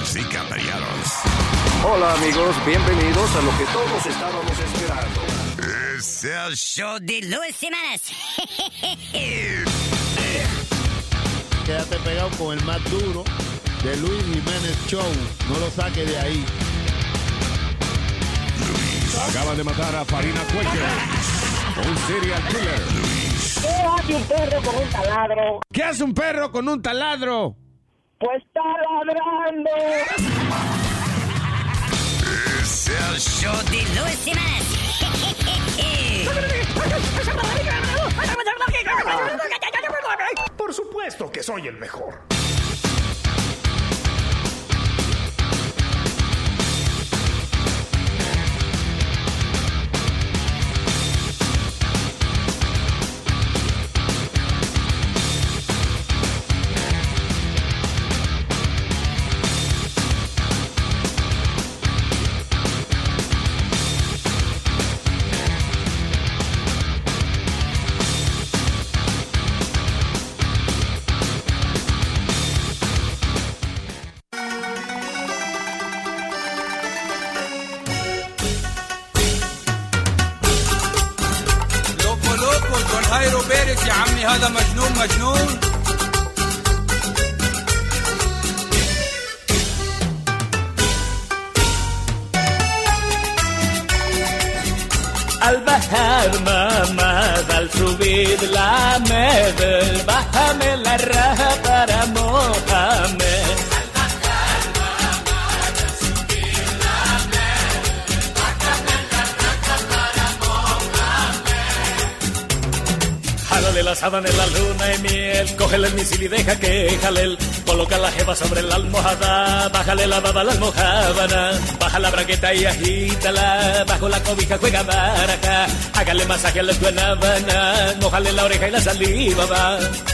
damas y caballeros. Hola amigos, bienvenidos a lo que todos estábamos esperando. Es el show de Luis Jiménez. Quédate pegado con el más duro de Luis Jiménez Show. No lo saques de ahí. Acaban de matar a Farina Cuello, un serial killer. ¿Qué hace un perro con un taladro? ¿Qué hace un perro con un taladro? Pues está ladrando. Es el show de Luis Jiménez. Por supuesto que soy el mejor. هايرو بارك يا عمي هذا مجنون مجنون. Al bajar mamá, al subir la med, bájame la raja para Mohamed. Jálale la sábana en la luna y miel, cógele el misil y deja que jale. Coloca la jeva sobre la almohada, bájale la baba a la almohábana, baja la bragueta y agítala, bajo la cobija juega baraja, hágale masaje a la guanábana, mójale la oreja y la saliva va.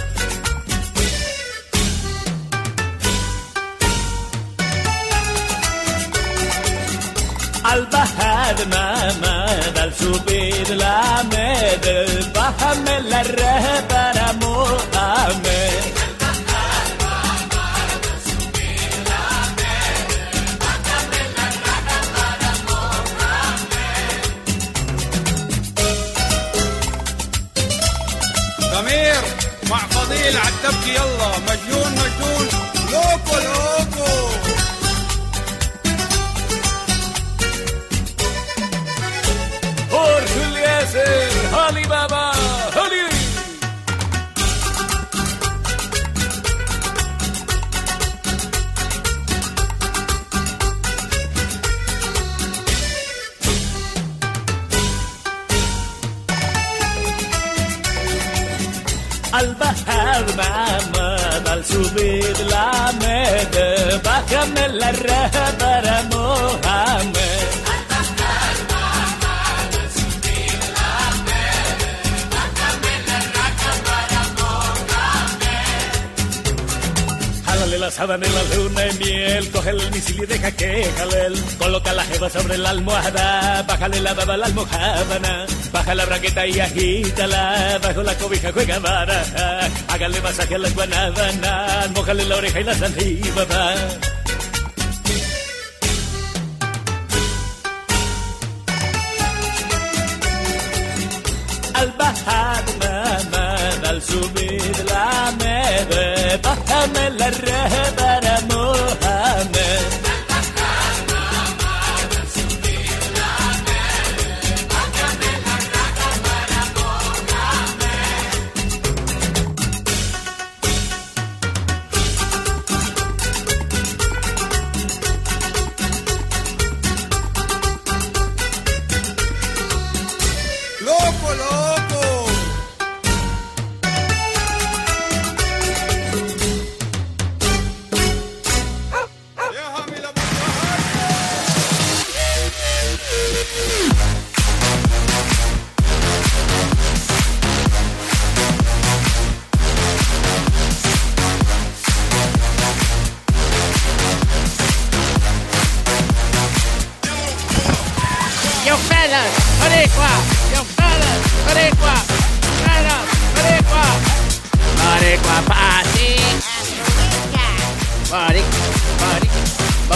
Al bajar mamá, al subir la med, bájame la raja para Mohamed. ضمير مع فضيل عالتبكي يلا مجنون مجنون لوكو لوكو. Jorge Eliezer, Alibaba, Ali. Al bajar mamá, al subir la med, bájame la raja para Mohamed. Jálale la sábana en la luna y miel, coge el misil y deja que jale. Coloca la jeva sobre la almohada, bájale la baba a la almohábana, baja la bragueta y agítala, bajo la cobija juega baraja, hágale masaje a la guanábana, mójale la oreja y la saliva va. Al bajar mamá, al subir la med, bájame la raja para Mohamed. Loco, loco. Déjame la Yo fellas, Boricua, yo fellas, Boricua, fellas, Boricua, Boricua party, Boricua,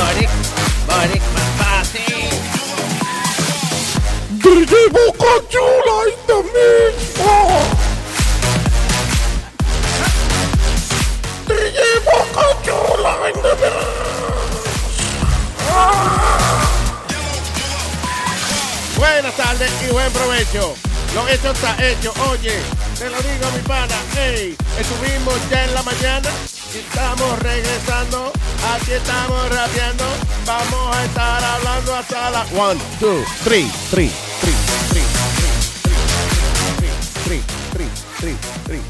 Boca Chula in the mix. DJ Boca Chula in the mix. Buenas tardes y buen provecho. Lo hecho está hecho. Oye, te lo digo mi pana. Hey, estuvimos ya en la mañana y estamos regresando. Aquí estamos rapeando. Vamos a estar hablando hasta la 1, 2, 3, 3, 3, 3, 3, 3, 3, 3,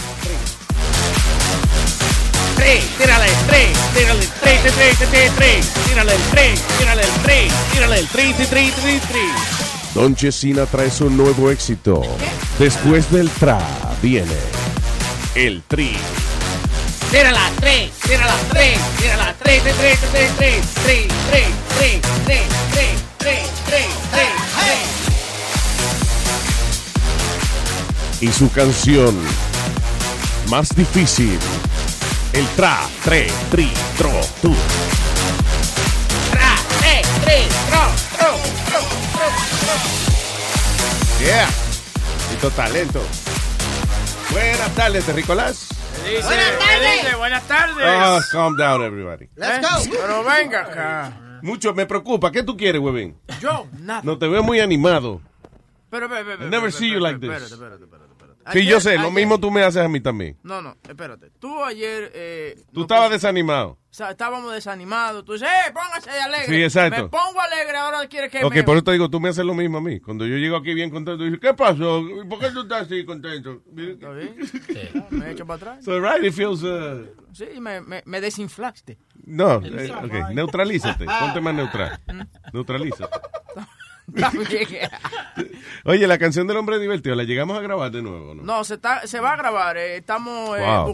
3. Tírale el 3, tírale el 3, tírale el 3, tírale el 3, tírale el 3, 3, 3, 3. Don Chesina trae su nuevo éxito. Después del tra viene el tri. Tírala 3, tírala 3, tírala 3, 3, 3, 3, 3, 3, 3, 3, 3, 3, 3, 3, 3. Y su canción más difícil. El tra, tre, tri, tro, tu. Tra, tre, tro, tro, tro, tro, tro. Yeah. Mucho talento. Buenas tardes, Terricolás. Buenas tardes. Buenas tardes. Oh, calm down, everybody. Let's go. Pero venga acá. Mucho me preocupa. ¿Qué tú quieres, huevín? Yo, nada. No te veo muy animado. Pero, I never see you like this. Espérate. Sí, yo sé. Lo mismo tú me haces a mí también. No, espérate. Tú ayer... Tú estabas desanimado. O sea, estábamos desanimados. Tú dices, póngase alegre. Sí, exacto. Me pongo alegre, ahora quieres que Ok, me... por eso te digo, tú me haces lo mismo a mí. Cuando yo llego aquí bien contento, dices, ¿qué pasó? ¿Por qué tú estás así contento? ¿Está bien? Sí. Me echo para atrás. So, right, it feels... Sí, me desinflaste. No, ok, neutralízate. Ponte más neutral. Neutralízate. Oye, la canción del hombre divertido, ¿la llegamos a grabar de nuevo? No, se va a grabar. Estamos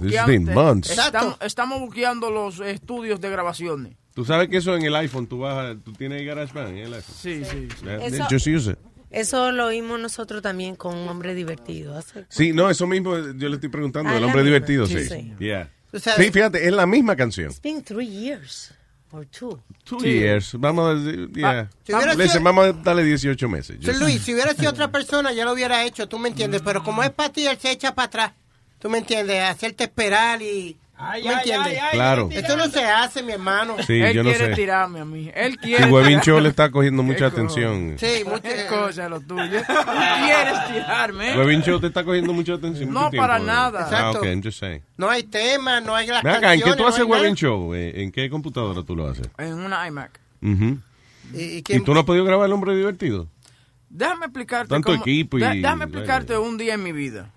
estamos buqueando los estudios de grabaciones. Tú sabes que eso en el iPhone, tú tienes GarageBand en el iPhone. Sí. Just use it. Eso lo oímos nosotros también con un hombre divertido. Sí, no, eso mismo yo le estoy preguntando. El hombre divertido, sí. Yeah. Sí, fíjate, es la misma canción. It's been 3 years. Or 2 years. Vamos a decir, vamos a darle 18 meses. Sí, Luis, si hubiera sido otra persona, ya lo hubiera hecho, tú me entiendes. Pero como es para ti, él se echa para atrás. Tú me entiendes, hacerte esperar y... ¿Me entiendes? Claro. Esto no se hace, mi hermano. Sí, él yo no quiere sé. tirarme a mí. Él quiere. Y Huevín Show le está cogiendo mucha atención. Sí, muchas cosas lo tuyo. ¿Quieres tirarme? Huevín Show te está cogiendo mucha atención. No, mucho para tiempo, nada. Exacto. Okay, I'm just saying. No hay tema, no hay las canciones. ¿En qué tú haces no Huevín Show? ¿En qué computadora tú lo haces? En una iMac. ¿Y tú no has podido grabar El Hombre Divertido? Déjame explicarte. Tanto equipo y... Déjame explicarte un día en mi vida.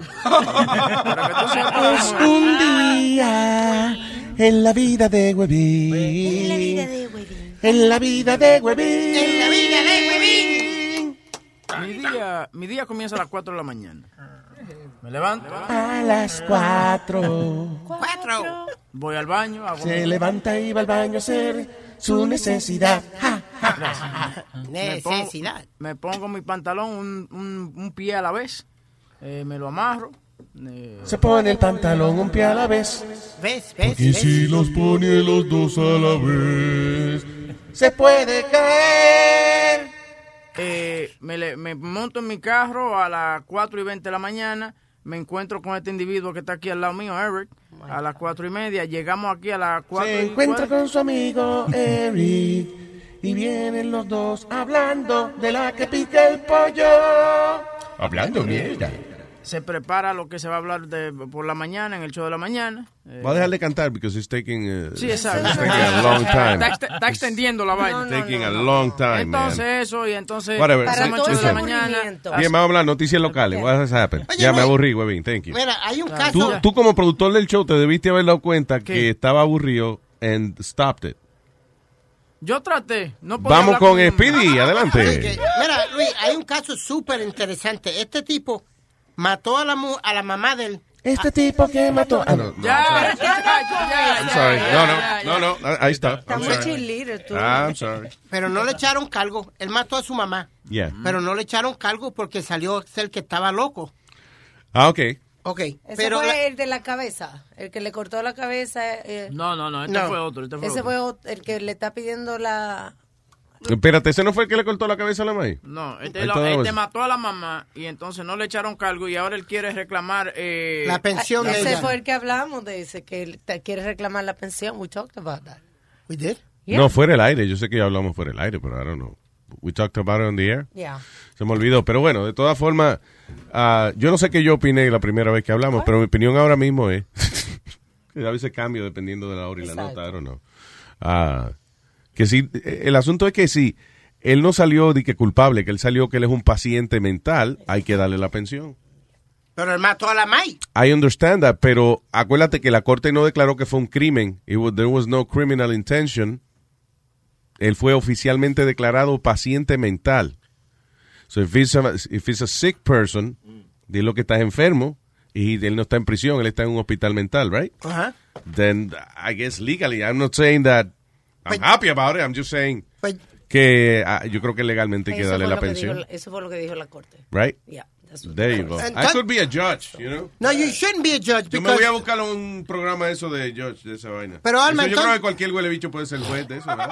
Para que tú sepas. Es un día en la vida de Huevín. En la vida de Huevín. En la vida de Huevín. Mi día comienza a las 4 de la mañana. Me levanto. A las 4. Voy al baño. Se levanta y va al baño a hacer su necesidad. Necesidad. Me pongo mi pantalón un pie a la vez. Me lo amarro. Se pone el pantalón un pie a la vez. ¿Ves? Porque si los pone los dos a la vez, se puede caer. Me monto en mi carro a las 4:20 de la mañana. Me encuentro con este individuo que está aquí al lado mío, Eric. A las 4:30. Llegamos aquí a las 4:40. Se encuentra con su amigo Eric. Y vienen los dos hablando de la que pica el pollo. Hablando mierda. Se prepara lo que se va a hablar por la mañana, en el show de la mañana. Va a dejar de cantar because it's taking, sí, exacto. It's taking a long time. Está extendiendo la vaina. Taking a long time, entonces man. eso, y entonces... Whatever. Para el show de la mañana. Bien, vamos a hablar noticias locales. What has happened? Oye, Ya me aburrí, Huevín. Thank you. Mira, hay un caso... Tú como productor del show te debiste haber dado cuenta que estaba aburrido and stopped it. Yo traté. No podía Vamos hablar con Speedy, adelante. Mira, Luis, hay un caso súper interesante. Este tipo mató a la mamá del... Este tipo que mató... I'm sorry. No. Ahí está. Está muy chilito tú. I'm sorry. Pero no le echaron cargo. Él mató a su mamá. Yeah. Pero no le echaron cargo porque salió ser que estaba loco. Ok. Ese pero fue el de la cabeza, el que le cortó la cabeza. No, este fue otro. Ese fue el que le está pidiendo la Espérate, ¿ese no fue el que le cortó la cabeza a la maíz? No, este mató a la mamá y entonces no le echaron cargo y ahora él quiere reclamar... la pensión de ella. Ese fue el que hablamos de ese, que él quiere reclamar la pensión. We talked about that. We did? Yeah. No, fuera el aire. Yo sé que ya hablamos fuera el aire, pero I don't know. We talked about it on the air. Yeah. Se me olvidó. Pero bueno, de todas formas, yo no sé qué yo opiné la primera vez que hablamos, pero mi opinión ahora mismo es que a veces cambio dependiendo de la hora y la nota, I don't know. Que si, el asunto es que si él no salió de que culpable, que él salió que él es un paciente mental, hay que darle la pensión. Pero él mató a la maíz. I understand that, pero acuérdate que la corte no declaró que fue un crimen. There was no criminal intention. Él fue oficialmente declarado paciente mental. So if it's a sick person, dilo que estás enfermo y él no está en prisión, él está en un hospital mental, right? Uh-huh. Then I guess legally, I'm not saying that I'm happy about it. I'm just saying que yo creo que legalmente hay que darle la pensión. Eso fue lo que dijo la corte. Right? Yeah. There you go. I could be a judge, you know. No, you shouldn't be a judge. Yo me voy a buscar un programa eso de judge, de esa vaina. Pero Alma, yo creo que cualquier huele bicho puede ser juez de eso, ¿verdad?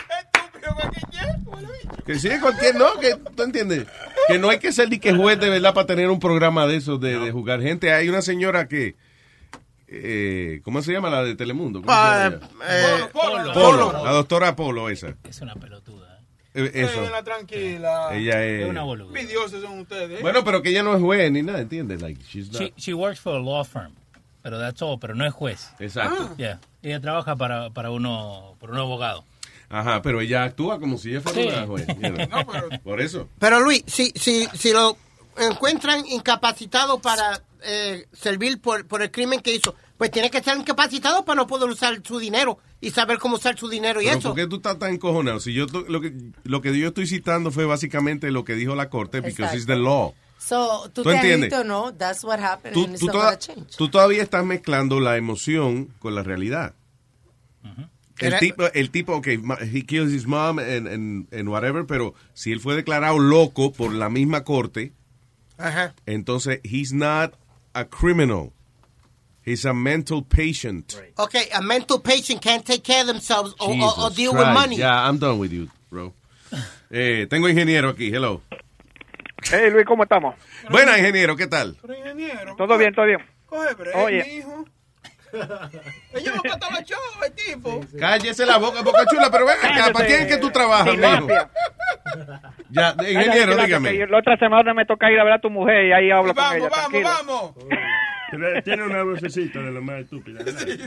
Que sí, cualquier, no, que tú entiendes. Que no hay que ser ni que juez de verdad para tener un programa de eso, de jugar gente. Hay una señora que, ¿cómo se llama la de Telemundo? Polo. La doctora Polo, esa. Es una pelotuda. Eso. Tranquila. Ella es una boluda. Envidiosos son ustedes. Bueno, pero que ella no es juez ni nada, ¿entiendes? Like, she works for a law firm, pero that's all, pero no es juez. Exacto. Yeah. Ella trabaja para un abogado. Ajá, pero ella actúa como si ella fuera una juez. You know? No, pero... Por eso. Pero Luis, si lo encuentran incapacitado para servir por el crimen que hizo, pues tiene que estar incapacitado para no poder usar su dinero y saber cómo usar su dinero y pero eso. ¿por qué tú estás tan encojonado? Si yo lo que yo estoy citando fue básicamente lo que dijo la corte, because it's the law. So, ¿tú ¿Tú te entiendes? o no? That's what happened and it's not gonna change. Tú todavía estás mezclando la emoción con la realidad. Uh-huh. El tipo, okay, he kills his mom and whatever, pero si él fue declarado loco por la misma corte, ajá, entonces he's not a criminal. He's a mental patient. Right. Okay, a mental patient can't take care of themselves or deal Christ. with money. Yeah, I'm done with you, bro. Tengo ingeniero aquí, hello. Hey, Luis, ¿cómo estamos? Buena, ingeniero, ¿qué tal? Todo bien, todo bien. Coge break, oye, mijo. Ella no canta la show, el tipo. Cállese la boca chula, pero ven acá, ¿para quién es que tú trabajas, mijo? Ya, ingeniero, dígame. La otra semana me toca ir a ver a tu mujer y ahí hablo con ella. Vamos. Tiene una vocecita de lo más estúpida.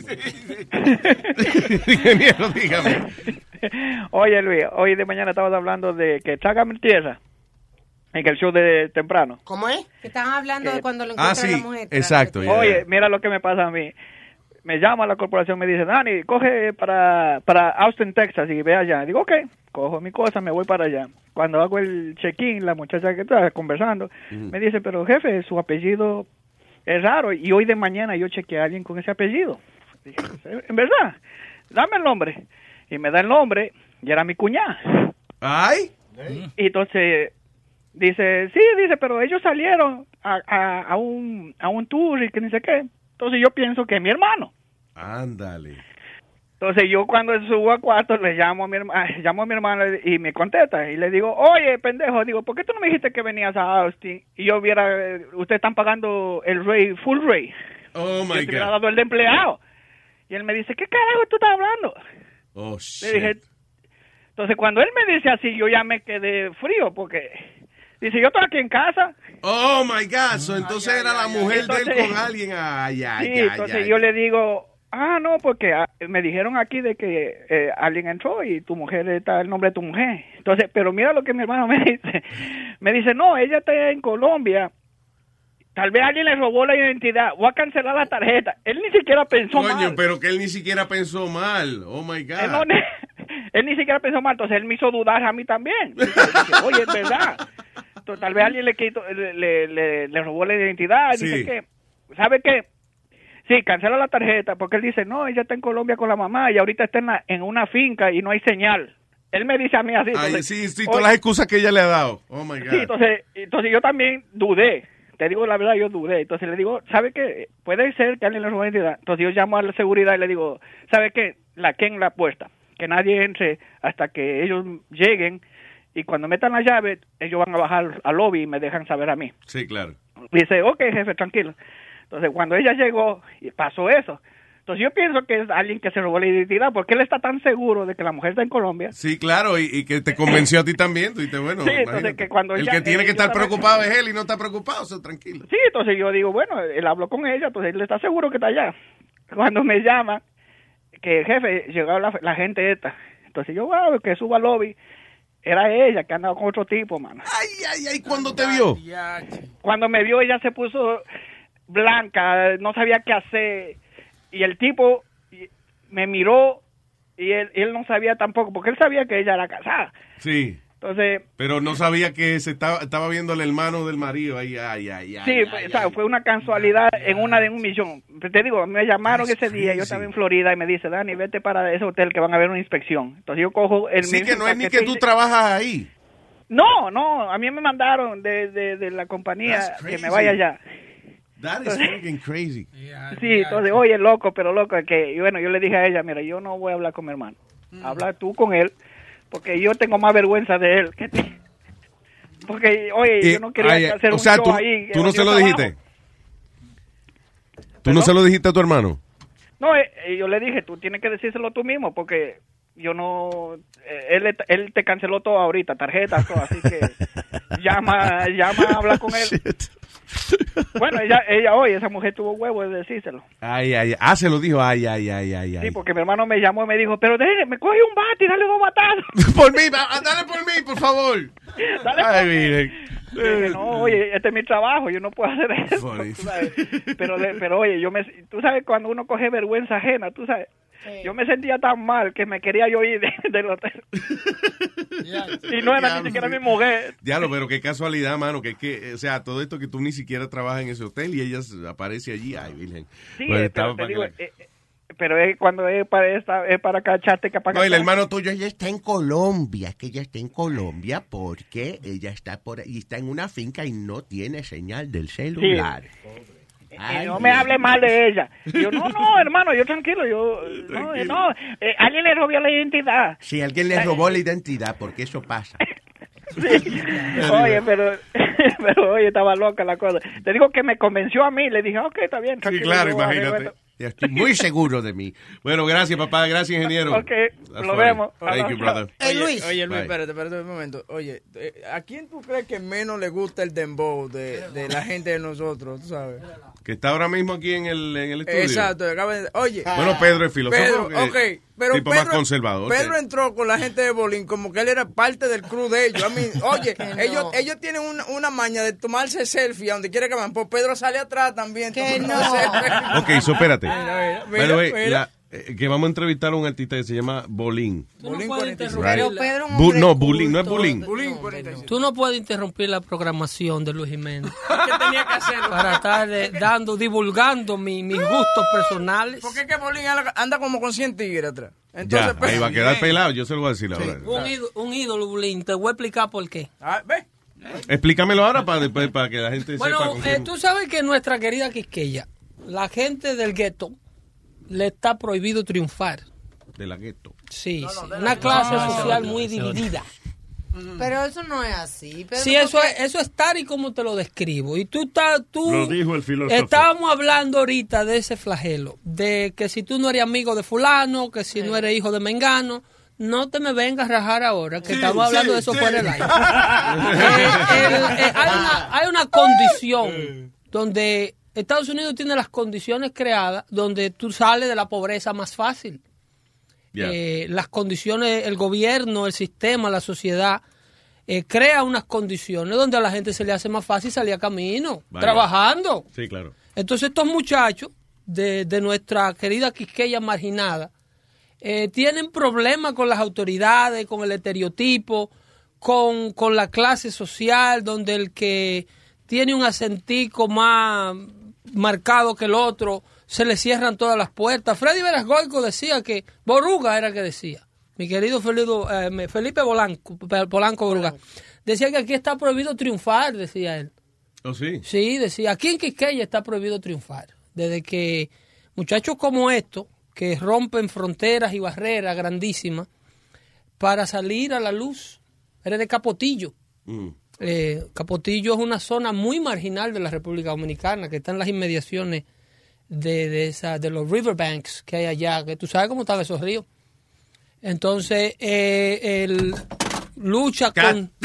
Ingeniero, dígame. Oye, Luis, hoy de mañana estabas hablando de que Trágame Tierra en el show de temprano. ¿Cómo es? Que estaban hablando de cuando lo encuentra la mujer. Exacto. Oye, mira lo que me pasa a mí. Me llama la corporación, me dice, Dani, coge para Austin, Texas, y ve allá. Digo, ok, cojo mi cosa, me voy para allá. Cuando hago el check-in, la muchacha que está conversando, me dice, pero jefe, su apellido es raro. Y hoy de mañana yo chequeé a alguien con ese apellido. Dije, en verdad, dame el nombre. Y me da el nombre, y era mi cuñada. ¿Ay? Y entonces dice, pero ellos salieron a un tour y que ni sé qué. Entonces yo pienso que es mi hermano. Ándale. Entonces yo cuando subo a cuarto le llamo a mi hermano y me contesta y le digo, oye, pendejo, digo, ¿por qué tú no me dijiste que venías a Austin y yo hubiera, ustedes están pagando el rate, full rate? Oh my God. Yo te hubiera dado el de empleado. Y él me dice, ¿qué carajo tú estás hablando? Oh shit. Le dije, entonces cuando él me dice así, yo ya me quedé frío porque dice, yo estoy aquí en casa. Oh my God, so, entonces era la mujer de él con alguien. Entonces yo le digo, no, porque me dijeron aquí de que alguien entró y tu mujer está el nombre de tu mujer. Entonces, pero mira lo que mi hermano me dice. Me dice, no, ella está en Colombia. Tal vez alguien le robó la identidad. Voy a cancelar la tarjeta. Él ni siquiera pensó mal. Coño, pero que él ni siquiera pensó mal. Oh my God. Él ni siquiera pensó mal. Entonces él me hizo dudar a mí también. Dije, oye, es verdad. Entonces, tal vez alguien le robó la identidad. Sí. Dice que, ¿sabe qué? Sí, cancela la tarjeta, porque él dice, no, ella está en Colombia con la mamá y ahorita está en una finca y no hay señal. Él me dice a mí así. Entonces, sí, todas las excusas que ella le ha dado. Oh my God. Sí, entonces yo también dudé. Te digo la verdad, yo dudé. Entonces le digo, ¿sabe qué? Puede ser que alguien le robó la identidad. Entonces yo llamo a la seguridad y le digo, ¿sabe qué? La Ken la puesta. que nadie entre hasta que ellos lleguen, y cuando metan la llave, ellos van a bajar al lobby y me dejan saber a mí. Sí, claro. Dice, ok, jefe, tranquilo. Entonces, cuando ella llegó, pasó eso. Entonces, yo pienso que es alguien que se robó la identidad, porque él está tan seguro de que la mujer está en Colombia. Sí, claro, y que te convenció a ti también. Tú dices, bueno, sí, entonces que cuando el ella, que tiene que estar preocupado es él y no está preocupado, tranquilo. Sí, entonces yo digo, bueno, él habló con ella, entonces él está seguro que está allá. Cuando me llama, que jefe, llegó la gente esta. Entonces yo, wow, que suba al lobby. Era ella que andaba con otro tipo, mano. Ay, ¿cuándo te vio? Cuando me vio, ella se puso blanca, no sabía qué hacer. Y el tipo me miró y él no sabía tampoco, porque él sabía que ella era casada. Sí. Entonces, pero no sabía que estaba viendo el hermano del marido. Ay. Sí, fue una casualidad en una de 1,000,000. Te digo, me llamaron ese día, yo estaba en Florida y me dice, Dani, vete para ese hotel que van a ver una inspección. Entonces yo cojo el mismo. Sí, que no es ni que tú trabajas ahí. No, a mí me mandaron de la compañía que me vaya allá. That is fucking crazy. Sí, entonces, oye, loco, que bueno, yo le dije a ella, mira, yo no voy a hablar con mi hermano. Habla tú con él. Porque yo tengo más vergüenza de él que ti. Porque, oye, yo no quería hacer un show ahí. ¿Tú no se lo dijiste? ¿Tú no se lo dijiste a tu hermano? No, yo le dije, tú tienes que decírselo tú mismo, porque yo no... Él te canceló todo ahorita, tarjetas, todo, así que llama a hablar con él. Bueno, ella hoy, esa mujer tuvo huevo de decírselo. Ay. Se lo dijo, ay. Sí, porque mi hermano me llamó y me dijo, pero me coge un bate y dale 2 batazos. Por mí, dale por mí, por favor. Dale por mí. Dije, no, oye, este es mi trabajo, yo no puedo hacer eso. Pero oye, tú sabes cuando uno coge vergüenza ajena, tú sabes. Sí. Yo me sentía tan mal que me quería yo ir del hotel. Y no era ni siquiera mi mujer. Diablo, pero qué casualidad, mano, o sea, todo esto que tú ni siquiera trabajas en ese hotel y ella aparece allí. Ay, virgen. Sí, pero es cuando es para cacharte que para no, el hermano tuyo, ella está en Colombia, que ella está en Colombia porque ella está por ahí, está en una finca y no tiene señal del celular. Sí. Ay, no me hable mal de ella. Yo, no, hermano, yo tranquilo, alguien le robó la identidad. Sí, alguien le robó la identidad, porque eso pasa. Sí. Oye, pero oye, estaba loca la cosa. Te digo que me convenció a mí, le dije, ok, está bien, tranquilo. Sí, claro, imagínate. Estoy muy seguro de mí. Bueno, gracias, papá. Gracias, ingeniero. Ok, lo vemos. Thank you, brother. Luis, espérate un momento. Oye, ¿a quién tú crees que menos le gusta el dembow de la gente de nosotros, tú sabes? Que está ahora mismo aquí en el estudio. Exacto. Oye. Bueno, Pedro es filósofo. Pero tipo Pedro, más conservador. Pedro entró con la gente de Bolín como que él era parte del crew de ellos. Oye, ellos tienen una maña de tomarse selfie a donde quiera que van. Pues Pedro sale atrás también. Que no. Ok, espérate. Mira. Que vamos a entrevistar a un artista que se llama Bolín. Bolín 46. Right. Pedro, no, Bolín, no es Bolín. Tú no puedes interrumpir la programación de Luis Jiménez. ¿Qué tenía que hacer? Para estar divulgando mis gustos personales. Porque es que Bolín anda como con 100 tigres atrás. Entonces, ahí va a quedar pelado, yo se lo voy a decir ahora. Un ídolo, Bolín. Te voy a explicar por qué. Ve. Explícamelo ahora para que la gente sepa. Bueno, tú sabes que nuestra querida Quisqueya, la gente del gueto, le está prohibido triunfar. De la gueto. Sí, una clase social muy dividida. Pero eso no es así. Pedro, sí, eso es tal y como te lo describo. Y tú lo dijo el filósofo. Estábamos hablando ahorita de ese flagelo, de que si tú no eres amigo de fulano, que si no eres hijo de mengano, no te me vengas a rajar ahora, que estamos hablando de eso fuera del aire. Hay una condición donde Estados Unidos tiene las condiciones creadas donde tú sales de la pobreza más fácil. Las condiciones, el gobierno, el sistema, la sociedad crea unas condiciones donde a la gente se le hace más fácil salir a camino, trabajando. Sí, claro. Entonces estos muchachos de nuestra querida Quisqueya marginada tienen problemas con las autoridades, con el estereotipo, con la clase social, donde el que tiene un acentico más marcado que el otro, se le cierran todas las puertas. Freddy Verasgoico decía que, Boruga era que decía, mi querido Felipe Polanco Boruga, decía que aquí está prohibido triunfar, decía él. ¿Oh, sí? Sí, decía, aquí en Quisqueya está prohibido triunfar. Desde que muchachos como estos que rompen fronteras y barreras grandísimas para salir a la luz. Eres de Capotillo. Capotillo es una zona muy marginal de la República Dominicana, que está en las inmediaciones de los riverbanks que hay allá, que tú sabes cómo están esos ríos. Entonces, él lucha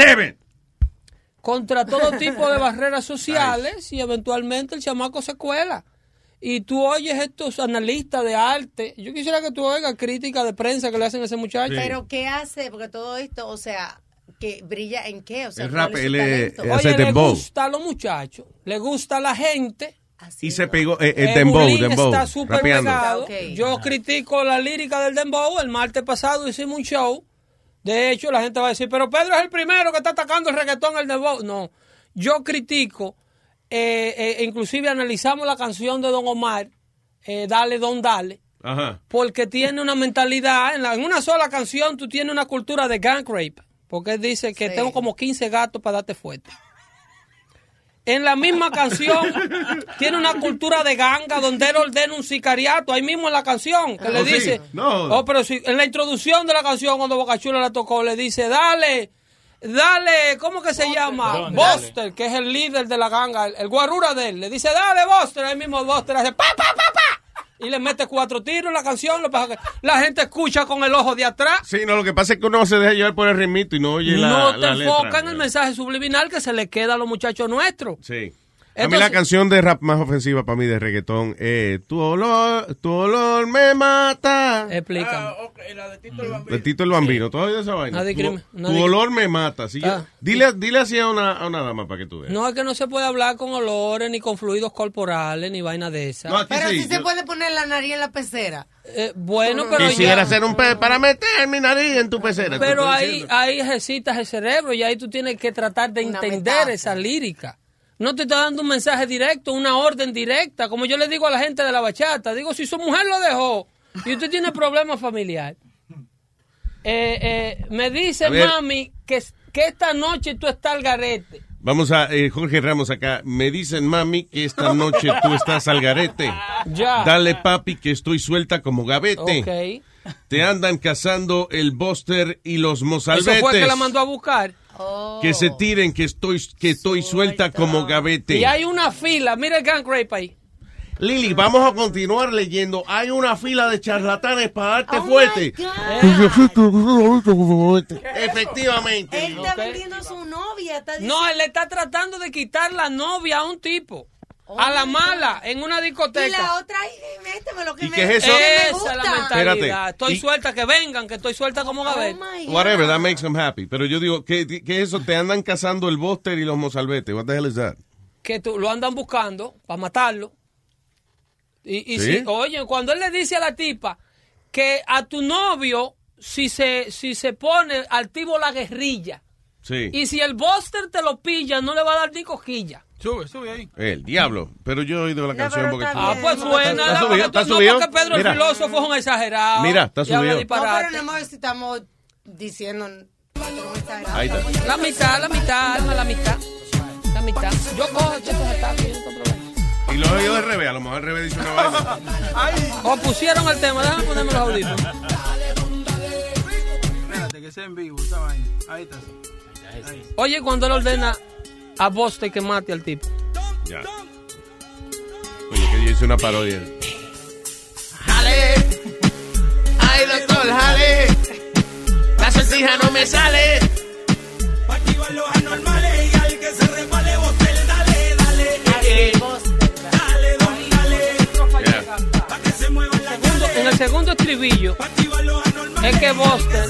contra todo tipo de barreras sociales y eventualmente el chamaco se cuela. Y tú oyes estos analistas de arte. Yo quisiera que tú oigas crítica de prensa que le hacen a ese muchacho. Pero ¿qué hace? Porque todo esto, o sea, que brilla en qué, o sea, el rap, Oye, le gusta a los muchachos, le gusta a la gente. Y se pegó el dembow está súper rapeando. pegado. Yo critico la lírica del dembow. El martes pasado hicimos un show. De hecho, la gente va a decir, pero Pedro es el primero que está atacando el reggaetón, el dembow. No, yo critico, inclusive analizamos la canción de Don Omar, Dale, Don Dale. Ajá. Porque tiene una mentalidad, en una sola canción tú tienes una cultura de gang rape. Porque él dice que tengo como 15 gatos para darte fuerte. En la misma canción tiene una cultura de ganga donde él ordena un sicariato, ahí mismo en la canción, que le dice, pero sí, en la introducción de la canción cuando Boca Chula la tocó, le dice, dale, ¿cómo que se llama? Buster, que es el líder de la ganga, el guarura de él, le dice, dale Buster, ahí mismo Buster hace, pa, y le mete 4 tiros en la canción, lo que pasa es que la gente escucha con el ojo de atrás. Sí, no, lo que pasa es que uno se deja llevar por el ritmito y no oye la letra. No te enfoca en el mensaje subliminal que se le queda a los muchachos nuestros. Sí. A mí la canción de rap más ofensiva para mí de reggaetón es Tu olor me mata. Explícame. La de Tito el Bambino. De Tito el Bambino. ¿Todavía de esa vaina? Tu olor me mata. ¿Sí? Dile así a una dama para que tú veas. No, es que no se puede hablar con olores, ni con fluidos corporales, ni vaina de esa. No, pero sí se puede poner la nariz en la pecera. Bueno, pero quisiera hacer un pez para meter mi nariz en tu pecera. Pero ahí ejercitas el cerebro y ahí tú tienes que tratar de entender esa lírica. No te está dando un mensaje directo, una orden directa. Como yo le digo a la gente de la bachata, digo, si su mujer lo dejó y usted tiene problemas familiares, me dice mami que esta noche tú estás al garete. Vamos a Jorge Ramos acá. Me dicen mami que esta noche tú estás al garete. Ya. Dale papi que estoy suelta como gavete. Okay. Te andan cazando el Buster y los mozalbetes. Eso fue que la mandó a buscar. Que se tiren que estoy suelta como gavete. Y hay una fila, mira el gang rape ahí. Lili, vamos a continuar leyendo. Hay una fila de charlatanes para darte fuerte. Efectivamente. Él está vendiendo a su novia. No, él le está tratando de quitar la novia a un tipo. A la mala, en una discoteca. Y la otra, méteme lo que ¿Y qué es eso? Esa es la mentalidad. Espérate. Estoy suelta, que vengan, que estoy suelta como gavete. Whatever, that makes them happy. Pero yo digo, ¿qué es eso? Te andan cazando el Buster y los mozalbetes. What the hell is that? Que lo andan buscando para matarlo. Y ¿Sí? Oye, cuando él le dice a la tipa que a tu novio, si se pone activo la guerrilla, sí. Y si el Buster te lo pilla, no le va a dar ni cosquilla. Sube ahí. El diablo. Pero yo he oído la canción porque... Pues suena. Está subido. No, porque Pedro el filósofo es un exagerado. Mira, está subido. No, pero no hemos estamos diciendo... Ahí está. La mitad. Yo cojo estos ataques, no tengo problema. Y lo he oído de revés. A lo mejor el revés dice una vaina. O pusieron el tema. Déjame ponerme los audífonos. Espérate, que sea en vivo esa vaina. Ahí está. Ahí. Oye, cuando él ordena a Buster que mate al tipo. Ya. Oye, que yo hice una parodia. Jale. Ay, doctor, jale. La sortija no me sale. Pa' activar los anormales y al que se resbale, Buster, dale. Dale, don, dale. Pa' que se mueva la calle. En el segundo estribillo es que Buster.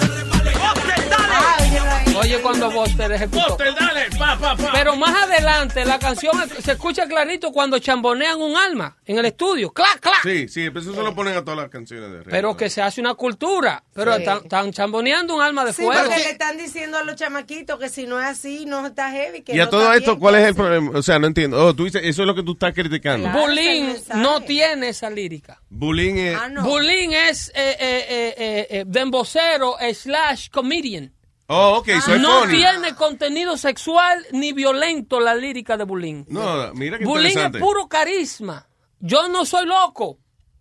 Oye, cuando Buster ejecutó. Buster, dale. Pa. Pero más adelante la canción se escucha clarito cuando chambonean un alma en el estudio. ¡Clac, clac! Sí, pero eso se lo ponen a todas las canciones de rap. Pero que se hace una cultura. Pero están chamboneando un alma de fuego. Porque le están diciendo a los chamaquitos que si no es así, no está heavy. Que y a no todo está esto, bien, ¿cuál que es el así. problema? O sea, no entiendo. Tú dices, eso es lo que tú estás criticando. Claro. Bulín no tiene esa lírica. Bullying es... No. Bulín es dembocero / comedian. Oh, ok, soy No funny. tiene contenido sexual ni violento la lírica de Bulín. No, mira que Bulín es interesante. puro carisma. Yo no soy loco.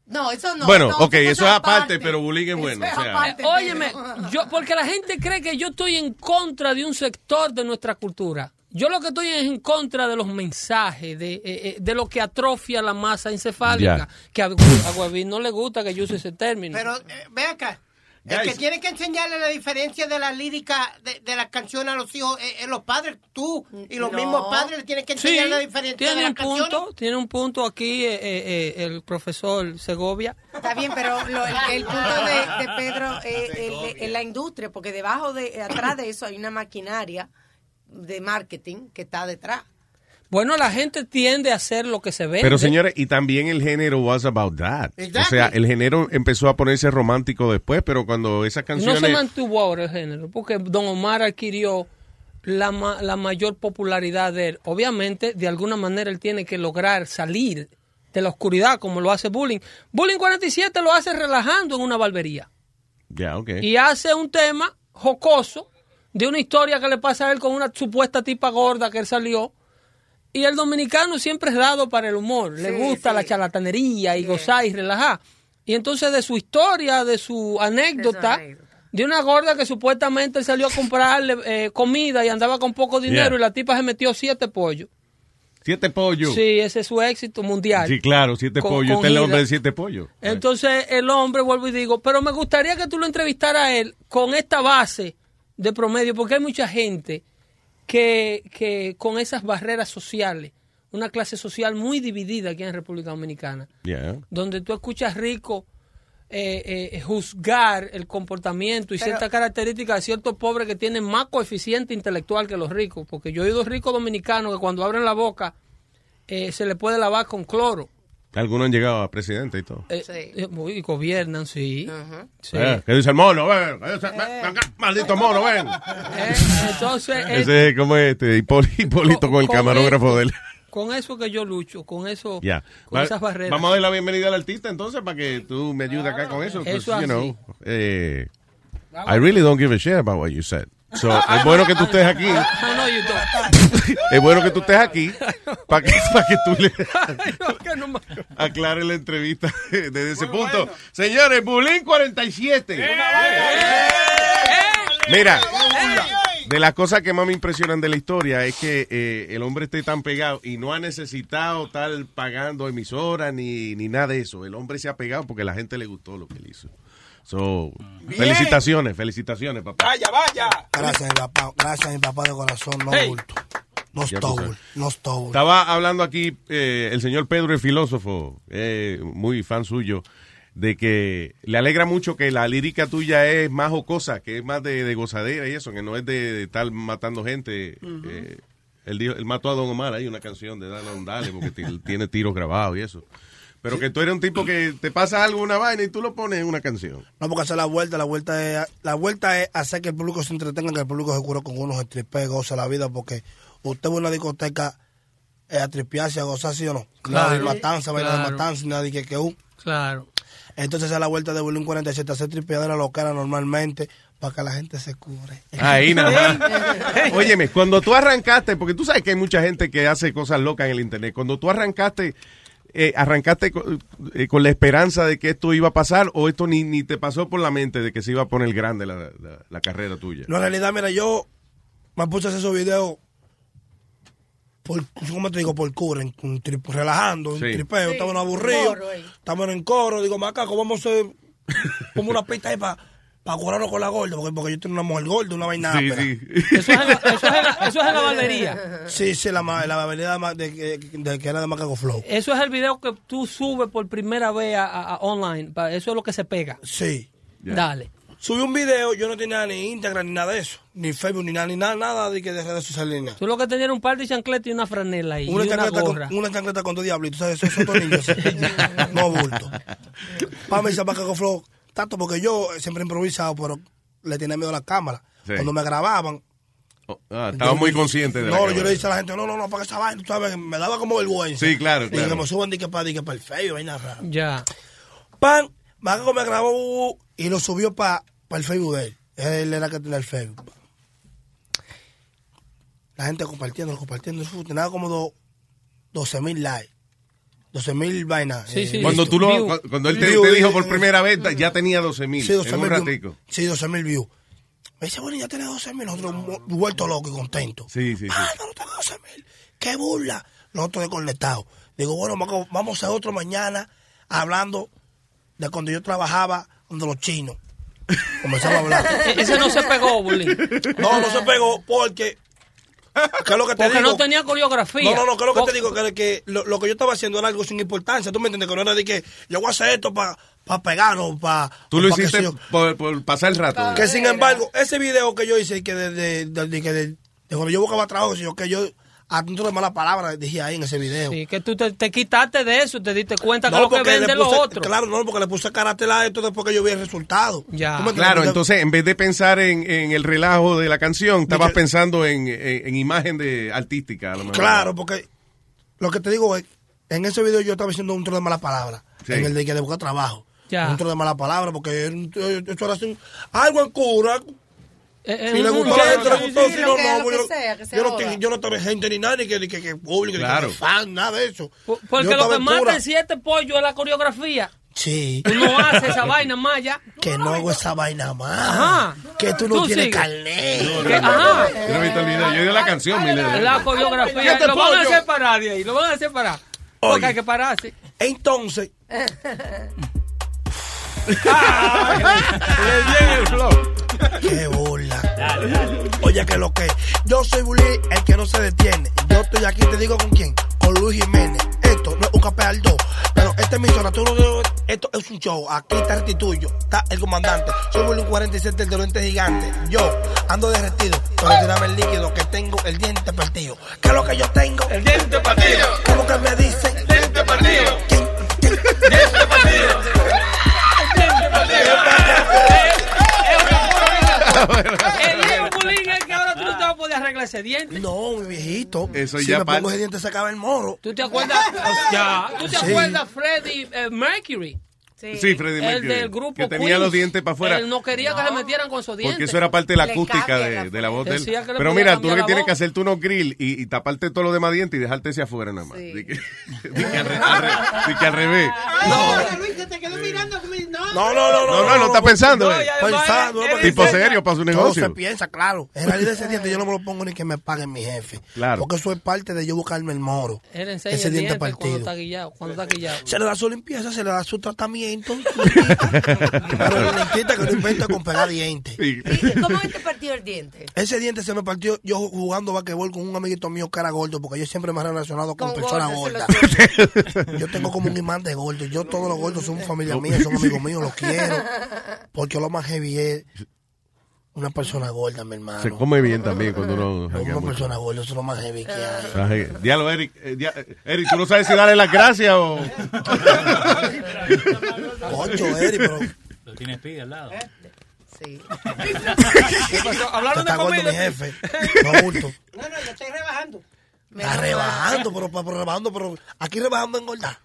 No, eso no. Bueno, no, ok, eso es aparte, pero bullying es bueno. O sea, Óyeme, porque la gente cree que yo estoy en contra de un sector de nuestra cultura. Yo lo que estoy es en contra de los mensajes, de lo que atrofia la masa encefálica. Ya. Que a Webin no le gusta que yo use ese término. Pero, ve acá. El que tiene que enseñarle la diferencia de la lírica de las canciones a los hijos es los padres, tú y los mismos padres le tienen que enseñar la diferencia de las canciones. Tiene un punto aquí el profesor Segovia. Está bien, pero el punto de Pedro es la industria, porque atrás de eso hay una maquinaria de marketing que está detrás. Bueno, la gente tiende a hacer lo que se vende. pero señores, y también el género was about that. Exactly. O sea, el género empezó a ponerse romántico después, pero cuando esas canciones... No se mantuvo ahora el género, porque Don Omar adquirió la mayor popularidad de él. Obviamente, de alguna manera, él tiene que lograr salir de la oscuridad, como lo hace Bullying. Bullying 47 lo hace relajando en una barbería. Ya, ok. Y hace un tema jocoso de una historia que le pasa a él con una supuesta tipa gorda que él salió. Y el dominicano siempre es dado para el humor. Le gusta la charlatanería y gozar y relajar. Y entonces de su historia, de su anécdota, de una gorda que supuestamente él salió a comprarle comida y andaba con poco dinero y la tipa se metió 7 pollos. 7 pollos. Sí, ese es su éxito mundial. Sí, claro, 7 pollos. Usted es el hombre de 7 pollos. Entonces el hombre, vuelvo y digo, pero me gustaría que tú lo entrevistaras a él con esta base de promedio, porque hay mucha gente que con esas barreras sociales, una clase social muy dividida aquí en República Dominicana, donde tú escuchas rico juzgar el comportamiento y ciertas características de ciertos pobres que tienen más coeficiente intelectual que los ricos, porque yo he oído ricos dominicanos que cuando abren la boca se le puede lavar con cloro. Algunos han llegado a presidente y todo. Y gobiernan, sí. Sí. ¿Qué dice el mono? Ven acá, maldito mono, ven. Entonces, ese es como Hipólito con el camarógrafo de él. Con eso que yo lucho, con eso, Ya. con esas barreras. Vamos a dar la bienvenida al artista entonces para que tú me ayudes acá con eso. Eso You así. know, I really don't give a shit about what you said. So, es bueno que tú estés aquí. No, you don't. Es bueno que tú estés aquí para que tú le aclares la entrevista desde ese punto. Señores, Bulín 47. Mira, de las cosas que más me impresionan de la historia es que el hombre esté tan pegado y no ha necesitado estar pagando emisoras ni nada de eso. El hombre se ha pegado porque a la gente le gustó lo que él hizo. So, felicitaciones, papá. Vaya. Gracias, mi papá de corazón, no bulto. No estoy. Estaba hablando aquí el señor Pedro, el filósofo, muy fan suyo, de que le alegra mucho que la lírica tuya es más jocosa, que es más de gozadera y eso, que no es de estar matando gente. Él mató a Don Omar, hay una canción de Dale, Dale, porque tiene tiros grabados y eso. Pero que tú eres un tipo que te pasa algo, una vaina, y tú lo pones en una canción. No, porque hacer la vuelta es hacer que el público se entretenga, que el público se cure con unos stripes, goza la vida, porque usted va a una discoteca a tripearse, a gozar, ¿sí o no? Claro, nada de matanza, vaina de matanza, nada de que Claro. Entonces a la vuelta de Bulín 47, hacer tripeadera locara normalmente, para que la gente se cubre. Ahí nada más. Óyeme, cuando tú arrancaste, porque tú sabes que hay mucha gente que hace cosas locas en el internet, cuando tú arrancaste con la esperanza de que esto iba a pasar, o esto ni te pasó por la mente de que se iba a poner grande la carrera tuya? No, en realidad, mira, yo me puse a hacer esos videos ¿cómo te digo? Por cura, relajando, un tripeo, estaban aburridos, estaban en coro, digo, Macaco, vamos a hacer como una pista ahí para curarnos con la gorda, porque yo tengo una mujer gorda, una vaina ápera. Eso es en la barbería. Sí, la barbería de que era de Macaco Flow. Eso es el video que tú subes por primera vez a online, eso es lo que se pega. Sí. Dale. Subí un video, yo no tenía ni Instagram ni nada de eso, ni Facebook ni nada de redes sociales. Tú lo que tenías era un par de chancletas y una franela ahí, una chancleta con 2 diablitos, ¿sabes? Esos son niños, no bulto. Para mí se Macaco Flow, tanto porque yo siempre he improvisado, pero le tenía miedo a la cámara. Sí. Cuando me grababan... estaba muy consciente de yo le dije a la gente, no, apaga esa vaina, tú sabes, me daba como vergüenza. Sí, claro. Y que me suban para el feo, vaina rara. Ya. Pan, Macaco me grabó y lo subió para el Facebook de él. Él era que tenía el Facebook. La gente compartiendo, tenía como 12,000 likes. 12,000 vainas. Cuando él te dijo por primera vez, ya tenía 12,000. Sí, 12,000 en un ratico. Sí, 12,000 views. Me dice, bueno, ya tenés 12,000. Nosotros vuelto locos y contentos. Sí. No tengo 12,000. ¡Qué burla! Nosotros desconectados. Digo, bueno, vamos a otro mañana hablando de cuando yo trabajaba donde los chinos. Comenzamos a hablar. Ese no se pegó, Bulín. No se pegó porque... ¿Qué es lo que te porque digo? no tenía coreografía. No, ¿qué es lo que te digo? Que lo que yo estaba haciendo era algo sin importancia. ¿Tú me entiendes? Que no era de que yo voy a hacer esto para pegarnos, para... Tú lo hiciste por pasar el rato. Que sin embargo, ese video que yo hice, que de cuando yo buscaba trabajo, que yo... A tanto de mala palabra dije ahí en ese video. Sí, que tú te quitaste de eso, te diste cuenta que lo que vende los otros. Claro, no, porque le puse carácter a esto después que yo vi el resultado. Ya. Claro, entonces en vez de pensar en el relajo de la canción, estabas pensando en imagen artística. A lo mejor. Claro, porque lo que te digo es, en ese video yo estaba haciendo un trono de mala palabra. Sí. En el de que le buscar trabajo. Ya. Un trono de mala palabra, porque eso era así, algo en cura. Si le gustó la gente, le gustó. Si no, yo no tengo gente ni nada, ni que público, claro. Ni que fan, nada de eso. Porque lo que mata en 7 pollos es la coreografía. Sí. Tú no haces esa vaina más ya. Que no hago esa vaina más. Ajá. Que tú no tienes carnet. Ajá. Yo no he visto el video. Yo he la canción, mi ley. La coreografía. Lo van a separar de ahí. Lo van a separar. Porque hay que pararse. Entonces. Le viene el flow. Qué burla. Oye, que lo que. Yo soy Bully, el que no se detiene. Yo estoy aquí, te digo con quién. Con Luis Jiménez. Esto no es un capealdo. Pero esta emisora, esto es un show. Aquí está el tituyo, está el comandante. Soy Bully 47, el de los lentes gigantes. Yo ando derretido, pero tírame el líquido que tengo el diente partido. ¿Qué es lo que yo tengo? El diente partido. ¿Cómo que me dicen? El diente partido. ¿Quién? Diente partido. El viejo Bulín es que ahora tú no te vas a poder arreglar ese diente. No, mi viejito. Eso si ya me pongo ese diente se acaba el moro. ¿Tú te acuerdas? ¿Tú te acuerdas Freddie Mercury? Sí, Freddie Mercury. El del grupo que tenía Queen. Los dientes para afuera. Él no quería que se metieran con esos dientes. Porque eso era parte de la acústica de la voz de él. Pero mira, tú lo que tienes que hacerte unos grill y taparte todo lo demás dientes y dejarte hacia afuera nada más. Sí. Que al revés. No, Luis, que te quedó mirando. No, está pensando. Pensando. Tipo serio para su negocio. Todo se piensa, claro. En realidad ese diente yo no me lo pongo ni que me paguen mi jefe. Claro. Porque eso es parte de yo buscarme el moro. Ese diente partido. Cuando está guillado. Se le da su limpieza, se le da su tratamiento. Pero el dentista que no inventa con pegar dientes. ¿Y cómo te partió el diente? Ese diente se me partió yo jugando basquetbol con un amiguito mío que era gordo, porque yo siempre me he relacionado con personas gordas. Yo tengo como un imán de gordo. Yo todos los gordos son familia mía, son amigos míos, los quiero. Porque lo más heavy es una persona gorda, mi hermano. Se come bien también cuando uno... Una persona gorda, eso es lo más heavy que hay. Diálogo, Eric. Eric, ¿tú no sabes si darle las gracias o...? Concho, Eric, pero... Lo tienes pide al lado. Sí. ¿Qué pasó? ¿Hablaron de comida? Mi jefe. No, yo estoy rebajando. Está rebajando, pero aquí rebajando engordar.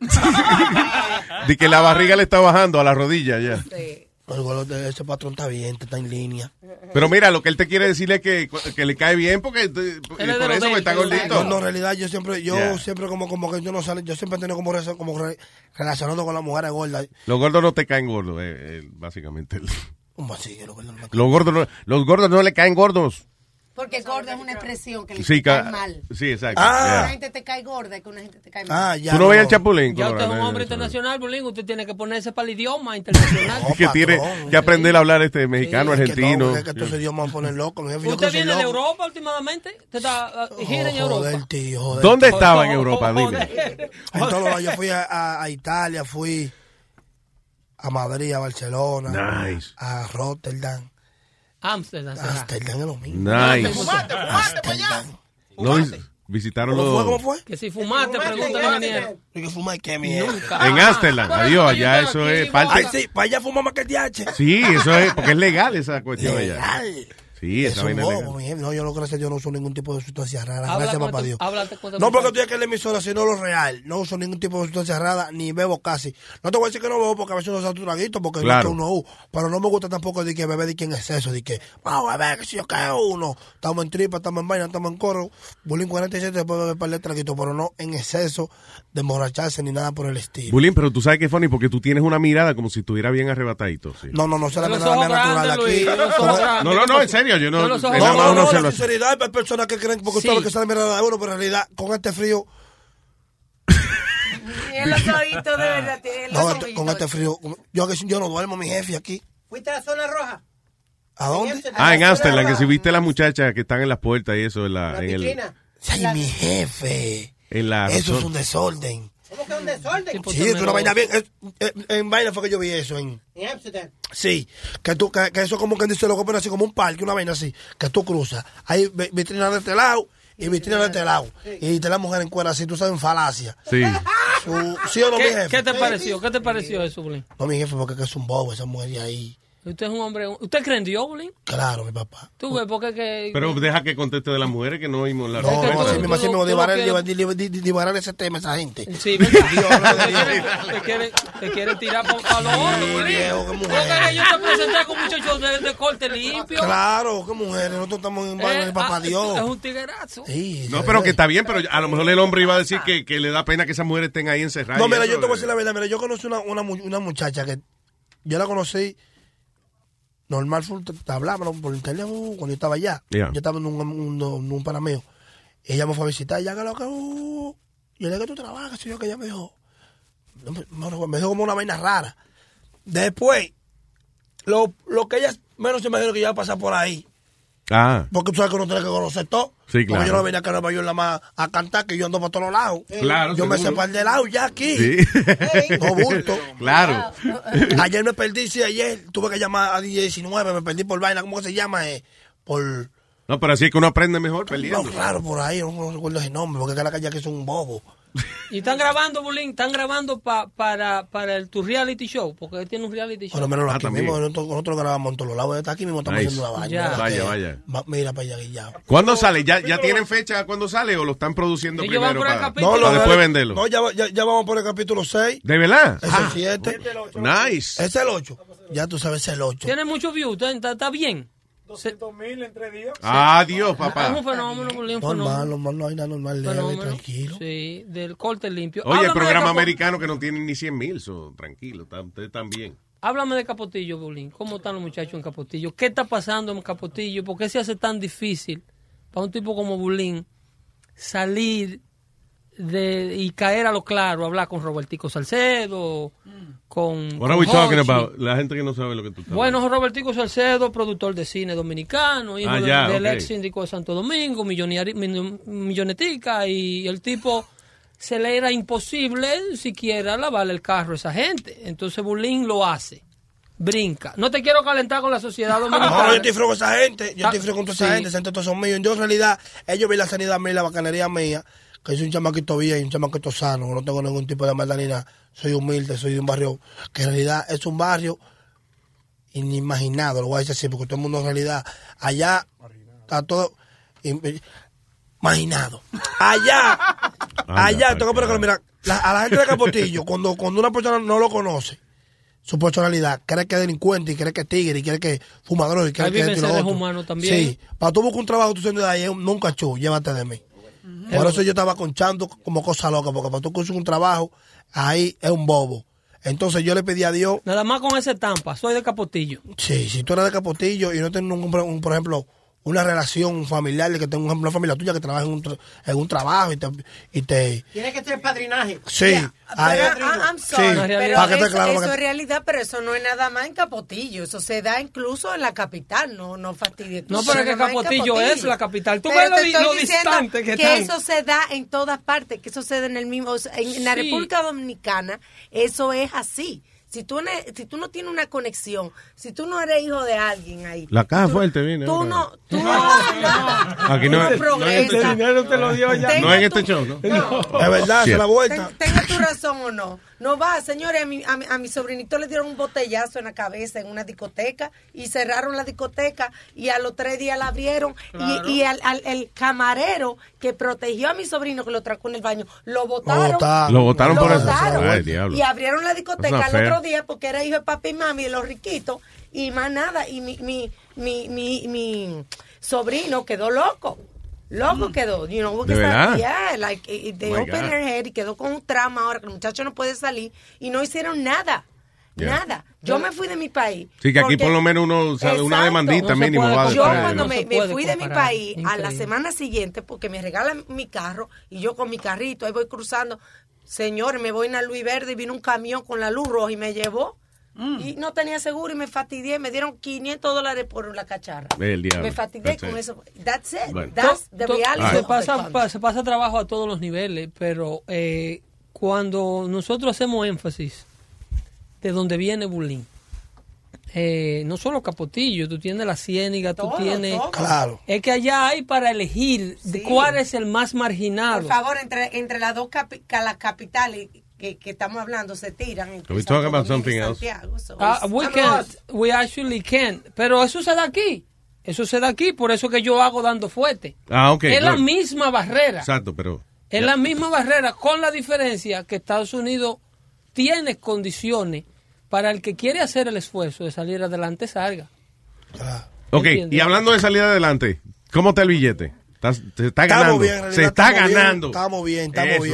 De que la barriga le está bajando a la rodilla ya. Sí. Ese patrón está bien, está en línea. Pero mira, lo que él te quiere decir es que le cae bien porque por eso está gordito. No, en realidad yo siempre como que yo no sale, yo siempre he tenido como relacionado con las mujeres gordas. Los gordos no te caen gordos, básicamente. ¿Cómo así? Los gordos no le caen gordos. Porque gordo es una expresión que le cae mal. Sí, exacto. Una gente te cae gorda y que una gente te cae mal. ¿Tú no ves el Chapulín? Ya usted es un hombre internacional, Bulín. Usted tiene que ponerse para el idioma internacional. Que tiene que aprender a hablar mexicano, argentino. Es que estos idiomas me ponen loco. ¿Usted viene de Europa últimamente? ¿Usted está gira en Europa? Joder, tío. ¿Dónde estaba en Europa? Dime. Yo fui a Italia, fui a Madrid, a Barcelona, a Rotterdam. Amsterdam es lo mismo. Nice. Amsterdam. No visitaron ¿Cómo fue? Que si fumaste, pregúntale a ingeniero. ¿Que fumar qué, mierda? Nunca. En Amsterdam, adiós, allá eso es parte. Ay, sí, para allá fuma más que el DH. Sí, eso es, porque es legal esa cuestión allá. Sí, es esa un vaina bobo, legal. mi jefe. No, yo no, gracias a Dios, no uso ningún tipo de sustancia rara. Habla Gracias, con papá tu- Dios. háblate con tu No, porque muchacho. estoy aquí en la emisora, sino lo real. No uso ningún tipo de sustancia rara, ni bebo casi. No te voy a decir que no bebo porque a veces uno se da tu traguito, porque Claro. no es que uno, pero no me gusta tampoco de que beber de que en exceso, de que, vamos a beber, que si yo qué uno. Estamos en tripa, estamos en vaina, estamos en coro. Bulín 47 después beber par de traguitos, pero no en exceso de emborracharse ni nada por el estilo. Bulín, pero tú sabes que es funny porque tú tienes una mirada como si estuviera bien arrebatadito. Sí. No, se la Los mirada ojos natural grandes, aquí. Luis, los ojos grandes. No, en serio, yo no. los ojos nada más uno se la lo hace. sinceridad, hay personas que creen, porque Sí. todo lo que sale mirada de uno, pero en realidad, con este frío, Tiene los ojitos, de verdad. Tiene los no, ojitos. con este frío, yo no duermo, mi jefe, aquí. ¿Fuiste a la zona roja? ¿A dónde? En Amsterdam, que si viste las muchachas que están en las puertas y eso, en el, vitrina. Sí, mi jefe. en la Eso es un desorden. ¿Cómo que es un desorden? Sí, es una vaina bien. En vaina fue que yo vi eso. En Amsterdam. Sí, que eso como que dice lo que pone así como un parque, una vaina así, que tú cruzas. Hay vitrinas de este lado y vitrinas de este lado. Y te la mujer en cuera así, tú sabes, en falacia. Sí. ¿Sí o no, mi jefe? ¿Qué te pareció? ¿Qué te pareció eso, Bulín? No, mi jefe, porque es un bobo esa mujer de ahí. Usted es un hombre... ¿Usted cree en Dios, Bulín? Claro, mi papá. Tú ves, porque que... Pero deja que conteste de las mujeres que no oímos la No, que tú- así mismo tú no divarar ese tema esa gente. Sí, ¿verdad? Te quieren tirar para los hombres, Bulín. viejo, qué mujer. Porque yo te presenté con muchachos de corte limpio. Claro, qué mujeres, nosotros estamos en vaina de papá Dios. Es un tiguerazo. Sí, No, pero que está bien, pero a lo mejor el hombre iba a decir que le da pena que esas mujeres estén ahí encerradas. No, y mira, eso, yo te voy a decir la verdad. Mira, yo conocí una muchacha que yo la conocí normal, hablábamos por internet cuando yo estaba allá. Yeah. Yo estaba en un panameo. Ella me fue a visitar, ella que lo que... yo le dije que tú trabajas, y yo que ella me dijo... Me dijo como una vaina rara. Después, lo que ella menos se imagina que iba a pasar por ahí. Ah, Porque tú sabes que uno tiene que conocer todo. Sí, claro. Porque yo no venía acá a Nueva York nada más a cantar, que yo ando para todos lados. Claro, Yo me seguro. separo de lado ya aquí. sí. No bulto. Claro. Ayer me perdí, sí, ayer tuve que llamar a 19, me perdí por vaina, ¿cómo que se llama? Por... No, pero así es que uno aprende mejor No, perdiendo. claro, por ahí, no recuerdo ese nombre, porque acá en la calle que es un bobo. Y están grabando, Bulín, están grabando para tu reality show, porque él tiene un reality show. Bueno, menos aquí también. mismo, nosotros grabamos en todos los lados, está aquí mismo estamos Nice. haciendo una vaina. Ya. Vaya, vaya. Mira para allá, ya. ¿Cuándo sale? ¿Ya tienen fecha cuándo sale o lo están produciendo Ellos van primero por el para capítulo. para después venderlo? No, ya vamos por el capítulo 6. ¿De verdad? Es el 7. Nice. Es el 8. Ya tú sabes, es el 8. Tiene muchos views, está bien. 200,000 en 3 días. Adiós, Es papá. un fenómeno, Bulín, un fenómeno. Normal, no hay nada normal, leve, Fenómeno. tranquilo. Sí, del corte limpio. Oye, el Háblame programa de Capo- americano que no tiene ni 100,000, tranquilo, ustedes están bien. Háblame de Capotillo, Bulín. ¿Cómo están los muchachos en Capotillo? ¿Qué está pasando en Capotillo? ¿Por qué se hace tan difícil para un tipo como Bulín salir y caer a lo claro, hablar con Robertico Salcedo, con What are we talking Hochi? about? La gente que no sabe lo que tú estás Bueno, Robertico Salcedo, productor de cine dominicano, hijo del ok. ex síndico de Santo Domingo, millonetica, y el tipo se le era imposible siquiera lavarle el carro a esa gente. Entonces Bulín lo hace. Brinca. No te quiero calentar con la sociedad dominicana. No, yo estoy frío con esa gente. Yo estoy frío con toda esa Sí. gente. Esa gente todos son míos. Yo, en realidad, ellos ven la sanidad mía y la bacanería mía. Que soy un chamaquito bien, un chamaquito sano. No tengo ningún tipo de maldad ni nada. Soy humilde, soy de un barrio que en realidad es un barrio inimaginado. Lo voy a decir así, porque todo el mundo en realidad allá está todo imaginado. Allá, tengo que poner, mira, a la gente de Capotillo, cuando una persona no lo conoce, su personalidad, cree que es delincuente y cree que es tigre y cree que es fumador y cree Ahí que es viven esto y lo seres otro. humanos también. Sí, para tú buscar un trabajo, tú siendo de ahí, nunca chu, llévate de mí. Por eso yo estaba conchando como cosa loca, porque para tú conseguir un trabajo, ahí es un bobo. Entonces yo le pedí a Dios, Nada más con esa estampa, soy de Capotillo. sí, si tú eres de Capotillo y no tienes por ejemplo, una relación familiar, de que tengas una familia tuya que trabaja en un trabajo y te Tiene que tener padrinaje. sí, ahí- Pero, I'm sorry, sí, pero para que te eso, claro, eso para es que- realidad, pero eso no es nada más en Capotillo. Eso se da incluso en la capital, no fastidies. No, pero es que Nada más en Capotillo es la capital. Tú Pero ves te estoy lo diciendo distante que que están. eso se da en todas partes, que eso se da en el mismo... o sea, en la Sí. República Dominicana, eso es así. Si tú no tienes una conexión, si tú no eres hijo de alguien ahí. La caja fuerte viene. Tú no Aquí no progresas. El dinero te lo dio ya. No en este show, ¿no? Es verdad, se la vuelta. Tenga tu razón o no. No va, señores, a mi sobrinito le dieron un botellazo en la cabeza en una discoteca y cerraron la discoteca y a los 3 días la abrieron. Claro. Y el camarero que protegió a mi sobrino, que lo trajo en el baño, lo botaron. Lo botaron por eso. Ay, diablo. Y abrieron la discoteca al otro día porque era hijo de papi y mami de los riquitos y más nada. Y mi sobrino quedó loco. Quedó, you know, ¿De verdad? Yeah, like, they opened her head y quedó con un trauma ahora que el muchacho no puede salir y no hicieron nada. Nada. Yo me fui de mi país. Sí, que aquí por lo menos uno sabe una demandita mínimo. Yo cuando me fui de mi país, a la semana siguiente, porque me regalan mi carro y yo con mi carrito, ahí voy cruzando. Señores, me voy en la Luis Verde y vino un camión con la luz roja y me llevó. Y no tenía seguro y me fastidié. Me dieron $500 por la cacharra. El diablo. Me fastidié con eso. That's it. Bueno. That's the reality. Se pasa trabajo a todos los niveles, pero cuando nosotros hacemos énfasis de donde viene bullying, no solo Capotillo, tú tienes la Ciénaga, tú tienes... Claro. Es que allá hay para elegir de cuál es el más marginado. Por favor, entre las dos las capitales que estamos hablando se tiran. We talk about something else. We actually can. Pero eso se da aquí. Eso se da aquí, por eso que yo hago dando fuerte. Okay. Es la misma barrera. Exacto, pero... Es la misma barrera, con la diferencia que Estados Unidos tiene condiciones para el que quiere hacer el esfuerzo de salir adelante, salga. Ok, y hablando de salir adelante, ¿cómo está el billete? Se está ganando. Bien, se está ganando. Estamos bien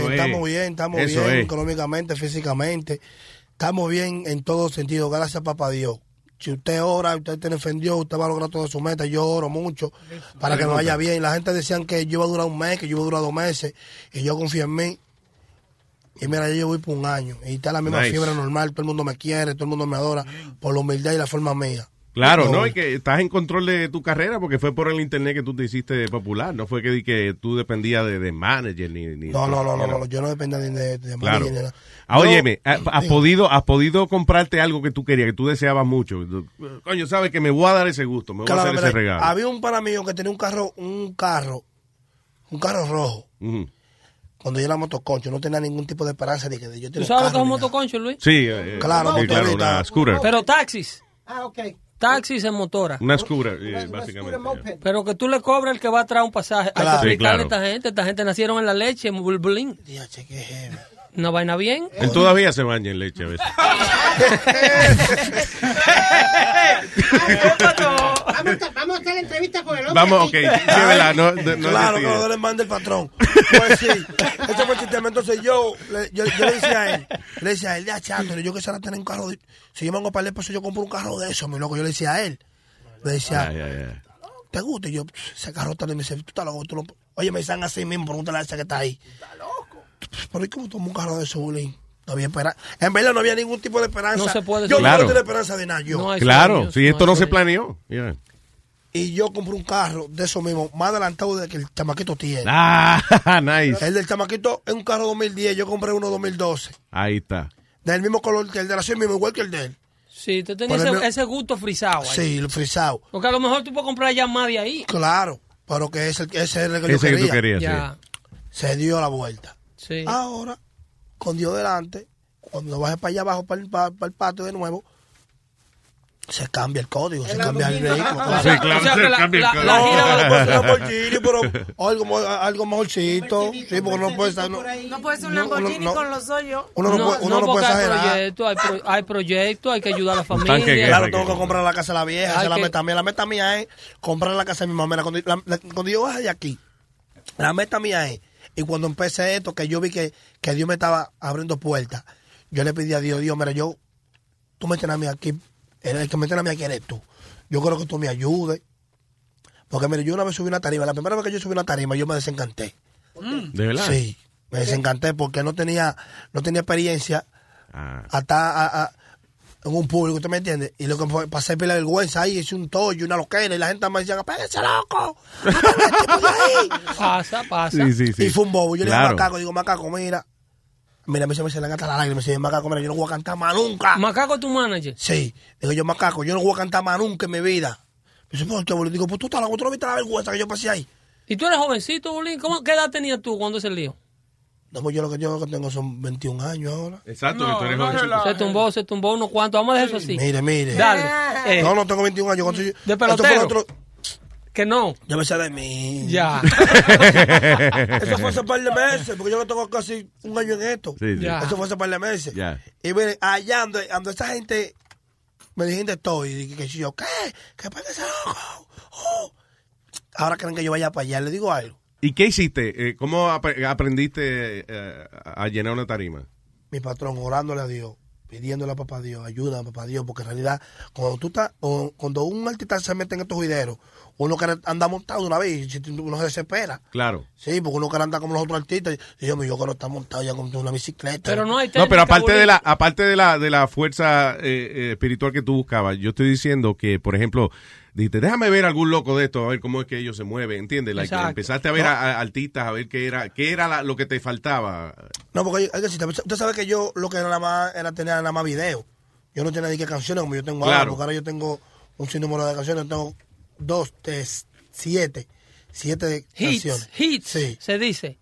económicamente, físicamente. Estamos bien en todo sentido, gracias a papá Dios. Si usted ora, usted te defendió, usted va a lograr toda su meta. Yo oro mucho para que nos vaya bien. La gente decían que yo iba a durar un mes, que yo iba a durar 2 meses, y yo confío en mí. Y mira, yo voy por 1 año. Y está la misma fiebre normal, todo el mundo me quiere, todo el mundo me adora por la humildad y la forma mía. Claro, no, y que estás en control de tu carrera porque fue por el internet que tú te hiciste popular, no fue que tú dependías de manager ni No, yo no dependía de claro. manager. Óyeme, ¿has podido comprarte algo que tú querías, que tú deseabas mucho? Coño, sabes que me voy a dar ese gusto, me voy a hacer ese regalo. Había un pana mío que tenía un carro rojo. Cuando yo era motoconcho, no tenía ningún tipo de esperanza de que yo tenía. ¿Tú sabes lo que es un motoconcho, Luis? Sí, claro, una scooter. Pero taxis. Ok. Taxis en motora. Una scooter, básicamente. Pero que tú le cobras el que va a traer un pasaje. Claro. Hay que explicarle a esta gente. Esta gente nacieron en la leche, en bulbulín. Una vaina bien. Él todavía se baña en leche a veces. Vamos a hacer la entrevista con el hombre. Vamos, ok. Sí, verdad, no claro, que no le mande el patrón. Pues sí, ese fue el sistema. Entonces yo le decía a él, ya chato, yo quisiera tener un carro. Si yo me hago para el peso, yo compro un carro de eso, mi loco. Yo le decía a él, ¿te gusta? Y yo, ese carro está, me dice, tú estás loco. Oye, me dicen así mismo, pregúntale a ese que está ahí. Está loco. Pero ¿y cómo tomo un carro de eso, bullying? No había esperanza. En verdad no había ningún tipo de esperanza. No se puede. Yo no tenía esperanza de nada. Claro, si esto no se planeó. Yeah. Y yo compré un carro de eso mismo, más adelantado de que el chamaquito tiene. Nice. El del chamaquito es un carro 2010, yo compré uno 2012. Ahí está. Del mismo color que el de la mismo, igual que el de él. Sí, tú tenías ese gusto frisado ahí. Sí, el frisado. Porque a lo mejor tú puedes comprar ya más de ahí. Claro, pero que ese es el que yo quería. Que tú querías, ya. Sí. Se dio la vuelta. Sí. Ahora, con Dios delante, cuando baje para allá abajo, para el patio de nuevo, se cambia el código, se cambia el vehículo. Sí, claro, se cambia el código. Pero algo mejorcito. Sí, porque no puede estar. No puede ser un Lamborghini con los hoyos. Uno no puede exagerar. Hay proyectos, hay que ayudar a la familia. Claro, tengo que comprar la casa de la vieja, la meta mía es comprar la casa de mi mamá. Cuando yo bajé de aquí, la meta mía es, y cuando empecé esto, que yo vi que Dios me estaba abriendo puertas, yo le pedí a Dios, mira, tú me tienes a mí aquí. El que me tiene a mí aquí eres tú. Yo creo que tú me ayudes. Porque, mire, yo una vez subí una tarima. La primera vez que yo subí una tarima, yo me desencanté. ¿De verdad? Sí, me desencanté porque no tenía experiencia hasta en un público, ¿usted me entiende? Y lo que pasé por la vergüenza ahí, hice un tollo, una loquera, y la gente me decía, ¡péguense loco! Pasa. Sí. Y fue un bobo. Yo le dije a Macaco, Macaco, mira, Mira, a mí se me salen hasta las lágrimas. Me dice, Macaco, mira, yo no voy a cantar más nunca. ¿Macaco es tu manager? Sí. Digo yo, Macaco, yo no voy a cantar más nunca en mi vida. Me dice, ¿por qué, boludo? Digo, pues tú no viste la vergüenza que yo pasé ahí. ¿Y tú eres jovencito, Bolín? ¿Qué edad tenías tú cuando ese lío? No, pues yo lo que tengo son 21 años ahora. Exacto, no, tú eres jovencito. Se tumbó unos cuantos. Vamos a dejar eso así. Mire. Dale. No, tengo 21 años. ¿De pelotero? Que no. Yo me sé de mí. Ya. Eso fue hace par de meses, porque yo no tengo casi un año en esto. Sí. Eso fue hace par de meses. Ya. Y miren, allá ando esa gente me dijeron de estoy. Y que yo, ¿qué? ¿Qué pasa ese loco? Ahora creen que yo vaya para allá. Le digo algo. ¿Y qué hiciste? ¿Cómo aprendiste a llenar una tarima? Mi patrón, orándole a Dios, pidiéndole a papá Dios, ayuda a papá Dios, porque en realidad, cuando un artista se mete en estos videos, uno que anda montado de una vez, uno se desespera. Claro. Sí, porque uno que anda como los otros artistas, y yo que no está montado ya con una bicicleta. Pero no hay técnica, pero aparte de la fuerza espiritual que tú buscabas, yo estoy diciendo que, por ejemplo, dijiste, déjame ver algún loco de esto, a ver cómo es que ellos se mueven, ¿entiendes? Empezaste a ver a artistas, a ver qué era lo que te faltaba. No, porque usted sabe que yo lo que era tener nada más video. Yo no tenía ni que canciones como yo tengo ahora, porque ahora yo tengo un sinnúmero de canciones, tengo 7 canciones. Hits, sí. Se dice.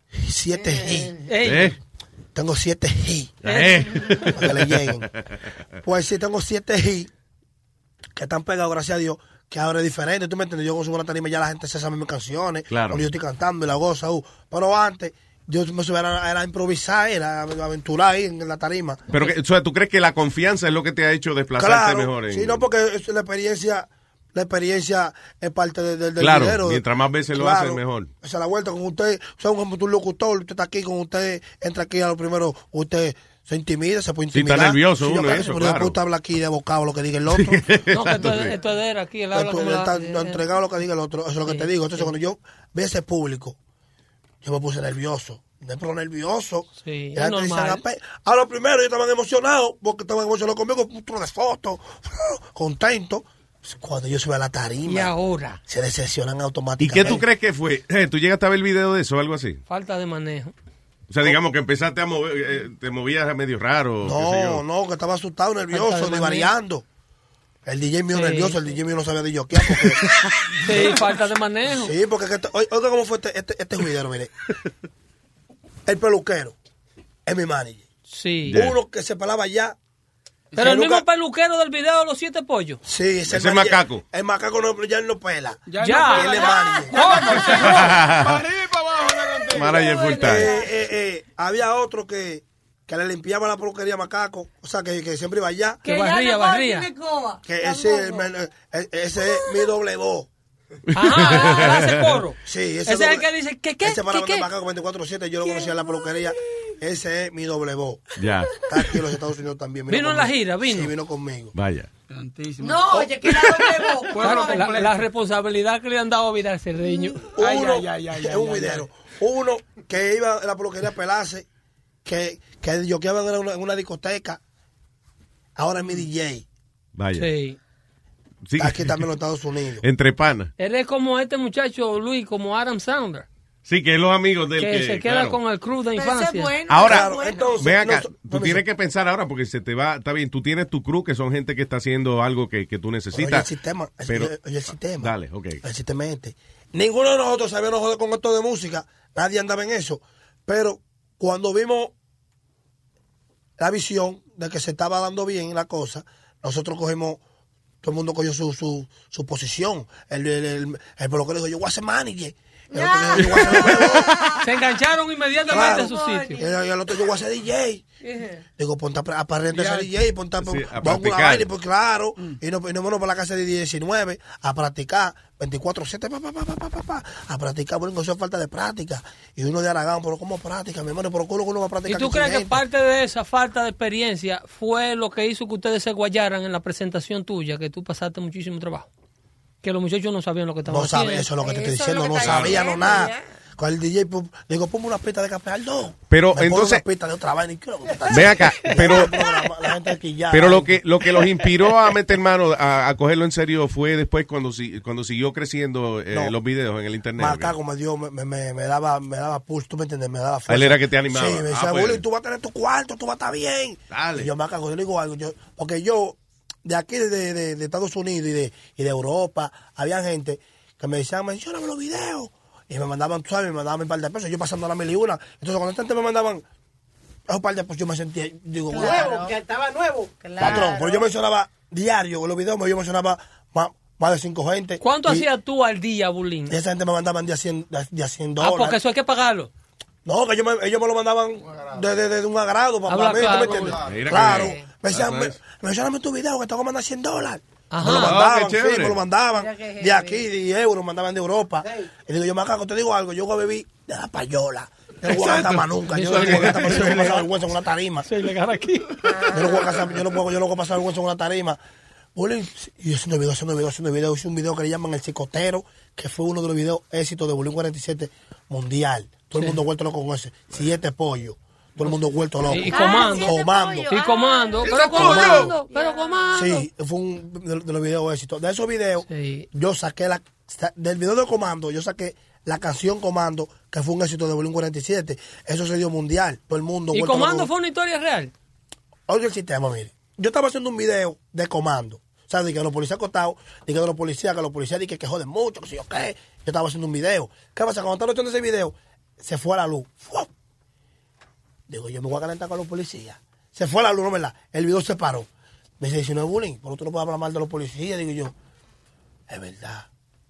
7 hits. Tengo 7 hits. Para que le lleguen. Pues sí, tengo 7 hits que están pegados, gracias a Dios, que ahora es diferente. ¿Tú me entiendes? Yo con una tarima ya la gente se sabe mis canciones. Claro. Cuando yo estoy cantando y la goza. Pero antes, yo me subía a improvisar, a aventurar ahí en la tarima. Pero, o sea, ¿tú crees que la confianza es lo que te ha hecho desplazarte mejor? Sí, no, porque la experiencia es parte del claro, dinero. Mientras más veces lo haces, mejor. O sea, la vuelta con usted, o sea, un locutor, usted está aquí con usted, entra aquí a lo primero, usted se intimida, se puede intimidar. Sí, está nervioso uno, eso, pero claro. Usted habla aquí de bocado lo que diga el otro. No, que esto es de él aquí, él habla como está entregado lo que diga el otro, eso es lo que te digo. Entonces, cuando yo vi ese público, yo me puse nervioso. Nervioso. Sí, y la gente dice, a lo primero yo estaba emocionado, porque estaban emocionados conmigo, un de fotos, contento. Cuando yo subí a la tarima, y ahora se decepcionan automáticamente. ¿Y qué tú crees que fue? ¿Tú llegaste a ver el video de eso o algo así? Falta de manejo. O sea, digamos que empezaste a mover, te movías medio raro. No, que estaba asustado, nervioso, divariando. El DJ mío nervioso, el DJ mío no sabía de yoquear. Sí, falta de manejo. Sí, porque oiga cómo fue este juidero, mire. El peluquero es mi manager. Sí. Uno que se pelaba ya. Pero el mismo peluquero del video de los 7 pollos. Sí, ese es Macaco. El Macaco ya no pela. Ya. Él es manager. Para arriba y para abajo. Manager full time. Había otro que le limpiaba la peluquería a Macaco. O sea, que siempre iba allá. Que barría. Que ese es mi doble voz. Ajá, hace coro. Sí, ese es el que dice, ¿qué? Ese para de Macaco 24/7, yo lo conocía en la peluquería. Ese es mi doble voz. Ya. Está aquí en los Estados Unidos también. ¿Vino en la gira? Sí, vino conmigo. Vaya. No, oye, que la doble voz. La responsabilidad que le han dado a Vidal Cerdeño. Es un videro. Uno que iba a la peluquería a pelarse, que yo que iba en una discoteca, ahora es mi DJ. Vaya. Sí. Aquí también en los Estados Unidos. Entre panas. Él es como este muchacho, Luis, como Adam Sandler. Sí, que es los amigos del que se queda con el crew de infancia. Bueno, ahora, entonces, ven acá, tú tienes que pensar ahora porque se te va, está bien, tú tienes tu crew que son gente que está haciendo algo que tú necesitas. Oye, el sistema, el sistema. Dale, ok. El sistema este. Ninguno de nosotros sabíamos joder con esto de música, nadie andaba en eso, pero cuando vimos la visión de que se estaba dando bien la cosa, nosotros cogimos, todo el mundo cogió su posición. El peluquero dijo, yo voy a ser manager. Se engancharon inmediatamente en su sitio. Y el otro, yo voy a ser DJ. Digo, ponte a aprender a ser DJ, ponte a practicar. Pues claro, y nos vamos para la casa de 19 a practicar 24/7, a practicar, bueno, eso es falta de práctica. Y uno de Aragán, pero ¿cómo práctica, mi hermano? ¿Pero cómo uno va a practicar? ¿Y tú crees que parte de esa falta de experiencia fue lo que hizo que ustedes se guayaran en la presentación tuya, que tú pasaste muchísimo trabajo? Que los muchachos no sabían lo que estaban haciendo. No sabían, eso es lo que te estoy diciendo, no sabían nada. con el DJ, pues, digo, ponme una pista de Capealdo. Pero me entonces, una pista de otra vaina. Ve acá, pero, la gente aquí ya, pero lo que los inspiró a meter mano, a cogerlo en serio, fue después cuando siguió creciendo los videos en el internet. Macaco me dio, me daba pulso, ¿tú me entiendes? Me daba fuerza. Él era que te animaba. Sí, me decía, Bully, tú vas a tener tu cuarto, tú vas a estar bien. Dale. Y yo, Macaco, yo le digo algo, porque yo, de aquí, de Estados Unidos y de Europa, había gente que me decían, mencióname los videos. Y me mandaban, tú sabes, me mandaban un par de pesos, yo pasando la 1,001. Entonces, cuando gente me mandaban esos par de pesos, yo me sentía, digo, nuevo, que estaba nuevo. Patrón, pero yo mencionaba diario, en los videos yo mencionaba más de 5 gente. ¿Cuánto hacías tú al día, Bulín? Y esa gente me mandaban de a $100. Ah, porque eso hay que pagarlo. No, que ellos me lo mandaban de un agrado para mí, claro, ¿tú me entiendes? Claro. Me decían, mencioname tu video que te voy a mandar $100. Ajá. Me lo mandaban, sí, me lo mandaban de aquí, de euros, me mandaban de Europa. Y digo, yo, Macaco, te digo algo, yo voy a beber de la payola. Yo no voy a gastar más nunca. Yo no voy a gastar más nunca. Yo no voy a pasar vergüenza en una tarima. Soy legal aquí. Yo no voy a pasar vergüenza en una tarima. Bullying, y yo haciendo video. Hice un video que le llaman El Chicotero, que fue uno de los videos éxitos de Bullying 47 mundial. Todo el mundo vuelto loco con ese. 7 pollos. Todo el mundo vuelto loco. Y comando. Y comando. Pero comando. Sí, fue un de los videos éxitos. De esos videos, yo saqué del video de Comando, yo saqué la canción Comando, que fue un éxito de Bullying 47. Eso se dio mundial. Todo el mundo. ¿Y Comando fue una historia real? Oye el sistema, mire. Yo estaba haciendo un video de Comando. O sea, de que los policías acostados, de que los policías dicen que joden mucho, que si yo qué. Yo estaba haciendo un video. ¿Qué pasa? Cuando estaba haciendo ese video, se fue la luz. ¡Fua! Digo, yo me voy a calentar con los policías. Se fue la luz, ¿no, verdad? El video se paró. Me dice, si no es bullying, pero tú no puedes hablar mal de los policías. Digo yo, es verdad.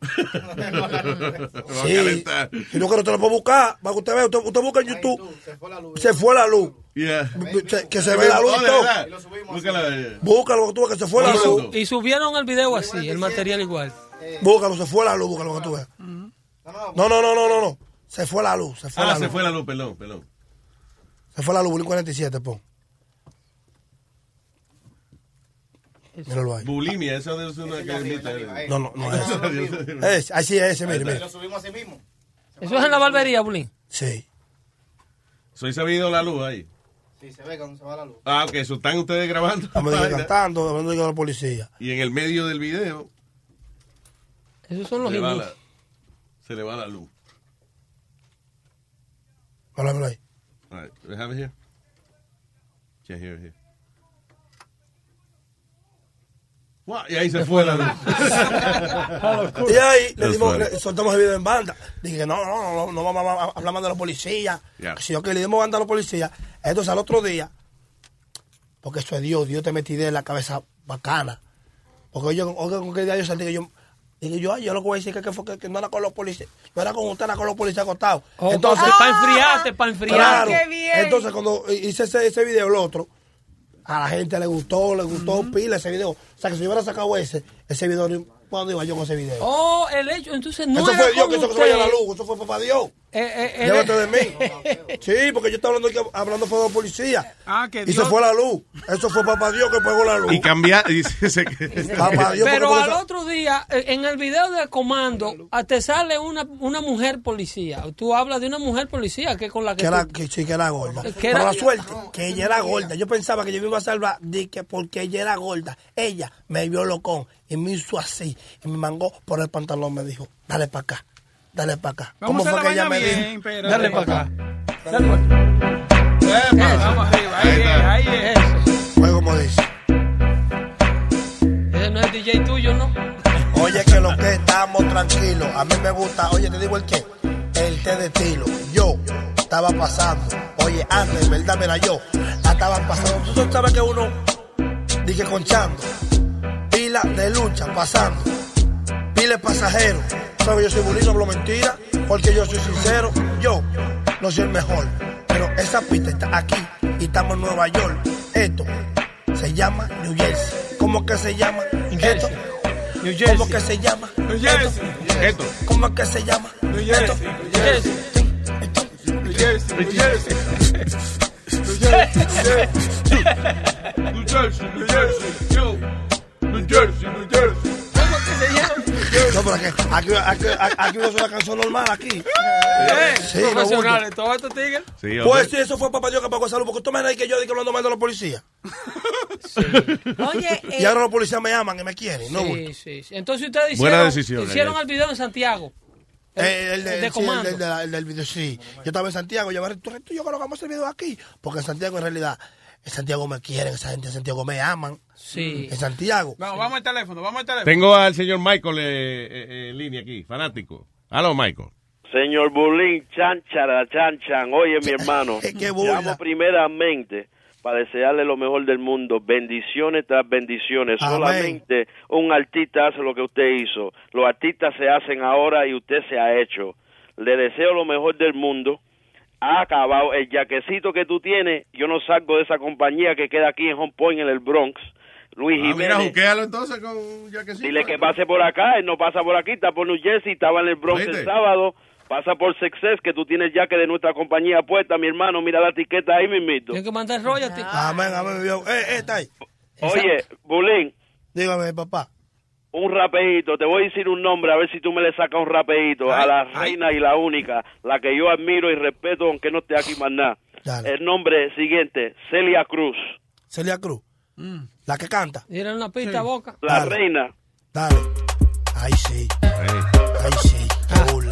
Sí. Si no, que no te lo puedo buscar. Para que usted vea, usted busca en YouTube. Se fue la luz. Yeah. Que se ve la luz y todo. Búscalo, tú ves que se fue la luz. Y subieron el video así, el material igual. Búscalo, se fue la luz, búscalo que tú veas. No. Se fue la luz. Se fue la luz, perdón. Se fue la luz, Bullying 47, pon. Míralo ahí. Bulimia, eso es una cremita. No es. Así es ese, mire. Lo subimos así mismo. ¿Eso es en la barbería, Bulín? Sí. ¿Soy sabido la luz ahí? Sí, se ve cuando se va la luz. Ah, ok, eso están ustedes grabando. Estamos cantando, hablando de la policía. Y en el medio del video. Esos son los se le va la luz. Háblame ahí. All right, do we have it here? Yeah, here. Wow, y ahí se fue la luz. Y ahí le soltamos el video en banda. Dije que no vamos a hablar más de la policía. Yeah. Si yo que le dimos banda a la policía, entonces al otro día, porque eso es Dios te metí de la cabeza bacana. Porque yo, con qué día yo salí, yo lo que voy a decir que no era con los policías, no era con usted, era con los policías acostados. Entonces, para enfriarte. Claro, qué bien. entonces cuando hice ese video, el otro, a la gente le gustó pila ese video. O sea, que si yo hubiera sacado ese video, ¿cuándo iba yo con ese video? Oh, el hecho, entonces no eso era fue Dios, que con eso que se vaya la luz, eso fue papá Dios. Llévate de mí. Sí, porque yo estaba hablando fue de policía. Que y se fue la luz. Eso fue papá Dios que pegó la luz. Y cambiar. Papá Dios, pero al otro día, en el video de Comando, te sale una mujer policía. Tú hablas de una mujer policía que con la que sí, que era gorda. Pero la suerte, que ella era gorda. Yo pensaba que yo me iba a salvar porque ella era gorda. Ella me vio locón y me hizo así. Y me mangó por el pantalón. Me dijo, dale para acá. ¿Cómo fue que ella me dijo? Dale para acá. Vamos arriba, ahí es eso. Fue como dice. Ese no es DJ tuyo, ¿no? Oye, que lo que estamos tranquilos. A mí me gusta, oye, te digo el qué. El té de estilo. Yo estaba pasando. Oye, antes, en verdad, mira, yo la estaba pasando. Tú sabes que uno, dije conchando. Pila de lucha pasando. Pila de pasajeros. Sabes, yo soy bulín, no hablo mentira. Porque yo soy sincero. Yo no soy el mejor. Pero esa pista está aquí y estamos en Nueva York. Esto se llama New Jersey. ¿Cómo que se llama? Esto. New Jersey. ¿Cómo que se llama? New Jersey. Esto. ¿Cómo que se llama? New Jersey. New Jersey. New Jersey. New Jersey. New Jersey. New Jersey. New Jersey. Yo. New Jersey. New Jersey. ¿Cómo que se llama? No, pero aquí no es una canción normal aquí. Sí, profesionales, todos estos tigres. Sí, pues sí, eso fue papá Dios que pagó salud, porque tú me dices que yo digo hablando mal de los policías. Oye, y ahora los policías me aman y me quieren, ¿no? Sí. Entonces ustedes Buena decisión, hicieron el video en Santiago. El de comando. El del video, sí. Yo estaba en Santiago, yo colocamos el video aquí, porque en Santiago en realidad, en Santiago me quieren, esa gente en Santiago me aman. Sí. En Santiago. Vamos al teléfono, Tengo al señor Michael en línea aquí, fanático. Aló, Michael. Señor Bulín, chanchan. Oye, mi hermano, llamo primeramente para desearle lo mejor del mundo, bendiciones tras bendiciones. Amén. Solamente un artista hace lo que usted hizo. Los artistas se hacen ahora y usted se ha hecho. Le deseo lo mejor del mundo. Ha acabado el jaquecito que tú tienes. Yo no salgo de esa compañía que queda aquí en Home Point, en el Bronx. Luis Jiménez. Mira, juquéalo entonces con un jaquecito. Dile que pase por acá. Él no pasa por aquí, está por New Jersey, estaba en el Bronx el sábado. Pasa por Success, que tú tienes ya que de nuestra compañía puesta, mi hermano. Mira la etiqueta ahí mismito. Tienes que mandar royalty. Amén, Dios. Está ahí. Oye, Bulín. Dígame, papá. Un rapeíto. Te voy a decir un nombre, a ver si tú me le sacas un rapeíto. A la reina y la única, la que yo admiro y respeto, aunque no esté aquí más nada. El nombre siguiente, Celia Cruz. Celia Cruz. La que canta. Dile una pista a boca. La reina. Dale. Ahí sí. Ahí sí. Qué burla.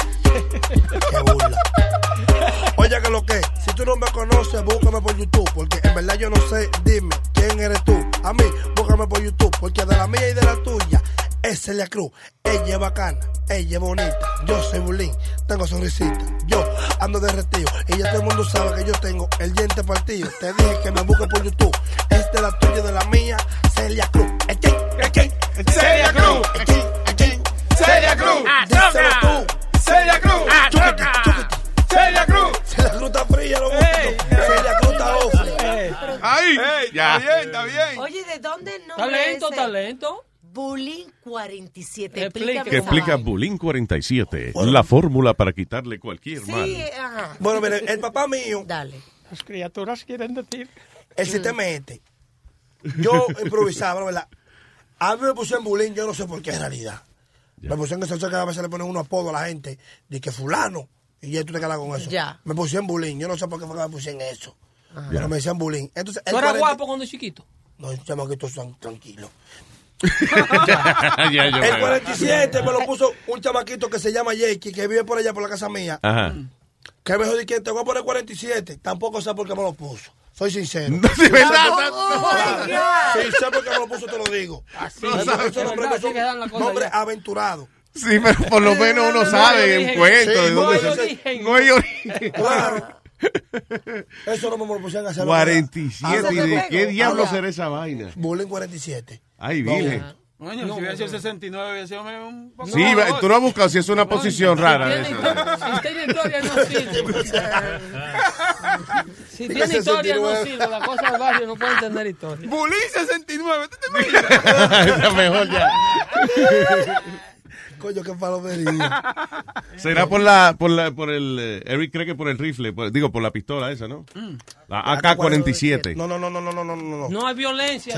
Qué burla. Oye, que lo que, si tú no me conoces, búscame por YouTube, porque en verdad yo no sé, dime, ¿quién eres tú? A mí, búscame por YouTube, porque de la mía y de la tuya es Celia Cruz. Ella es bacana, ella es bonita, yo soy Bulín, tengo sonrisita, yo ando derretido, y ya todo el mundo sabe que yo tengo el diente partido. Te dije que me busques por YouTube, es de la tuya y de la mía, Celia Cruz. Celia Cruz. Celia Cruz. Díselo tú. Celia Cruz. Celia Cruz. Celia Cruz está fría, lo bonito. Celia Cruz está ofre. Ahí. Ya. Está bien. Oye, ¿de dónde no Talento. Bulín 47. ¿Qué explica Bulín 47? La fórmula para quitarle cualquier mal. Ajá. Bueno, mire, el papá mío. Dale. Las criaturas quieren decir. El sistema es este. Yo improvisaba, ¿verdad? A mí me pusieron Bulín, yo no sé por qué en realidad. Me pusieron que a veces le ponen un apodo a la gente de que fulano, y ya tú te quedas con eso. Ya. Me pusieron Bulín, yo no sé por qué fue que me pusieron eso. Pero me decían Bulín. Entonces, ¿tú eras guapo cuando chiquito? No, chamaquitos son tranquilos. Ya, el 47 me lo puso un chamaquito que se llama Jakey, que vive por allá por la casa mía. Ajá. Que me dijo que te voy a poner 47. Tampoco sé por qué me lo puso. Soy sincero. Sí, ¿verdad? Sí, sé por qué me lo puso, te lo digo. Nombre aventurado. Sí, pero por lo menos uno sabe el cuento de dónde no hay origen. Claro. Eso no me lo pusieron a hacer. 47. ¿Y de qué diablo será esa vaina? Bullying 47. Ay, virgen. Coño, si hubiera sido 69, hubiera sido un poco. Sí, tú no has buscado si es una posición rara. Si tiene historia, no sirve. Si tiene historia, no sirve. La cosa del barrio no puede entender historia. Bulín 69, ¿tú te imaginas? Está mejor ya. Coño, qué palomería. Será por el Eric cree que por el rifle, por la pistola esa, ¿no? La AK-47. No. No hay violencia,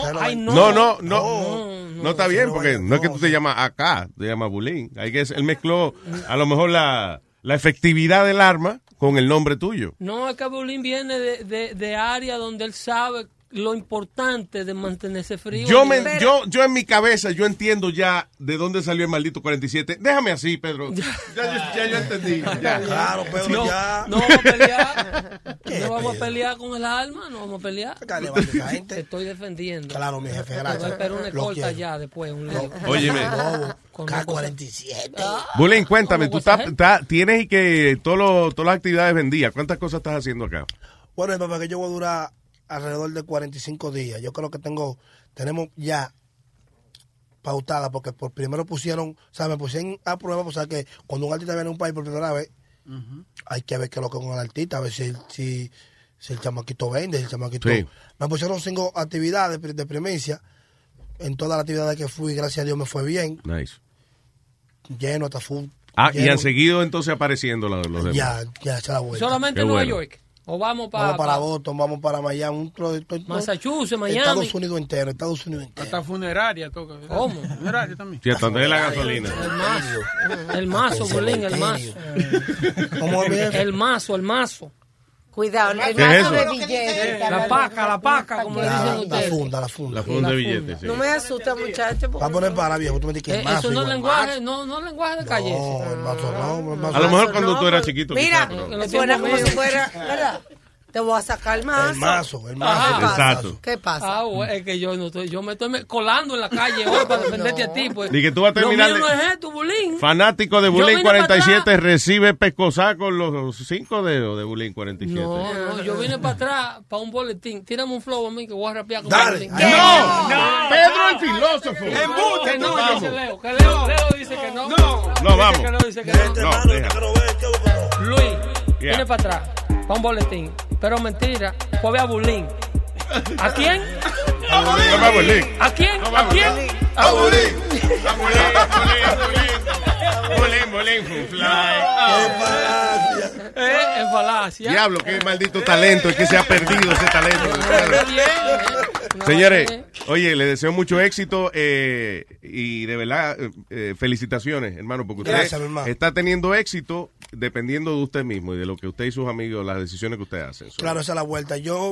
No está bien, porque no es que tú te llamas AK, te llamas Bulín. Él mezcló a lo mejor la efectividad del arma con el nombre tuyo. No, es que Bulín viene de área donde él sabe lo importante de mantenerse frío. Yo en mi cabeza, yo entiendo ya de dónde salió el maldito 47. Déjame así, Pedro. Ya yo entendí. Ya. Claro, Pedro, ya. No vamos a pelear. No vamos a pelear con el arma, no vamos a pelear. Te estoy defendiendo. Claro, mi jefe, gracias. Pero una corta ya después. Óyeme. K-47. Bulín, cuéntame, tú tienes que todas las actividades vendidas. ¿Cuántas cosas estás haciendo acá? Bueno, papá, que yo voy a durar alrededor de 45 días. Yo creo que tenemos ya pautada, porque por primero me pusieron a prueba, o sea que cuando un artista viene a un país por primera vez, hay que ver qué es lo que con el artista, a ver si el chamaquito vende, si el chamaquito. Sí. Me pusieron 5 actividades de primicia. En todas las actividades que fui, gracias a Dios me fue bien. Nice. Lleno, hasta full. Y han seguido entonces apareciendo los demás. Ya, se la vuelta. ¿Solamente en Nueva York? ¿O vamos para Boston, vamos para Miami? Massachusetts, Miami. Estados Unidos entero. Hasta funeraria toca. ¿Cómo? Funeraria también. Sí, hasta donde es la gasolina. El mazo, Bulín, el mazo. ¿Cómo es? El mazo. Cuidado, el mazo de billetes. La paca, como le dicen ustedes. La funda. La funda de billetes, sí. No me asusta, muchacho. Va a poner para, viejo. Tú me dices que el mazo. Eso no es lenguaje, no lenguaje de calle. No, el mazo no. A lo mejor cuando tú eras chiquito. Mira, suena como si fuera, ¿verdad? Te voy a sacar el mazo. El mazo. Exacto. ¿Qué pasa? Es que yo me estoy colando en la calle hoy para defenderte a ti. Pues. Y que tú vas a terminar. Lo mío no es esto, Bulín. Fanático de Bulín 47 recibe pescosá con los 5 dedos de Bulín 47. No, yo vine para atrás para un boletín. Tírame un flow a mí que voy a rapear con Dale. Bulín. No, Pedro el filósofo. Que no, dice Leo. Que Leo dice que no. No, vamos. Que Leo dice que no. No, deja. Luis, viene para atrás para un boletín. Pero mentira, fue a ver a Bulín. ¿A quién? A Bulín. ¿A quién? ¿A quién? A Bulín. Bulín, fly. En falacia. Diablo, qué maldito talento, es que se ha perdido ese talento. Señores, oye, le deseo mucho éxito y de verdad, felicitaciones, hermano, porque usted está teniendo éxito dependiendo de usted mismo y de lo que usted y sus amigos, las decisiones que usted hacen. Claro, esa es la vuelta. Yo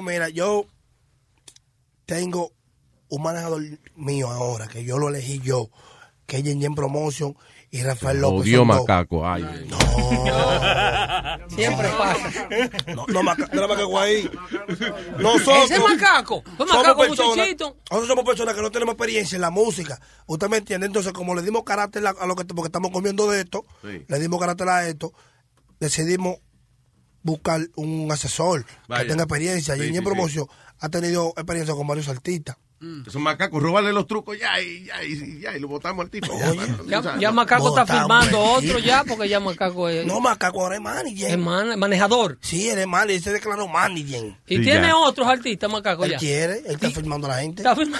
tengo un manejador mío ahora, que yo lo elegí yo, que es Yen Promotion y Rafael López. Odio Macaco, ay. No. Siempre pasa. No Macaco ahí. Nosotros. Ese Macaco. Muchachito. Nosotros somos personas que no tenemos experiencia en la música. ¿Usted me entiende? Entonces, como le dimos carácter a lo que porque estamos comiendo de esto, le dimos carácter a esto, decidimos buscar un asesor que tenga experiencia. Y Yen Promotion ha tenido experiencia con varios artistas. Esos macacos, robarle los trucos ya y lo botamos al tipo. Ya Macaco está firmando otro ya, porque ya Macaco es... No, Macaco ahora es manager. Es manejador. Sí, él es manager, se declaró manager. Y tiene otros artistas, Macaco, él ya. Él está firmando a la gente. Está firmando.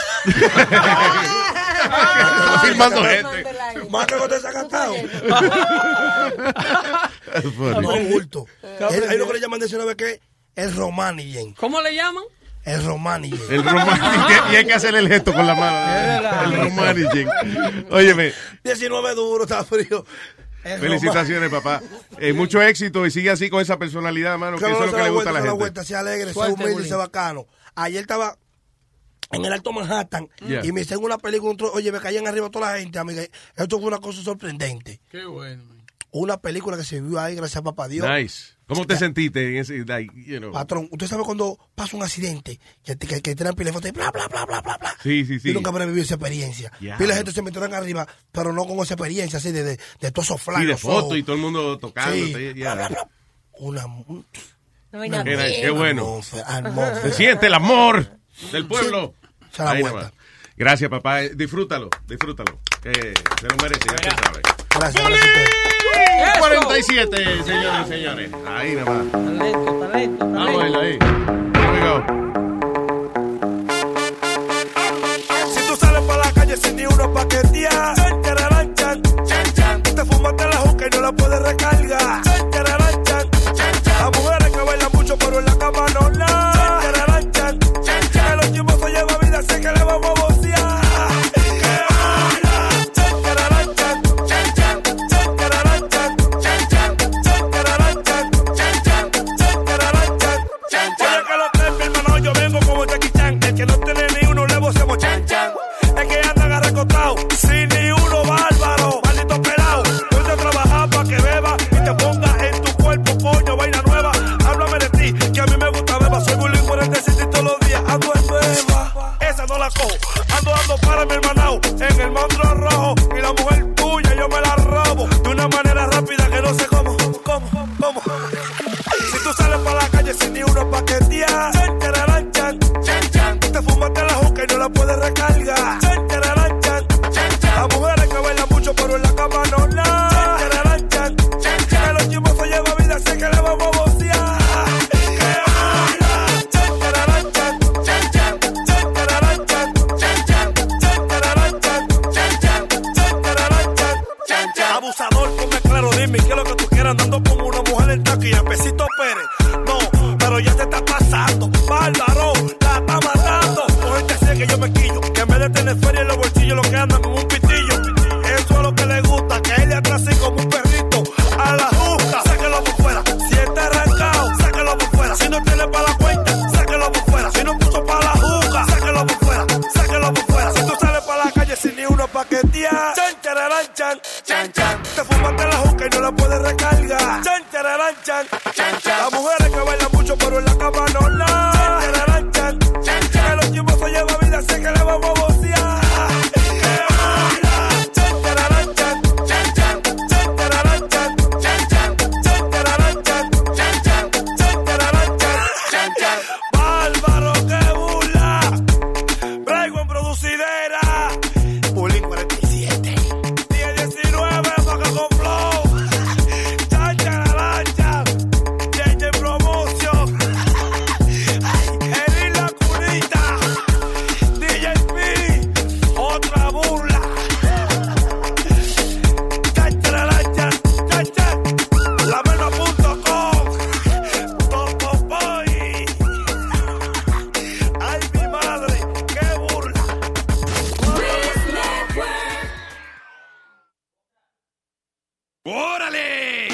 Está firmando gente. Macaco te ha sacatado. No, bulto. Hay lo que le llaman de una vez que es romanigen. ¿Cómo le llaman? El romanigen. Y hay que hacerle el gesto con la mano. El romanigen. Óyeme. 19 duro, está frío. Felicitaciones, papá. Mucho éxito y sigue así con esa personalidad, mano, que eso es lo que le gusta a la gente. Sea alegre, sea humilde y sea bacano. Ayer estaba en el Alto Manhattan y me hice en una película, oye, me caían arriba toda la gente, amiga. Esto fue una cosa sorprendente. Qué bueno, man. Una película que se vio ahí, gracias a papá Dios. Nice. ¿Cómo te sentiste en ese, Patrón, usted sabe cuando pasa un accidente, que tiran pila de fotos y bla, bla, bla, bla, bla, bla. Sí. Y nunca habrá vivido esa experiencia. Pila de gente se meterán arriba, pero no con esa experiencia así de todos esos flancos. Y de fotos y todo el mundo tocando. Sí. Bla, bla, bla. Qué bueno. Se siente el amor del pueblo. Sí. Ahí vuelta. Gracias, papá. Disfrútalo. Que se lo merece, ya tú sabes. Gracias. 47, señores y señores. Ahí nada más. Talento. Vamos a verlo ahí. Here we go. Si tú sales para la calle sin ni uno paquetear, chan, te fumaste la juca y no la puedes recargar. Chan, las mujeres que bailan mucho pero en la cama no la. Chan, que los chimos se lleva vida, sé que le vamos a vocear. Que no tiene ni uno, le vocemos chan. Es que andan arrecotados, sin ni uno bárbaro. Maldito pelado, ponte a trabajar pa' que beba y te ponga en tu cuerpo, coño, vaina nueva. Háblame de ti, que a mí me gusta beba. Soy Bulín 47 y todos los días ando en beba. Esa no la cojo, ando dando para mi hermanao en el monstruo rojo. Y la mujer tuya yo me la robo de una manera rápida que no sé cómo. Si tú sales para la calle sin ni uno paquetear, chan, te fumaste la juca y no la puedes recargar. Chan, las mujeres que bailan mucho pero en la cama no la. Chan, que los chimos se lleva vida, sé que le vamos a vocear. Abusador, ponme claro, dime qué es lo que tú quieras andando con una mujer en taquilla, Pesito Pérez. No, pero pero ya te está pasando. Bárbaro, la está matando. Con gente así que yo me quillo, que en vez de tener feria en los bolsillos lo que andan con un pitillo. Eso es lo que le gusta, que él le atrás así como un perrito a la justa. Sáquelo por fuera, si está arrancado, sáquelo por fuera. Si no tiene para la cuenta, sáquelo por fuera. Si no puso para la juca, sáquelo por fuera, sáquelo por fuera. Si tú sales para la calle sin ni uno paquetear, chan, chararán, chan, chan, chan. Te fumaste la juca y no la puedes recargar, chan, chararán, chan, chan, chan. Las mujeres que bailan mucho pero en la cama no la, chan, chararán, chan, chan, chan. Que los chivos se lleva vida, sé que le vamos a vocear. ¡Órale!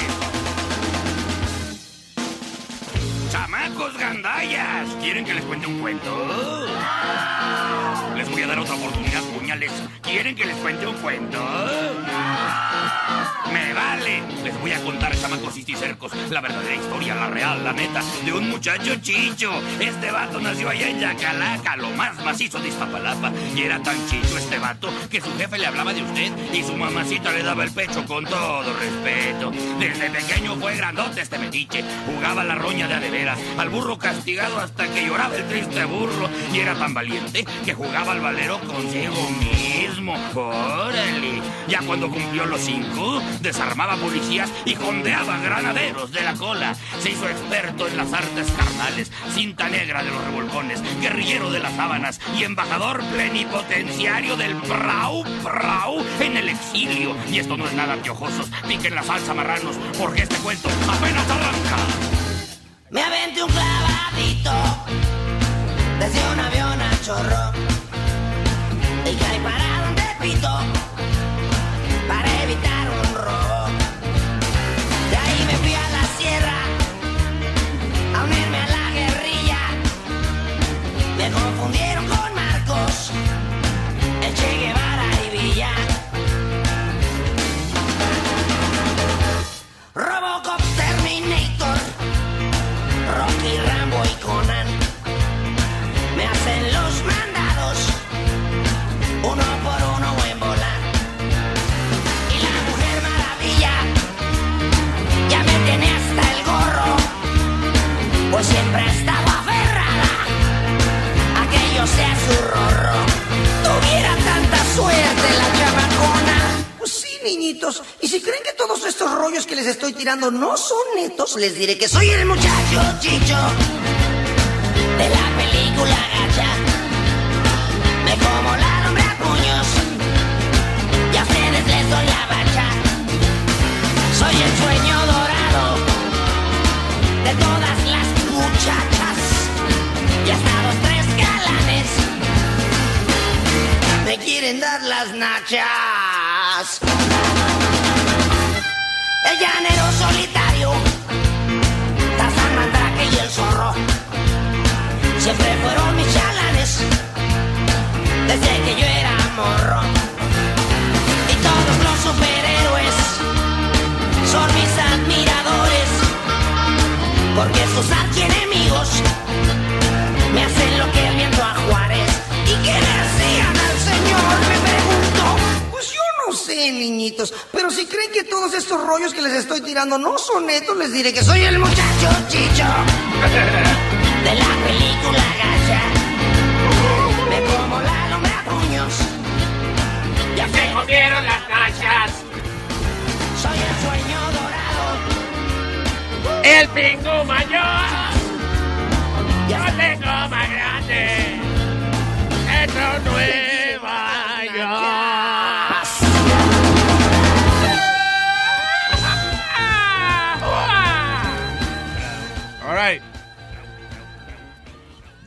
¡Chamacos gandallas! ¿Quieren que les cuente un cuento? Les voy a dar otra oportunidad, puñales. ¿Quieren que les cuente un cuento? ¡Me vale! Les voy a contar, chamacos y cercos, la verdadera historia, la real, la neta, de un muchacho chicho. Este vato nació allá en Yacalaca, lo más macizo de Iztapalapa. Y era tan chicho este vato que su jefe le hablaba de usted y su mamacita le daba el pecho con todo respeto. Desde pequeño fue grandote este metiche. Jugaba la roña de adeveras, al burro castigado hasta que lloraba el triste burro. Y era tan valiente que jugaba al valero consigo mismo. ¡Órale! Ya cuando cumplió los 5, desarmaba policías y jondeaba granaderos de la cola. Se hizo experto en las artes carnales, cinta negra de los revolcones, guerrillero de las sábanas y embajador plenipotenciario del Prau en el exilio. Y esto no es nada piojosos, piquen la salsa, marranos, porque este cuento apenas arranca. Me aventé un clavadito desde un avión a chorro y caí parado en Tepito para evitar un robo. De ahí me fui a la sierra a unirme a la guerrilla. Me confundieron con Marcos, el Che Guevara y Villa. Robocop, Terminator, Rocky, Rambo y Conan me hacen los mandados, uno por uno o en volar. Y la Mujer Maravilla ya me tiene hasta el gorro, pues siempre estaba aferrada a que yo sea su rorro. Tuviera tanta suerte la chamacona. Pues sí, niñitos, y si creen que todos estos rollos que les estoy tirando no son netos, les diré que soy el muchacho chicho de la película Gacha. Me como la hombre a puños y a ustedes les doy la bacha. Soy el sueño dorado de todas las muchachas y hasta los 3 galanes me quieren dar las nachas. El llanero solitario, Tarzán, Mandrake y el zorro siempre fueron mis chalanes desde que yo era morro. Y todos los superhéroes son mis admiradores, porque sus archienemigos me hacen lo que el viento a Juárez. ¿Y qué le hacían al señor? Me pregunto. Pues yo no sé, niñitos, pero si creen que todos estos rollos que les estoy tirando no son netos, les diré que soy el muchacho chicho de la película Gacha. Me como la lumbre a puños, ya se comieron las gachas. Soy el sueño dorado, el pingo mayor. Yo tengo más grande, Metro Nueva York. All right.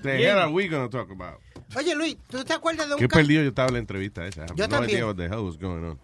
the hell are we going to talk about? Oye, Luis, ¿tú te acuerdas de un ¿Qué perdido yo estaba en la entrevista esa? I have Yo no también. idea what the hell was going on.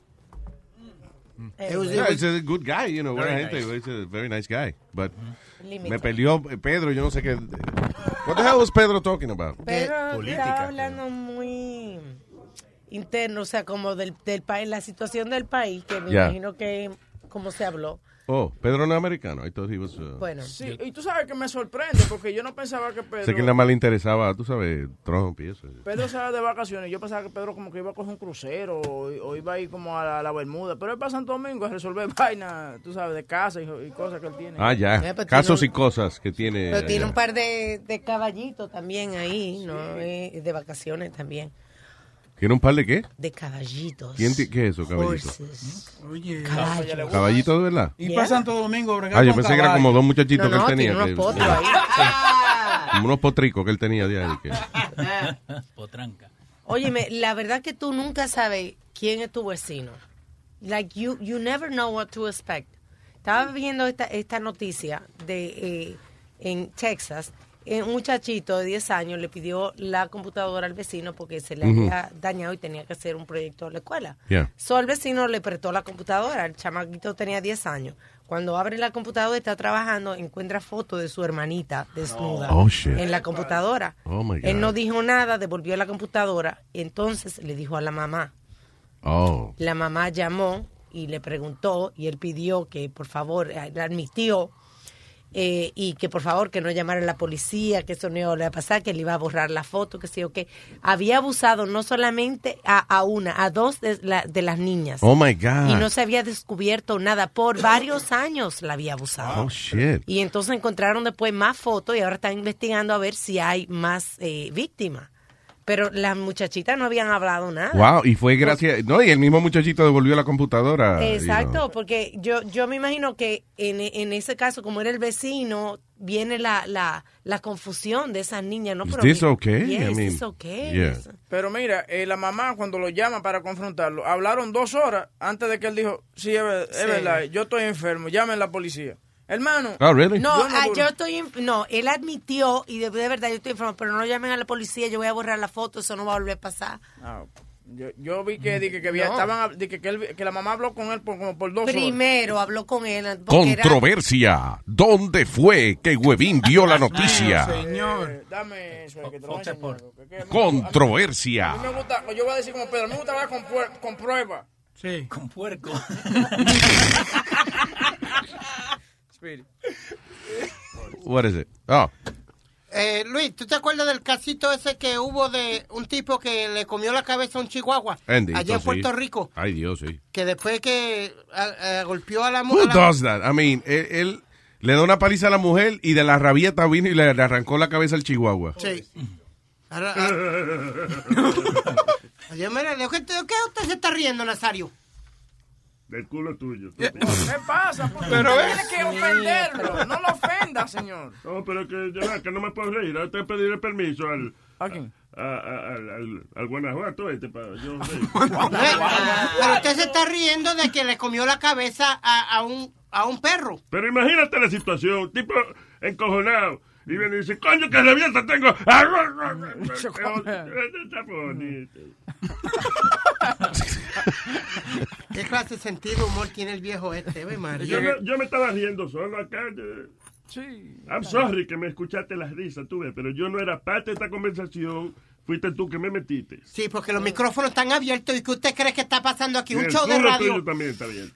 Yeah, He's a good guy, you know, buena gente. He's a very nice guy. But me peleó Pedro, yo no sé qué. What the hell was Pedro talking about? Pero estaba hablando muy interno, o sea, como del país, la situación del país, que me imagino que como se habló. Oh, Pedro no es americano. I thought he was... Bueno. Sí, y tú sabes que me sorprende, porque yo no pensaba que Pedro... Sé que nada más le interesaba, tú sabes, Trump y eso. Pedro se va de vacaciones. Yo pensaba que Pedro como que iba a coger un crucero o iba a ir como a la Bermuda. Pero él va a Santo Domingo a resolver vainas, tú sabes, de casa y cosas que él tiene. Ah, ya. Casos y cosas que tiene... Pero tiene un par de caballitos también ahí, ¿no? De vacaciones también. ¿Tiene un par de qué? De caballitos. ¿Qué es eso, caballito? Oye, ¿Caballito de verdad? Y para Santo Domingo, yo pensé que eran como dos muchachitos que él tenía. Tiene unos potros ahí. Como unos potricos que él tenía de ahí. Potranca. Óyeme, la verdad que tú nunca sabes quién es tu vecino. Like, you never know what to expect. Estaba viendo esta noticia de en Texas. Un muchachito de 10 años le pidió la computadora al vecino porque se le había dañado y tenía que hacer un proyecto de la escuela. So el vecino le prestó la computadora. El chamaquito tenía 10 años. Cuando abre la computadora, está trabajando, encuentra fotos de su hermanita desnuda en la computadora. Oh, my God. Él no dijo nada, devolvió la computadora. Entonces le dijo a la mamá. La mamá llamó y le preguntó y él pidió que por favor, le admitió y que por favor que no llamara a la policía, que eso no iba a volver a pasar, que le iba a borrar la foto, que sí o qué. Había abusado no solamente a dos de las niñas. Oh my God. Y no se había descubierto nada. Por varios años la había abusado. Oh shit. Y entonces encontraron después más fotos y ahora están investigando a ver si hay más víctimas. Pero las muchachitas no habían hablado nada. Wow, y fue gracias... No, y el mismo muchachito devolvió la computadora. Exacto, porque yo me imagino que en ese caso, como era el vecino, viene la confusión de esas niñas. ¿No? ¿Es this okay? Yes, I mean, it's okay. yeah. Pero mira, la mamá cuando lo llama para confrontarlo, hablaron 2 horas antes de que él dijo, sí, es verdad, yo estoy enfermo, llamen a la policía. Hermano. Oh, really? No, él admitió y de verdad yo estoy enfermo, pero no llamen a la policía, yo voy a borrar la foto, eso no va a volver a pasar. Yo vi que que la mamá habló con él como por 2 horas. Primero habló con él. Controversia. ¿Dónde fue que Huevín dio la noticia? Señor. Dame eso. Controversia. A mí me gusta, yo voy a decir como Pedro, me gusta hablar con prueba. Sí. Con puerco. What is it? Oh. Luis, ¿tú te acuerdas del casito ese que hubo de un tipo que le comió la cabeza a un chihuahua allá en Puerto Rico? Ay, Dios, sí. Que después que golpeó a la Who mujer. does that? I mean, él le da una paliza a la mujer y de la rabieta vino y le arrancó la cabeza al chihuahua. Sí. Oye, mira, ¿de qué usted se está riendo, Nazario? Del culo tuyo. ¿Qué pasa? Pero tiene que ofenderlo. No lo ofenda, señor. No, pero que no me puedo reír. Ahora tengo que pedirle permiso al Guanajuato para yo reír. Pero usted se está riendo de que le comió la cabeza a un perro. Pero imagínate la situación. Tipo encojonado. Y viene y dice, coño, que revienta tengo. Está bonito. ¿Qué clase de sentido de humor tiene el viejo este? Yo me estaba riendo solo acá. Sí. I'm sorry que me escuchaste las risas, tú ves, pero yo no era parte de esta conversación. Fuiste tú que me metiste. Sí, porque los micrófonos están abiertos. ¿Y qué usted cree que está pasando aquí? Un show de radio. Tuyo también está abierto.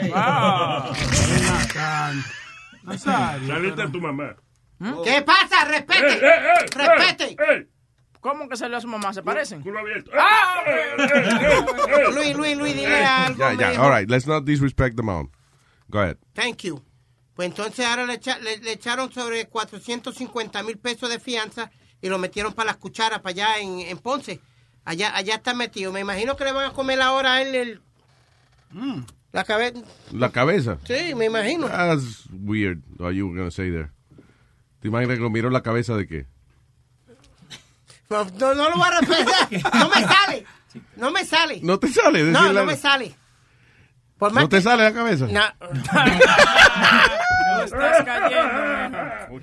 Saliste a tu mamá. ¿Qué pasa? ¡Respete! ¡Respete! ¿Cómo que salió a su mamá? ¿Se parecen? Culo abierto. Luis, dile algo. Ya, all right, let's not disrespect the mom. Go ahead. Thank you. Pues entonces ahora le echaron sobre 450,000 pesos de fianza y lo metieron para las cucharas, para allá en Ponce. Allá está metido. Me imagino que le van a comer ahora a él la cabeza. ¿La cabeza? Sí, me imagino. That's weird, what you were going to say there. ¿Te imaginas que lo miró la cabeza de qué? No lo voy a repetir. No me sale. ¿No te sale? No me sale. ¿No te sale la cabeza? No. No estás cayendo.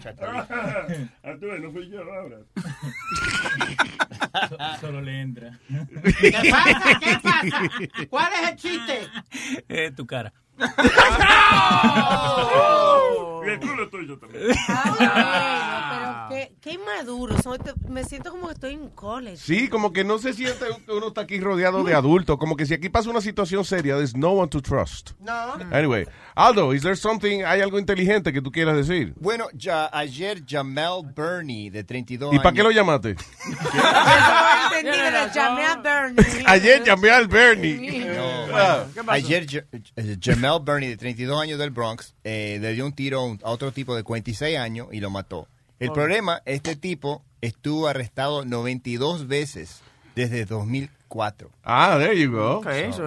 No fui yo ahora. Solo le entra. ¿Qué pasa? ¿Qué pasa? ¿Cuál es el chiste? Tu cara. Y el culo tuyo también. Pero qué inmaduro. Me siento como que estoy en college. Sí, como que no se siente que uno está aquí rodeado de adultos. Como que si aquí pasa una situación seria, there's no one to trust. No. Anyway, Aldo, is there something, hay algo inteligente que tú quieras decir? Bueno, ayer Jamel Burney, de 32 ¿Y años. para qué lo llamaste? Llamé a Bernie. Ayer llamé al Bernie. Ayer Jamel Burney, de 32 años del Bronx, le dio un tiro a otro tipo de 46 años y lo mató. El problema, este tipo estuvo arrestado 92 veces desde 2004. There you go.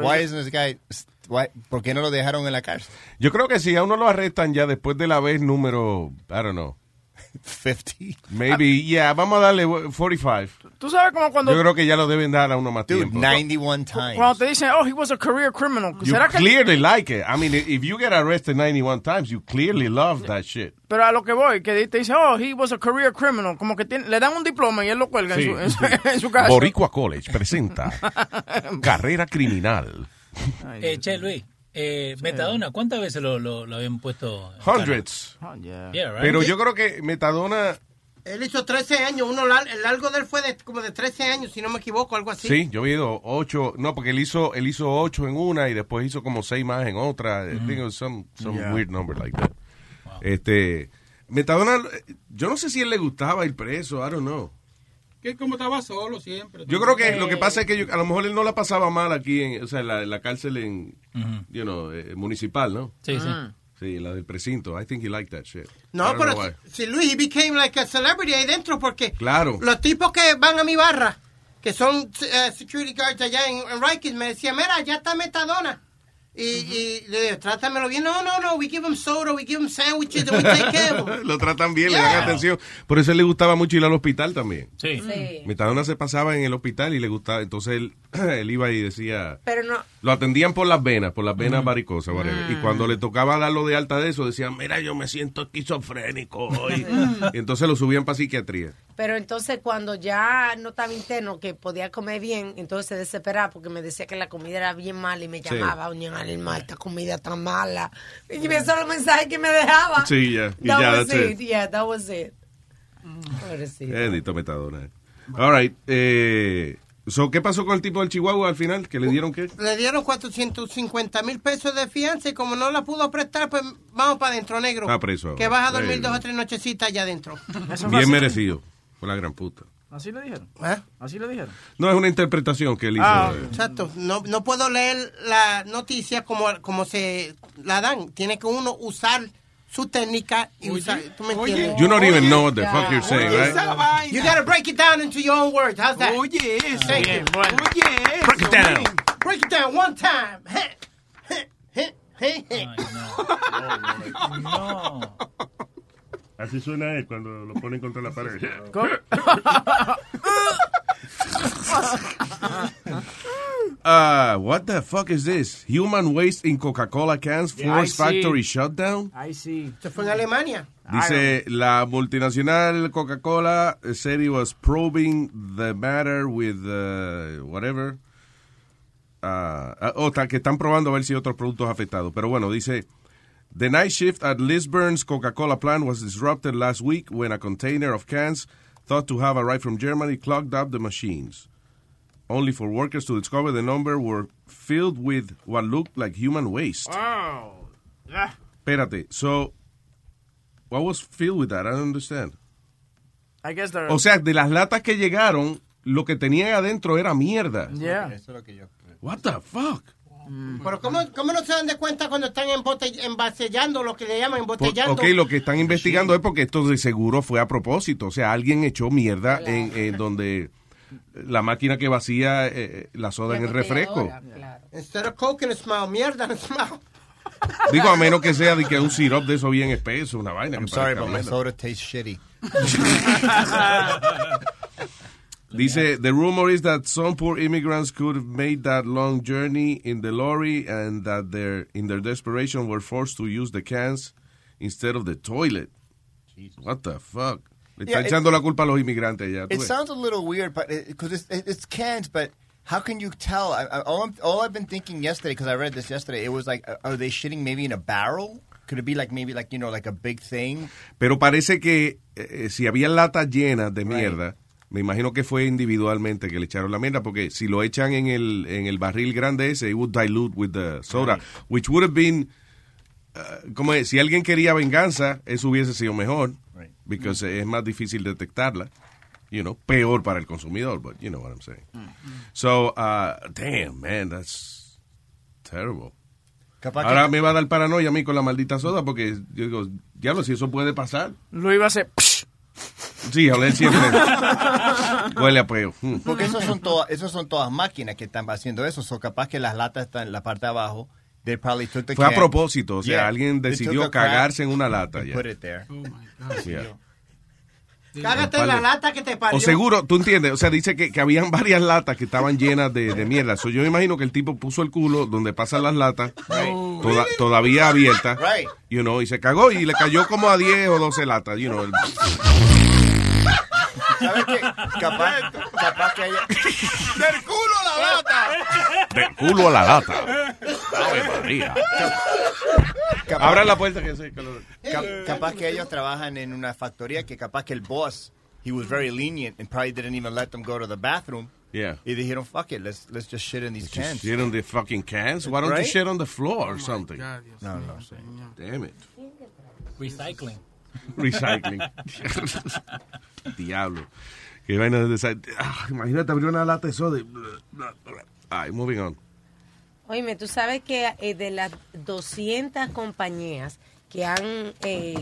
¿Por qué no lo dejaron en la cárcel? Yo creo que si a uno lo arrestan ya después de la vez número, I don't know. 50. Maybe, vamos a darle 45. Tú sabes como cuando... Yo creo que ya lo deben dar a uno más tiempo. 91 times. Cuando te dicen, he was a career criminal. You clearly like it. I mean, if you get arrested 91 times, you clearly love that shit. Pero a lo que voy, que te dicen, he was a career criminal. Como que le dan un diploma y él lo cuelga en su casa. Boricua College presenta Carrera Criminal. Che, Luis. Metadona, ¿cuántas veces lo habían puesto? Hundreds. Yeah, right. Pero yo creo que Metadona... Él hizo 13 años, el largo de él fue como de 13 años, si no me equivoco, algo así. Sí, yo he ido 8, no, porque él hizo 8 en una y después hizo como 6 más en otra. I think it was some weird number like that. Wow. Metadona, yo no sé si a él le gustaba ir preso, I don't know. Que como estaba solo siempre. Yo creo que lo que pasa es que a lo mejor él no la pasaba mal aquí, en la cárcel en, municipal, ¿no? Sí, sí. Sí, la del precinto. I think he liked that shit. No, pero si Luis, he became like a celebrity ahí dentro porque los tipos que van a mi barra, que son security guards allá en Rikers, me decían, mira, ya está Metadona. Y le digo, trátamelo bien. No, we give him soda, we give him sandwiches, and we take care of him. Lo tratan bien, le dan atención. Por eso a él le gustaba mucho ir al hospital también. Sí. Metadona se pasaba en el hospital y le gustaba, entonces él iba y decía... Pero no... Lo atendían por las venas varicosas, whatever. Y cuando le tocaba darlo de alta de eso, decían, mira, yo me siento esquizofrénico hoy. Y entonces lo subían para psiquiatría. Pero entonces cuando ya no estaba interno, que podía comer bien, entonces se desesperaba porque me decía que la comida era bien mala y me llamaba, oye, Alma, esta comida tan mala. Y me solo mensaje que me dejaba. Sí, ya. That was it. Yeah, that was it. Edito Metadona. All right. ¿Qué pasó con el tipo del Chihuahua al final? ¿Que le dieron qué? Le dieron 450,000 pesos de fianza y como no la pudo prestar, pues vamos para adentro, negro. Está preso. Que vas a dormir 2 o 3 nochecitas allá adentro. Bien merecido. Por la gran puta. ¿Así le dijeron? ¿Eh? ¿Así le dijeron? No, es una interpretación que él hizo. Exacto. No puedo leer la noticia como se la dan. Tiene que uno usar su técnica y usar... ¿Tú me entiendes? You don't even know what the fuck you're saying, right? You gotta break it down into your own words. How's that? Oye, eso. Break it down. Break it down one time. No. Así suena él cuando lo ponen contra la pared. What the fuck is this? Human waste in Coca-Cola cans force factory shutdown? I see. Se fue en Alemania. Dice, la multinacional Coca-Cola said it was probing the matter with whatever. Que están probando a ver si hay otros productos afectados. Pero bueno, dice... The night shift at Lisbon's Coca-Cola plant was disrupted last week when a container of cans thought to have arrived from Germany clogged up the machines, only for workers to discover the number were filled with what looked like human waste. Oh, yeah. Espérate, so, what was filled with that? I don't understand. I guess o sea, de las latas que llegaron, lo que tenían adentro era mierda. Yeah. Eso es lo que yo creo. What the fuck? Pero ¿cómo no se dan de cuenta cuando están embotellando, lo que le llaman embotellando? Ok, lo que están investigando es porque esto de seguro fue a propósito. O sea, alguien echó mierda en donde la máquina que vacía la soda en el refresco. Claro. Instead of coke and smell, mierda and smell. Digo, a menos que sea de que un syrup de eso bien espeso, una vaina. I'm sorry, but my soda tastes shitty. Dice, the rumor is that some poor immigrants could have made that long journey in the lorry and that in their desperation were forced to use the cans instead of the toilet. Jesus. What the fuck? Le está echando la culpa a los inmigrantes ya. It sounds a little weird, but because it's cans, but how can you tell? All I've been thinking yesterday, because I read this yesterday, it was like, are they shitting maybe in a barrel? Could it be like maybe like, you know, like a big thing? Pero parece que si había latas llenas de mierda, me imagino que fue individualmente que le echaron la mierda, porque si lo echan en el barril grande ese, it would dilute with the soda, which would have been, como si alguien quería venganza, eso hubiese sido mejor, because es más difícil detectarla, you know, peor para el consumidor, but you know what I'm saying. So, damn, man, that's terrible. Ahora me va a dar paranoia a mí con la maldita soda, porque yo digo, diablo, si eso puede pasar. Lo iba a hacer... Sí, a oler siempre huele a peo. Porque esos son todas máquinas que están haciendo eso. So, capaz que las latas están en la parte de abajo. They probably took the Fue can. A propósito, o sea, alguien decidió cagarse en una lata. Put it there. Oh my God. Cágate en la lata que te parió. O seguro, tú entiendes, o sea, dice que habían varias latas que estaban llenas de mierda. So, yo imagino que el tipo puso el culo donde pasan las latas, todavía abiertas, you know, y se cagó y le cayó como a 10 o 12 latas, you know. ¿Sabes qué? Capaz que haya... ¡Del culo a la lata! ¡Del culo a la lata! ¡Ave María! Abran la puerta que se... Capaz que ellos trabajan en una factoría que capaz que el boss, he was very lenient and probably didn't even let them go to the bathroom. Yeah. Y dijeron, fuck it, let's just shit in these cans. Shit on the fucking cans? Why don't you shit on the floor or something? God, no. Damn it. Recycling. Diablo. Qué vaina de imagínate abrir una lata de soda. Ay, moving on. Oíme, tú sabes que de las 200 compañías que han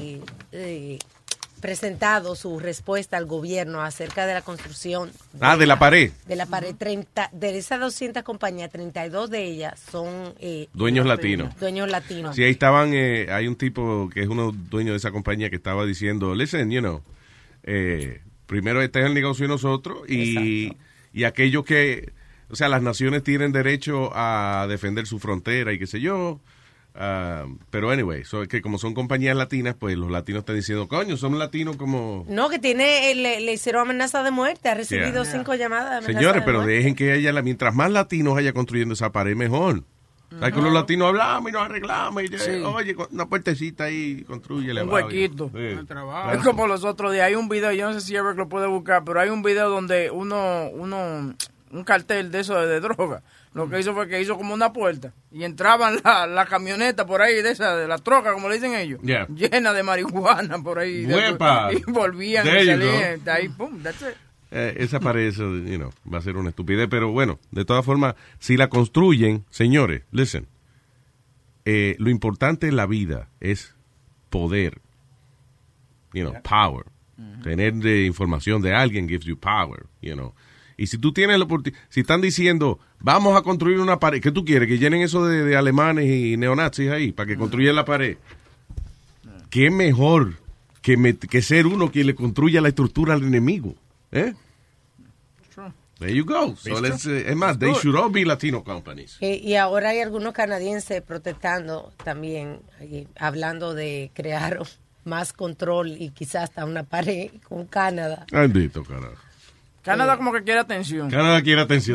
presentado su respuesta al gobierno acerca de la construcción de la pared. De la pared, de esas 200 compañías, 32 de ellas son dueños latinos. Dueños latinos. Sí, ahí estaban, hay un tipo que es uno dueño de esa compañía que estaba diciendo, listen, you know, primero este es el negocio de nosotros y aquellos que, o sea, las naciones tienen derecho a defender su frontera y qué sé yo. Pero anyway, que como son compañías latinas, pues los latinos están diciendo, coño, somos latinos como... No, que le hicieron amenaza de muerte, ha recibido 5 llamadas de amenaza. Señores, pero muerte. dejen que haya, mientras más latinos haya construyendo esa pared, mejor. ¿Sabes que los latinos hablamos y nos arreglamos? Y oye, una puertecita ahí, construyele. Un huequito. Es como los otros días. Hay un video, yo no sé si Eric lo puede buscar, pero hay un video donde un cartel de eso de droga. Lo que hizo fue que hizo como una puerta y entraban la camioneta por ahí de la troca, como le dicen ellos, llena de marihuana por ahí. Y volvían y salían. Ahí, pum, that's it. Esa parece, va a ser una estupidez, pero bueno, de todas formas, si la construyen, señores, listen, lo importante en la vida es poder, power. Tener información de alguien gives you power, Y si tú tienes la oportunidad, si están diciendo, vamos a construir una pared, ¿qué tú quieres? Que llenen eso de alemanes y neonazis ahí, para que construyan la pared. ¿Qué mejor que ser uno quien le construya la estructura al enemigo? There you go. So es más, they should all be Latino companies. Y ahora hay algunos canadienses protestando también, hablando de crear más control y quizás hasta una pared con Canadá. Bendito, carajo. Canadá como que quiere atención. Canadá quiere atención.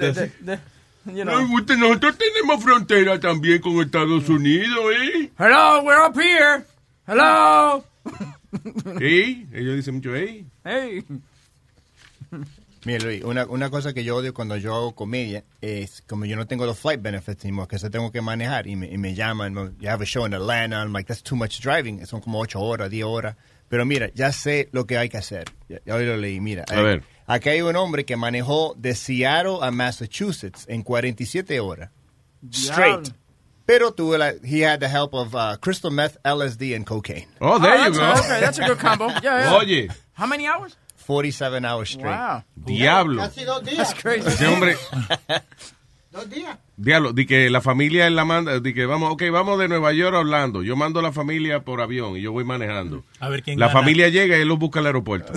Nosotros tenemos frontera también con Estados Unidos, ¿eh? Hello, we're up here. Hello. Hey, ellos dicen mucho, hey. Hey. Mira, Luis, una cosa que yo odio cuando yo hago comedia es como yo no tengo los flight benefits anymore, que se tengo que manejar y me llaman, you have a show in Atlanta, I'm like, that's too much driving, son como 8 horas, 10 horas. Pero mira, ya sé lo que hay que hacer. Ya hoy lo leí, mira. A ver. Aquí hay un hombre que manejó de Seattle a Massachusetts en 47 horas. Straight. Pero he had the help of crystal meth, LSD, and cocaine. Oh, there you go. Okay, that's a good combo. Yeah. Oye. How many hours? 47 hours straight. Wow. Diablo. Casi 2 días. That's crazy. Ese hombre... 2 días. Diablo, di que la familia él la manda, di que vamos de Nueva York a Orlando. Yo mando a la familia por avión y yo voy manejando. A ver quién La gana. familia llega y él los busca al aeropuerto.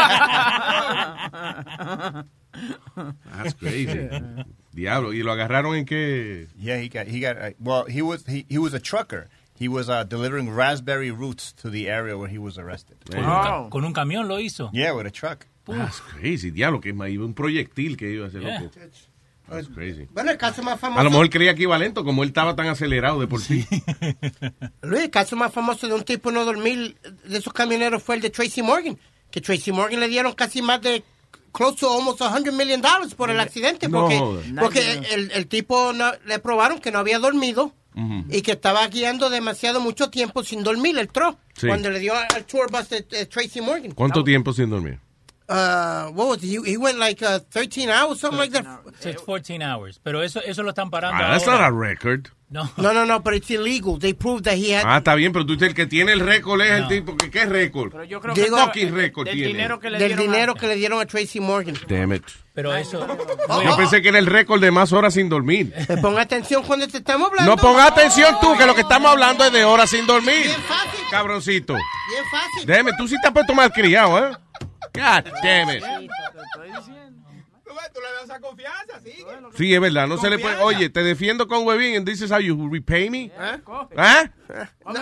That's crazy. Diablo, ¿y lo agarraron en qué? Yeah, he was a trucker. He was delivering raspberry roots to the area where he was arrested. Con un camión lo hizo. Yeah, with a truck. That's crazy. Diablo, que iba un proyectil que iba a hacer loco. That's crazy. Bueno, el caso más famoso... A lo mejor creía que iba lento, como él estaba tan acelerado de por sí. Luis, el caso más famoso de un tipo no dormir de esos camioneros fue el de Tracy Morgan. Que Tracy Morgan le dieron casi más de... close to almost $100 million por el accidente. Porque el tipo le probaron que no había dormido y que estaba guiando demasiado mucho tiempo sin dormir el truck. Sí. Cuando le dio al tour bus de Tracy Morgan. ¿Cuánto tiempo sin dormir? What was it? He went like 13 hours, something like that. So it's 14 hours. Pero eso lo están parando that's ahora. not a record. No, but it's illegal. They proved that he had... está bien, pero tú dices el que tiene el récord es el tipo que ¿qué récord? Pero yo creo ¿Qué que récord tiene? Del dinero que le dieron a Tracy Morgan. Damn it. Pero eso... Yo pensé que era el récord de más horas sin dormir. Ponga atención cuando te estamos hablando. No ponga atención tú, que lo que estamos hablando es de horas sin dormir. Bien fácil. Cabroncito. Bien fácil. Déjame, tú sí te has puesto mal criado, ¿eh? God damn it. Tú le das esa confianza, sí. Sí, es verdad, no se le puede... Oye, te defiendo con Webin and this is how you repay me. No.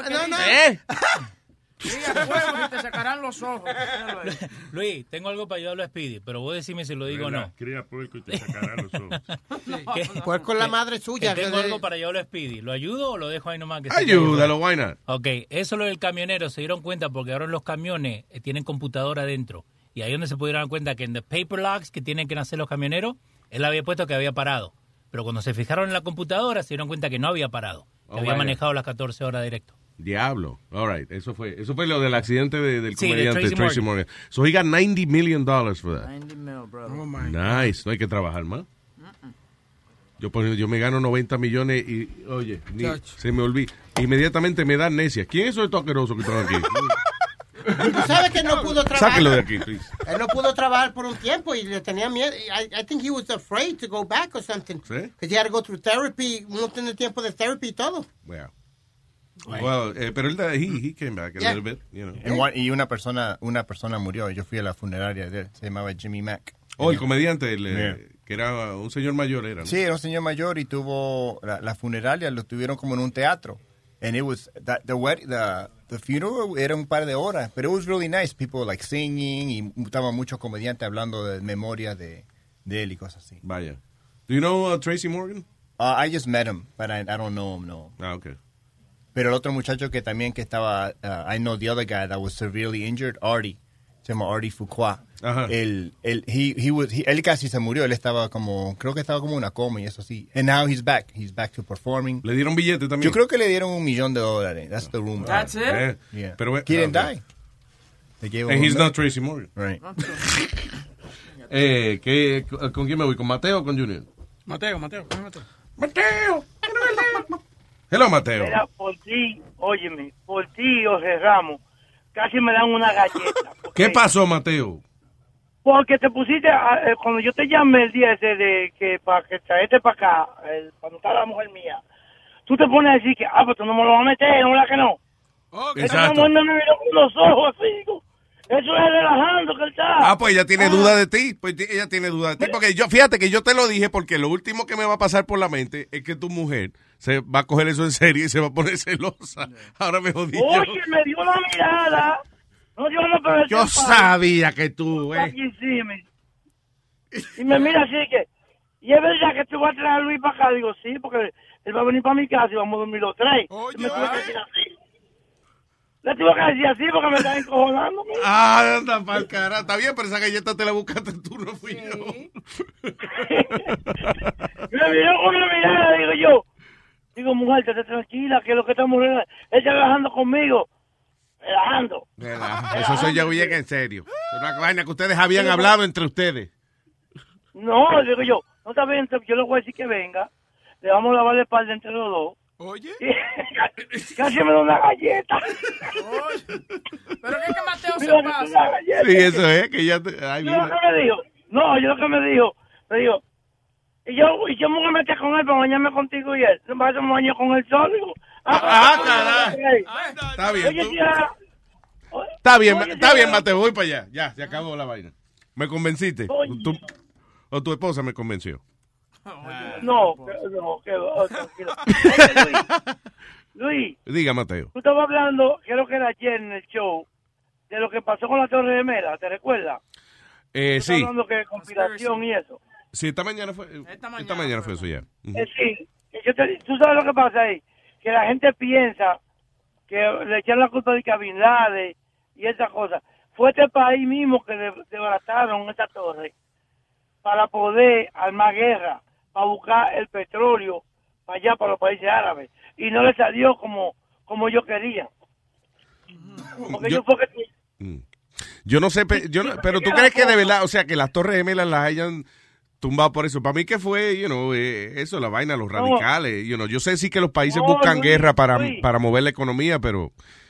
Te sacarán los ojos. Luis, tengo algo para ayudarlo a Speedy, pero vos decime si lo digo o no. Cría puerco y te sacarán los ojos. Puerco es la madre suya. Tengo algo para ayudarlo a Speedy. ¿Lo ayudo o lo dejo ahí nomás? Ayúdalo, why not? Ok, eso lo del camionero se dieron cuenta porque ahora los camiones tienen computadora adentro. Y ahí donde se pudieron dar cuenta que en the paper logs que tienen que hacer los camioneros, él había puesto que había parado. Pero cuando se fijaron en la computadora se dieron cuenta que no había parado. Que había manejado las 14 horas directo. Diablo. All right. Eso fue lo del accidente del comediante de Tracy Morgan. So he got $90 million for that. 90 mil, bro. Oh my nice. God. No hay que trabajar más. Yo me gano 90 millones y, oye, se me olvida. Inmediatamente me da amnesia. ¿Quién es esos asquerosos que están aquí? Tú sabes que no pudo trabajar. Sáquenlo de aquí, please. Él no pudo trabajar por un tiempo y le tenía miedo. I think he was afraid to go back or something. ¿Sí? Because he had to go through therapy. No tiene tiempo de therapy y todo. Well, pero él he came back a little bit, you know. Y una persona murió. Yo fui a la funeraria de él. Se llamaba Jimmy Mack. El comediante, que era un señor mayor, era, ¿no? Sí, era un señor mayor y tuvo la funeraria, lo tuvieron como en un teatro. And it was the funeral era un par de horas, pero it was really nice. People like singing y estaban muchos comediantes hablando de memoria de él y cosas así. Vaya. Do you know Tracy Morgan? I just met him, but I don't know him, no. Ah, okay. Pero el otro muchacho que estaba, I know the other guy that was severely injured, Artie. Se llama Artie Fuqua. Ajá. Él casi se murió. Él estaba creo que estaba como en una coma y eso así. And now he's back. He's back to performing. ¿Le dieron billete también? Yo creo que le dieron $1 million. That's the rumor. That's it? Yeah. Pero, he didn't die. They gave him and he's not Tracy Morgan. Right. ¿Con quién me voy? ¿Con Mateo o con Junior? Mateo. Hello, Mateo. Mira, por ti, óyeme, por ti, José Ramos, casi me dan una galleta. ¿Qué pasó, Mateo? Porque te pusiste, cuando yo te llamé el día ese de que para que traerte para acá, cuando estaba la mujer mía, tú te pones a decir que, pues tú no me lo vas a meter, ¿no verdad que no? Exacto. Esa mujer me miró con los ojos así, digo, eso es relajando que él está. Pues ella tiene duda de ti. Pues ella tiene duda de ti. Porque fíjate que yo te lo dije porque lo último que me va a pasar por la mente es que tu mujer se va a coger eso en serio y se va a poner celosa. Ahora me jodí. Oye, me dio una mirada. No, yo sabía que tú, Y me mira así que, y es verdad que tú vas a traer a Luis para acá. Digo, sí, porque él va a venir para mi casa y vamos a dormir los tres. Oye, me tuve que decir así. Le tuve que decir así porque me están encojonando. Anda pa'l carajo. Está bien, pero esa galleta te la buscaste tú, no fui yo. Me miró con una mirada, digo yo. Digo, mujer, estate tranquila, que lo que estamos ella está relajando conmigo. Relajando. Eso soy yo bien en serio. Es una vaina que ustedes habían hablado entre ustedes. No, digo yo, no está bien, yo le voy a decir que venga. Le vamos a lavar la espalda entre los dos. Oye. Casi me da una galleta. Oye. Pero qué que Mateo se pasa. Sí, eso es, que ya te... Yo lo que me dijo, me dijo, Y yo me voy a meter con él para bañarme contigo y él. No me baño con él solo. caray. Está bien. Está bien, Mateo, voy para allá. Ya, se acabó la vaina. Me convenciste. O tu esposa me convenció. No, tranquilo. Luis. Diga, Mateo. Tú estabas hablando, creo que era ayer en el show, de lo que pasó con la Torre Gemela, ¿te recuerdas? Sí. Hablando que conspiración y eso. Sí, esta mañana fue eso ya. Sí, tú sabes lo que pasa ahí, que la gente piensa que le echan la culpa de que a Bin Laden y esas cosas. Fue este país mismo que desbarataron esta torre para poder armar guerra, para buscar el petróleo para allá, para los países árabes. Y no le salió como yo quería. Porque yo no sé, pero tú crees que de verdad, o sea, que las Torres Gemelas las hayan tumbado por eso. Para mí que fue, eso, la vaina, los radicales. Yo sé sí que los países buscan guerra para mover la economía, pero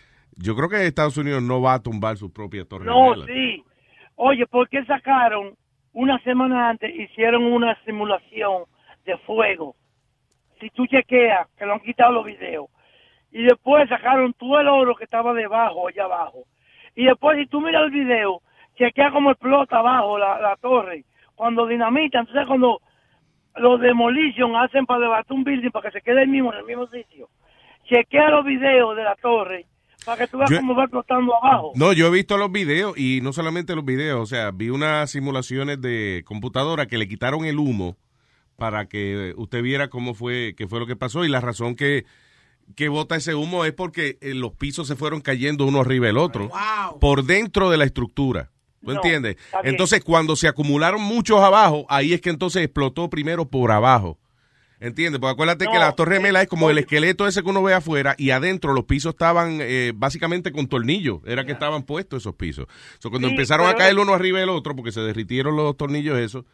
yo creo que Estados Unidos no va a tumbar su propia Torre Gemela. Sí. Oye, ¿por qué sacaron una semana antes, hicieron una simulación de fuego? Si tú chequeas, que lo han quitado los videos. Y después sacaron todo el oro que estaba debajo, allá abajo. Y después, si tú miras el video, chequea cómo explota abajo la torre. Cuando dinamitan, entonces cuando los demolition hacen para debatir un building para que se quede en el mismo sitio. Chequea los videos de la torre para que tú veas cómo va explotando abajo. No, yo he visto los videos y no solamente los videos, o sea, vi unas simulaciones de computadora que le quitaron el humo para que usted viera qué fue lo que pasó y la razón que bota ese humo es porque los pisos se fueron cayendo uno arriba del otro por dentro de la estructura. ¿Tú entiendes? Entonces, cuando se acumularon muchos abajo, ahí es que entonces explotó primero por abajo. ¿Entiendes? Porque acuérdate que la Torre Gemela es como el esqueleto ese que uno ve afuera y adentro los pisos estaban básicamente con tornillos. Era que estaban puestos esos pisos. Cuando empezaron a caer uno arriba del otro, porque se derritieron los tornillos esos,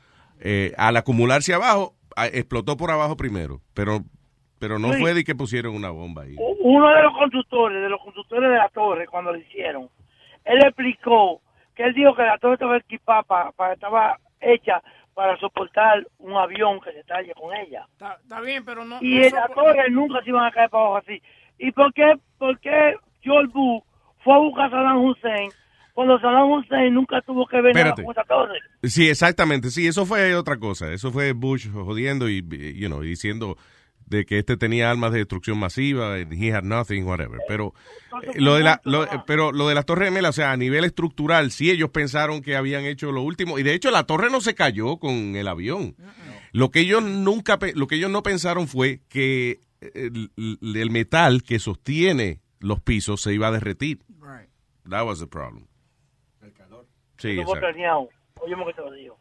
al acumularse abajo, explotó por abajo primero. Pero no fue de que pusieron una bomba ahí. Uno de los constructores de la torre, cuando lo hicieron, él explicó que él dijo que la torre estaba equipada estaba hecha para soportar un avión que se talle con ella. Está bien, pero no... Y la torre nunca se iban a caer para abajo así. ¿Y por qué George Bush fue a buscar a Saddam Hussein cuando Saddam Hussein nunca tuvo que ver nada con esa torre? Sí, exactamente. Sí, eso fue otra cosa. Eso fue Bush jodiendo y diciendo de que tenía armas de destrucción masiva, he had nothing, whatever. Pero lo de la Torre Gemela, o sea, a nivel estructural, sí ellos pensaron que habían hecho lo último, y de hecho la torre no se cayó con el avión. Lo que ellos no pensaron fue que el metal que sostiene los pisos se iba a derretir. That was the problem. El calor. Sí, exacto. Oye, que te lo digo.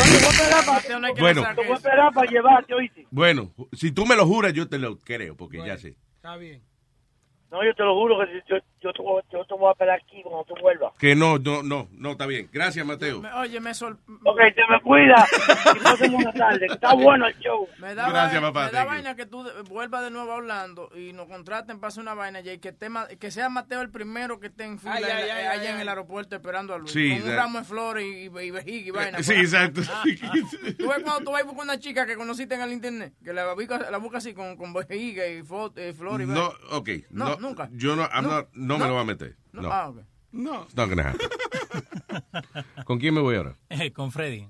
Bueno, te voy a esperar para llevarte, ¿oíste? Bueno, si tú me lo juras, yo te lo creo, porque ya sé. Está bien. No, yo te lo juro que yo te voy a esperar aquí cuando tú vuelvas. Que no, está bien. Gracias, Mateo. Ok, te me cuida. Y pasen buena tarde. Está bueno el show. Gracias, papá. Me da vaina que tú vuelvas de nuevo a Orlando y nos contraten para hacer una vaina, Jay, que sea Mateo el primero que esté en fila allá en el aeropuerto esperando a Luis. Sí, con un ramo de flores y vejiga y vaina. Sí, exacto. Tú ves cuando tú vas a buscar una chica que conociste en el internet, que la busca así con vejiga y flores y vaina. No, ok. No. Nunca. Yo no me lo voy a meter. No. Okay. No. It's not gonna happen. ¿Con quién me voy ahora? Con Freddy.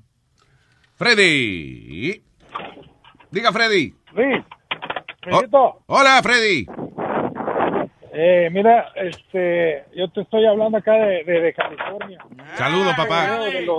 Freddy. Diga, Freddy. Sí. Hola, Freddy. Mira, yo te estoy hablando acá de California. Saludos, papá. Lo que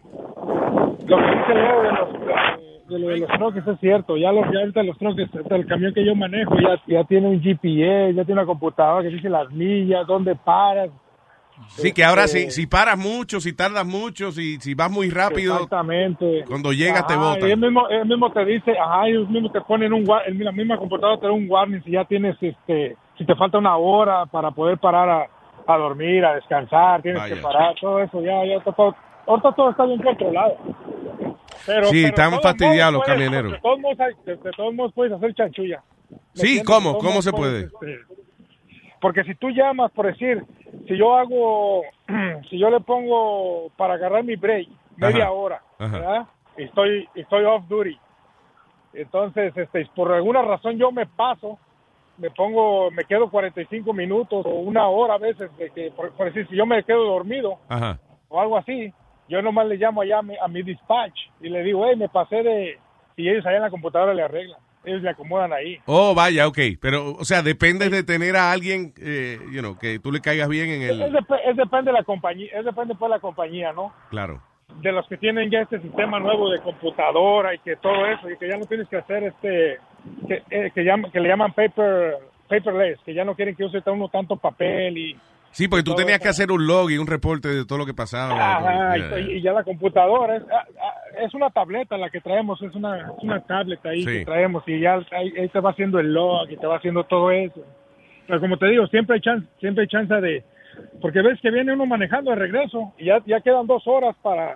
dice Leo de los troques es cierto. Ya ahorita los troques, el camión que yo manejo ya tiene un GPS, ya tiene una computadora que dice las millas, dónde paras. Sí, que ahora si paras mucho, si tardas mucho, si vas muy rápido, exactamente, cuando llegas te botan. Él mismo te dice, ellos mismos te ponen la misma computadora te da un warning si ya tienes, si te falta una hora para poder parar a dormir, a descansar, tienes que parar, todo eso, ya ahorita todo está bien controlado. Pero están fastidiados los camioneros. De todos modos puedes hacer chanchulla. Sí, ¿cómo? ¿Cómo se puede? Porque si tú llamas, por decir, si yo le pongo para agarrar mi break media hora, ¿verdad? Estoy off duty. Entonces, por alguna razón yo me paso, me quedo 45 minutos o una hora a veces, de que, por decir, si yo me quedo dormido o algo así, yo nomás le llamo allá a mi dispatch y le digo, me pasé de... Y ellos allá en la computadora le arreglan. Ellos le acomodan ahí. Oh, vaya, ok. Pero, o sea, depende de tener a alguien, que tú le caigas bien en el... Es depende de la compañía, pues de la compañía, ¿no? Claro. De los que tienen ya este sistema nuevo de computadora y que todo eso, y que ya no tienes que hacer que le llaman paperless, que ya no quieren que use uno tanto papel y... Sí, porque tú tenías que hacer un log y un reporte de todo lo que pasaba. Ajá, y ya la computadora es una tableta la que traemos, es una tablet ahí que traemos y ya ahí te va haciendo el log y te va haciendo todo eso. Pero como te digo, siempre hay chance de... Porque ves que viene uno manejando de regreso y ya quedan 2 horas para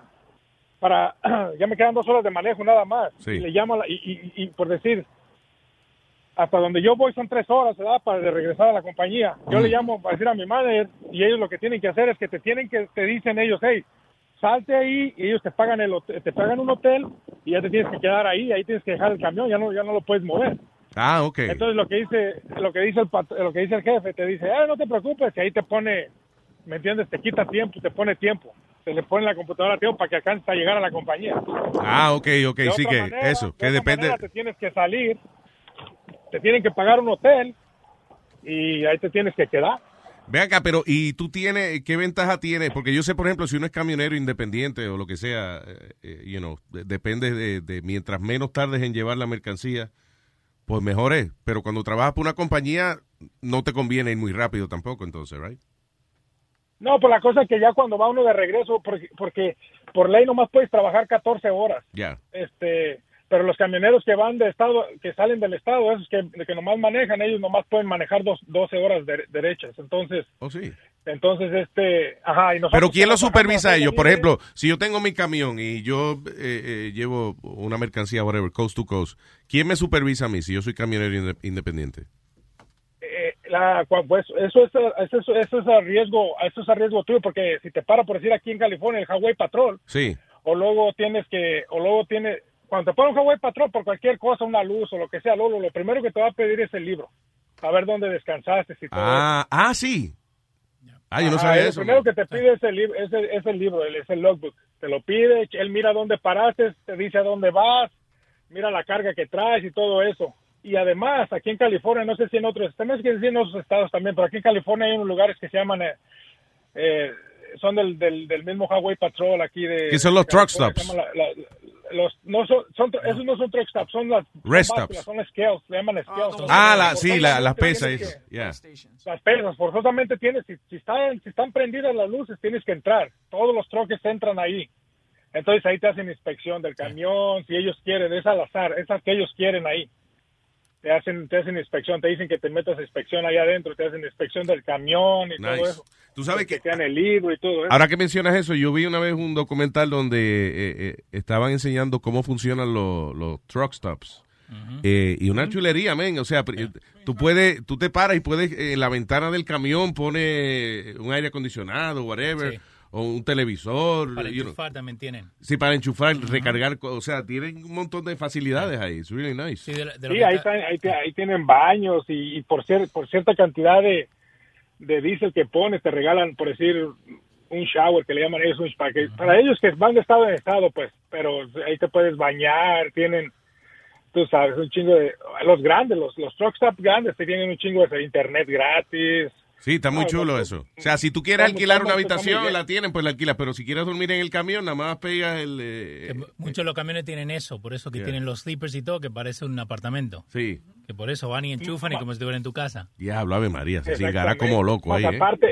ya me quedan 2 horas de manejo nada más. Sí. Y le llamo y por decir, hasta donde yo voy son 3 horas, ¿verdad? Para regresar a la compañía. Yo le llamo para decir a mi manager y ellos lo que tienen que hacer es que te dicen ellos, hey, salte ahí y ellos te pagan te pagan un hotel y ya te tienes que quedar ahí tienes que dejar el camión, ya no lo puedes mover. Ah, ok. Entonces lo que dice el jefe, te dice, no te preocupes, y ahí te pone, ¿me entiendes? Te quita tiempo, te pone tiempo. Se le pone en la computadora tiempo para que alcances a llegar a la compañía. Ah, ok, sí que manera, eso, que depende. Te tienes que salir, te tienen que pagar un hotel y ahí te tienes que quedar. Ve acá, pero ¿y tú qué ventaja tienes? Porque yo sé, por ejemplo, si uno es camionero independiente o lo que sea, depende de mientras menos tardes en llevar la mercancía, pues mejor es. Pero cuando trabajas por una compañía, no te conviene ir muy rápido tampoco, entonces, ¿right? No, pues la cosa es que ya cuando va uno de regreso, porque por ley nomás puedes trabajar 14 horas. Ya. Pero los camioneros que van de estado, que salen del estado, esos que nomás manejan, ellos nomás pueden manejar 12 horas derechas. Entonces, sí. Entonces, y pero ¿quién lo supervisa a ellos? Por ejemplo, si yo tengo mi camión y yo llevo una mercancía, whatever, coast to coast, ¿quién me supervisa a mí si yo soy camionero independiente? Pues eso es a riesgo tuyo, porque si te para, por decir, aquí en California, el Highway Patrol, sí. Cuando te para un Highway Patrol por cualquier cosa, una luz o lo que sea, lo primero que te va a pedir es el libro, a ver dónde descansaste. Si todo sí. Yo no sabía eso. Lo primero que te pide es el libro, es el logbook. Te lo pide, él mira dónde paraste, te dice a dónde vas, mira la carga que traes y todo eso. Y además, aquí en California, no sé si en otros estados también, pero aquí en California hay unos lugares que se llaman, son del mismo Highway Patrol aquí de... ¿Qué son los truck stops? Esos no son truck stops, son las... Rest stops. Son las scales, se llaman scales. Las pesas. Las pesas, forzosamente si están prendidas las luces, tienes que entrar. Todos los truques entran ahí. Entonces ahí te hacen inspección del camión, si ellos quieren, es al azar, esas que ellos quieren ahí. Te hacen inspección, te dicen que te metas a inspección allá adentro, te hacen inspección del camión y todo eso. Tú sabes que te dan el libro y todo eso. Ahora que mencionas eso, yo vi una vez un documental donde estaban enseñando cómo funcionan los truck stops. Y una chulería, men. O sea, tú te paras y puedes, en la ventana del camión pone un aire acondicionado, whatever. Sí. O un televisor. Para enchufar también tienen. Sí, para enchufar, recargar, o sea, tienen un montón de facilidades ahí. It's really nice. Sí, ahí tienen baños y por cierta cantidad de diésel que pones, te regalan, por decir, un shower, que le llaman ellos, para ellos que van de estado en estado, pues, pero ahí te puedes bañar, tienen, tú sabes, un chingo de, los grandes, los truck stop grandes, te tienen un chingo de internet gratis. Sí, está muy chulo eso. O sea, si tú quieres alquilar una habitación, la tienen, pues la alquilas. Pero si quieres dormir en el camión, nada más pegas muchos de los camiones tienen eso, por eso que tienen los sleepers y todo, que parece un apartamento. Sí. Que por eso van y enchufan y como si estuvieran en tu casa. Diablo, Ave María, se cingará como loco ahí.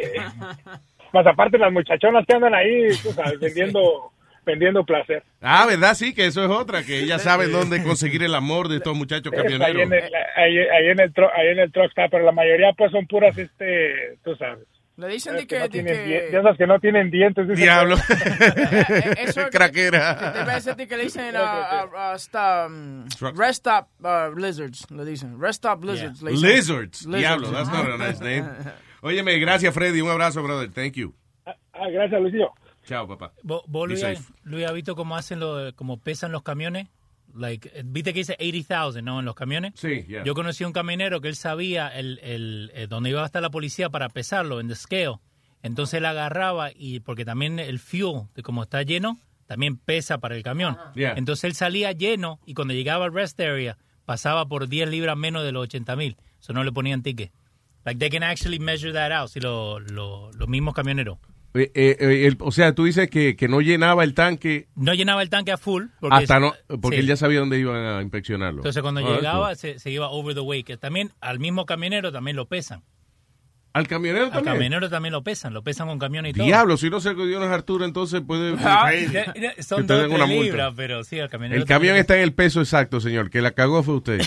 Más aparte las muchachonas que andan ahí, tú sabes, vendiendo placer. ¿Verdad? Sí, que eso es otra, que ellas saben dónde conseguir el amor de estos muchachos camioneros. Ahí en el truck stop, pero la mayoría pues son puras, tú sabes. Le dicen de esas que no tienen dientes. Diablo. Eso es craquera. Te parece que le dicen hasta rest stop lizards, le dicen. Rest stop lizards. Yeah. Lizards. Diablo, that's not a nice name. Óyeme, gracias, Freddy. Un abrazo, brother. Thank you. Gracias, Luisillo. Chao, papá. ¿Vos Luis, has visto cómo hacen cómo pesan los camiones? viste que dice 80,000, ¿no? En los camiones. Sí, Yo conocí a un camionero que él sabía dónde iba a estar la policía para pesarlo, en the scale. Entonces él agarraba, y porque también el fuel, como está lleno, también pesa para el camión. Entonces él salía lleno, y cuando llegaba al rest area, pasaba por 10 libras menos de los 80,000. Eso no le ponían ticket. Like, they can actually measure that out, si los mismos camioneros. O sea, tú dices que no llenaba el tanque. No llenaba el tanque a full. Porque él ya sabía dónde iban a inspeccionarlo. Entonces cuando llegaba se iba over the weight. Que también al mismo camionero también lo pesan. ¿Al camionero también? Al camionero también lo pesan con camión y todo. Diablo, si no se dio unas Arturas, entonces puede... Son 2 libras, pero sí, al camionero... El camión está en el peso exacto, señor. Que la cagó fue usted.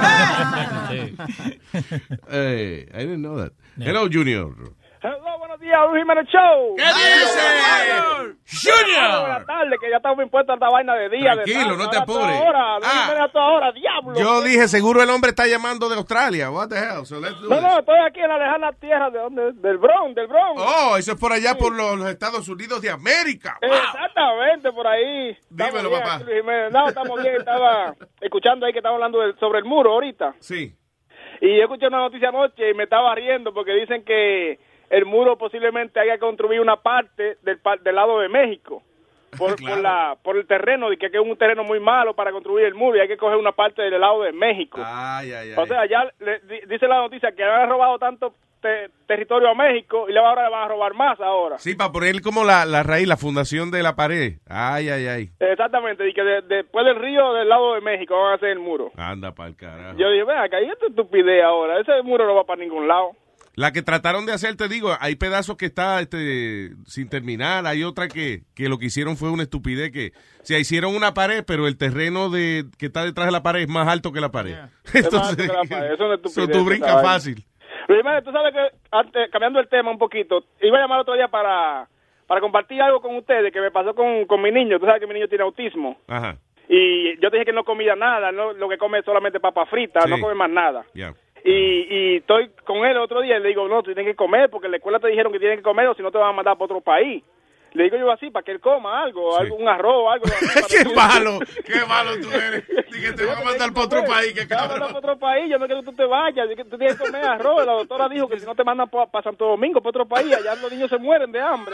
I didn't know that. Hello, Junior. Hello, buenos días, Luis Jiménez Show. ¿Qué dice? Junior. Buenas tardes, que ya estamos impuestos a esta vaina de día. Tranquilo, no te apures. A toda hora, diablo. Yo dije, seguro el hombre está llamando de Australia. What the hell? So let's do this. No, estoy aquí en la lejana tierra de donde, del Bronx. Oh, eso es por allá, por los Estados Unidos de América. Wow. Exactamente, por ahí. Dímelo, bien, papá. No, estamos bien. Estaba escuchando ahí que estaban hablando sobre el muro ahorita. Sí. Y yo escuché una noticia anoche y me estaba riendo porque dicen que el muro posiblemente haya construido una parte del lado de México por el terreno, de que es un terreno muy malo para construir el muro y hay que coger una parte del lado de México. O sea, ya dice la noticia que han robado tanto territorio a México y ahora le van a robar más ahora. Sí, para poner como la raíz, la fundación de la pared. Ay. Exactamente, y que después del río del lado de México van a hacer el muro. Anda pa'l carajo. Yo dije, ven acá, y esta estupidez ahora, ese muro no va para ningún lado. La que trataron de hacer, te digo, hay pedazos que está sin terminar, hay otra que lo que hicieron fue una estupidez, que hicieron una pared, pero el terreno que está detrás de la pared es más alto que la pared. Entonces, es una estupidez, tú brincas fácil. Primero, tú sabes que, antes, cambiando el tema un poquito, iba a llamar otro día para compartir algo con ustedes que me pasó con mi niño. Tú sabes que mi niño tiene autismo. Ajá. Y yo te dije que no comía nada, no, lo que come es solamente papa frita, no come más nada. Yeah. Y estoy con él el otro día y le digo, no, tú tienes que comer porque en la escuela te dijeron que tienes que comer o si no te van a mandar para otro país. Le digo yo así, para que él coma algo, un arroz, algo. ¡Qué malo tú eres! Dije, te van a mandar para otro país, qué cabrón. Te van a mandar para otro país, yo no quiero que tú te vayas, tú tienes que comer arroz. La doctora dijo que si no te mandan para Santo Domingo, para otro país, allá los niños se mueren de hambre.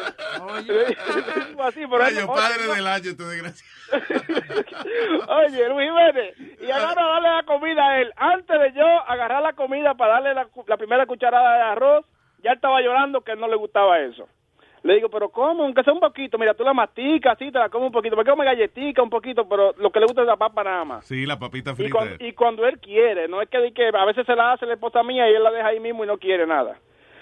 Así, por ejemplo, padre del año, tu desgracia. Oye, Luis Jiménez, y agarra a darle la comida a él. Antes de yo agarrar la comida para darle la primera cucharada de arroz, ya estaba llorando que a él no le gustaba eso. Le digo, pero ¿cómo? Aunque sea un poquito, mira, tú la masticas, así, te la comes un poquito, porque come galletica un poquito, pero lo que le gusta es la papa nada más. Sí, la papita frita. Y cuando él quiere, no es que a veces se la hace la esposa mía y él la deja ahí mismo y no quiere nada.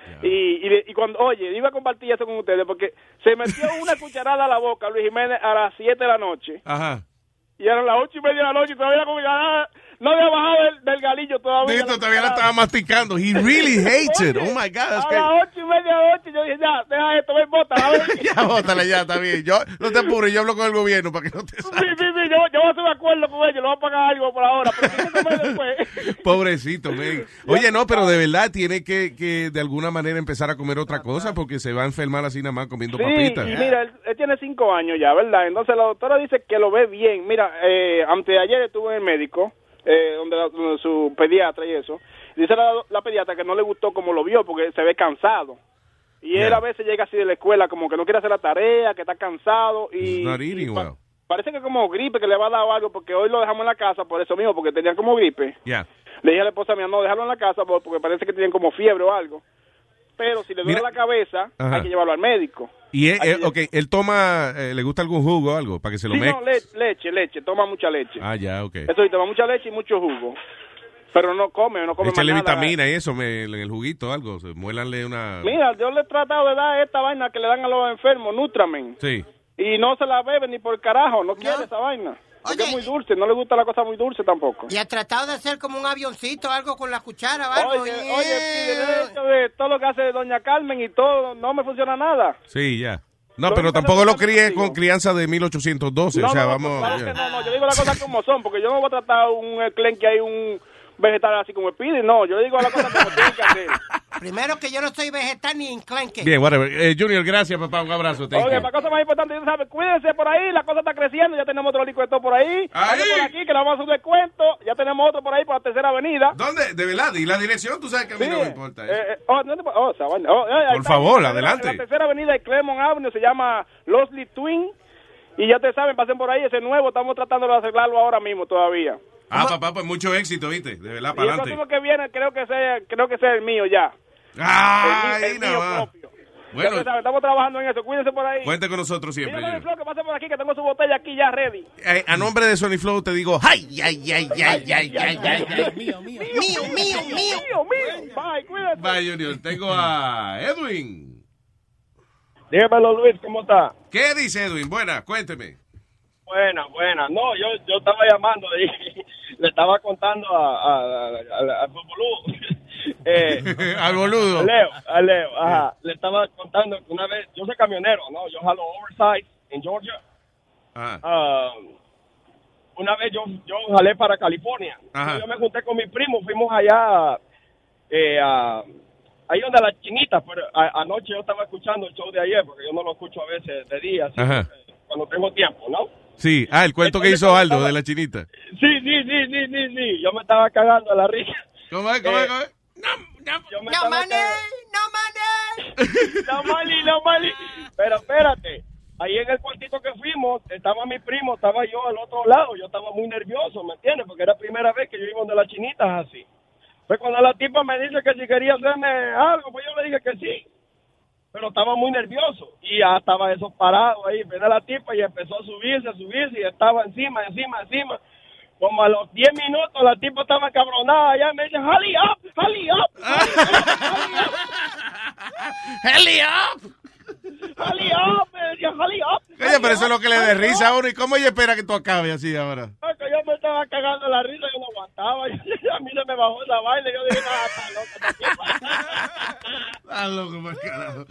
Y cuando, oye, iba a compartir eso con ustedes, porque se metió una cucharada a la boca, Luis Jiménez, a las 7 de la noche. Ajá. Y eran las 8:30 de la noche y todavía la cucharada no había bajado del galillo todavía. Dito, todavía la estaba masticando. He really hates it. Oh my God. A las 8:30 de la noche yo dije, ya, deja esto, ven, bótala. Ya, bótala, ya, está bien. No te apures, yo hablo con el gobierno para que no te salga. Sí, yo voy a hacer un acuerdo con ellos, le voy a pagar algo por ahora, pero después. Pobrecito, men. Oye, no, pero de verdad tiene que de alguna manera empezar a comer otra cosa porque se va a enfermar así nada más comiendo papitas. Sí, mira, él tiene 5 años ya, ¿verdad? Entonces la doctora dice que lo ve bien. Mira, antes de ayer estuve en el médico, donde su pediatra y eso. Dice la pediatra que no le gustó como lo vio porque se ve cansado. Y él a veces llega así de la escuela como que no quiere hacer la tarea, que está cansado y parece que como gripe que le va a dar algo porque hoy lo dejamos en la casa por eso mismo, porque tenían como gripe. Le dije a la esposa mía, no, déjalo en la casa porque parece que tienen como fiebre o algo. Pero si le duele la cabeza, hay que llevarlo al médico. Y él toma, ¿le gusta algún jugo o algo para que se lo mezcle? No, leche, toma mucha leche. Ah, ya, ok. Eso, y toma mucha leche y mucho jugo. Pero no come más Échale nada. vitamina y eso, en el juguito algo, muélanle una... Mira, yo le he tratado de dar esta vaina que le dan a los enfermos, Nutramen. Sí. Y no se la bebe ni por carajo, no quiere esa vaina. Porque es muy dulce, no le gusta la cosa muy dulce tampoco. Y ha tratado de hacer como un avioncito, algo con la cuchara, ¿vale? Oye, de todo lo que hace Doña Carmen y todo, no me funciona nada. Sí, ya. No, pero tampoco lo crié con crianza de 1812, o sea, vamos... Claro que no, yo digo las cosas como son, porque yo no voy a tratar un clenque ahí, un vegetal así como Speedy, no, yo le digo a la cosa como tiene que hacer. Primero que yo no soy vegetal ni enclenque. Bien, whatever. Junior, gracias, papá. Un abrazo. Oye, la cosa más importante, tú sabes, cuídense por ahí, la cosa está creciendo, ya tenemos otro licueto por ahí. Vamos por aquí, que le vamos a hacer un descuento. Ya tenemos otro por ahí por la Tercera Avenida. ¿Dónde? ¿De verdad? ¿Y la dirección? Tú sabes que a mí no me importa eso. Por favor, adelante. La Tercera Avenida de Clemont Avenue se llama Losley Twin. Y ya te saben, pasen por ahí, ese nuevo, estamos tratando de arreglarlo ahora mismo todavía. Papá, pues mucho éxito, ¿viste? De verdad, para adelante. Y el próximo que viene creo que sea el mío ya. ¡Ay, el mío propio. Bueno, ya saben, estamos trabajando en eso, cuídense por ahí. Cuente con nosotros siempre. Mira, Sony Flow, que pase por aquí, que tengo su botella aquí ya ready. A nombre de Sony Flow te digo, ¡ay! Mío. Bye, cuídate. Bye, Junior. Tengo a Edwin. Dígamelo, Luis, ¿cómo está? ¿Qué dice Edwin? Buena, cuénteme. Buena. No, yo estaba llamando y le estaba contando al boludo. Al boludo. A Leo, ajá. Le estaba contando que una vez, yo soy camionero, ¿no? Yo jalo oversize en Georgia. Una vez yo jalé para California. Yo me junté con mi primo, fuimos allá, ahí donde la chinita, pero anoche yo estaba escuchando el show de ayer, porque yo no lo escucho a veces de día, así, cuando tengo tiempo, ¿no? Sí, el cuento que hizo Aldo de la chinita. Sí, yo me estaba cagando a la risa. ¿Cómo es? No money. Pero espérate, ahí en el cuartito que fuimos, estaba mi primo, estaba yo al otro lado, yo estaba muy nervioso, ¿me entiendes? Porque era la primera vez que yo iba donde las chinitas así. Pues cuando la tipa me dice que si quería hacerme algo, pues yo le dije que sí. Pero estaba muy nervioso y ya estaba eso parado ahí, viene la tipa y empezó a subirse y estaba encima. Como a los 10 minutos la tipa estaba cabronada allá y me dice, hurry up. Me decía, hurry up. Oye, pero eso es lo que le dé risa a uno. ¿Y cómo ella espera que tú acabes así ahora? Porque yo me estaba cagando la risa, yo no aguantaba. Y a mí se me bajó esa vaina y yo dije, está loco, más carajo.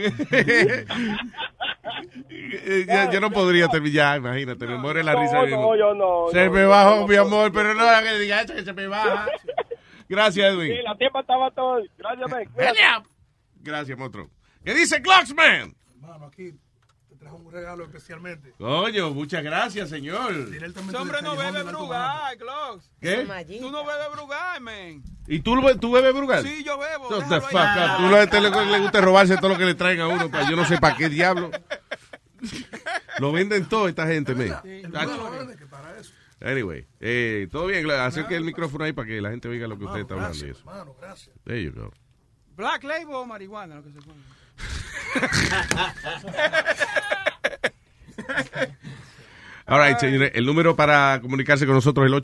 Yo no podría terminar, imagínate, me muere la risa. No, se me bajó, mi amor, pero no haga que diga eso, que se me baja. Gracias, Edwin. Sí, la tipa estaba todo. Gracias, man. Gracias, monstruo. ¿Qué dice Glocksman? Mano, aquí te trajo un regalo especialmente. Coño, muchas gracias, señor. Ese hombre no bebe Brugal, Glocks. ¿Qué? Tú no bebes Brugal, man. ¿Y tú bebes Brugal? Sí, yo bebo. Tú le gusta robarse todo lo que le traen a uno, yo no sé para qué diablo. Lo venden todo esta gente, man. Anyway, todo bien, acerque el micrófono ahí para que la gente oiga lo que usted está hablando y eso. Mano, gracias. There you go. Black Label o marihuana, lo que se pone. All right, señores, el número para comunicarse con nosotros es el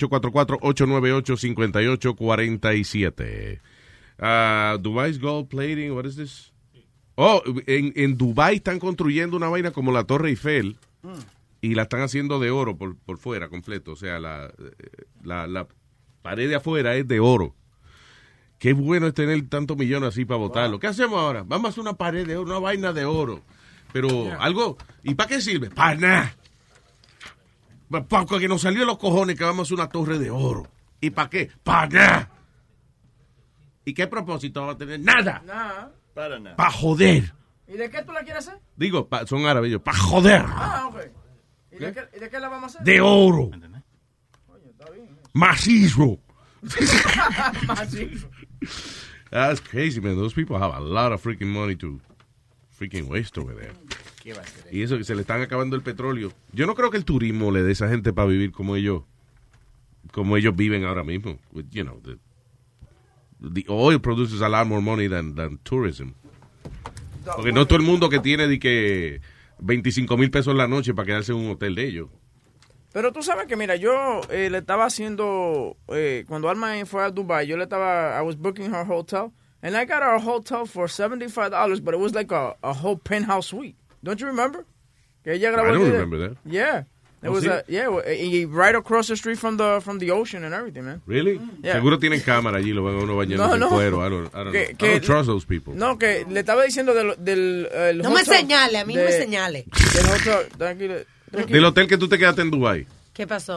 844-898-5847. Dubai's gold plating, what is this? Oh, en Dubai están construyendo una vaina como la Torre Eiffel y la están haciendo de oro por fuera completo. O sea, la pared de afuera es de oro. Qué bueno es tener tantos millones así para botarlo. ¿Qué hacemos ahora? Vamos a hacer una pared de oro, una vaina de oro. Pero algo... ¿Y para qué sirve? Para nada. Para que nos salió los cojones que vamos a hacer una torre de oro. ¿Y para qué? Para nada. ¿Y qué propósito va a tener? Nada. Nada. Para nada. Para joder. ¿Y de qué tú la quieres hacer? Digo, son árabes ellos. Para joder. Ok. ¿Y de qué la vamos a hacer? De oro. Coño, está bien. Macizo. Macizo. That's crazy, man. Those people have a lot of freaking money to freaking waste over there. Y eso que se le están acabando el petróleo. Yo no creo que el turismo le dé a esa gente para vivir como ellos viven ahora mismo. You know, the oil produces a lot more money than tourism. Porque no todo el mundo que tiene de que 25,000 pesos la noche para quedarse en un hotel de ellos. Pero tú sabes que, mira, yo le estaba haciendo, cuando Alma fue a Dubai, I was booking her hotel, and I got her a hotel for $75, but it was like a whole penthouse suite. Don't you remember? Que ella grabó. I don't remember that. Yeah. It was right across the street from the ocean and everything, man. Really? Yeah. Seguro tienen cámara allí, lo van a uno bañando en cuero. I don't trust those people. No, que le estaba diciendo del no me señale, a mí no me señale. Del hotel, tranquilo. Del hotel que tú te quedaste en Dubai. ¿Qué pasó?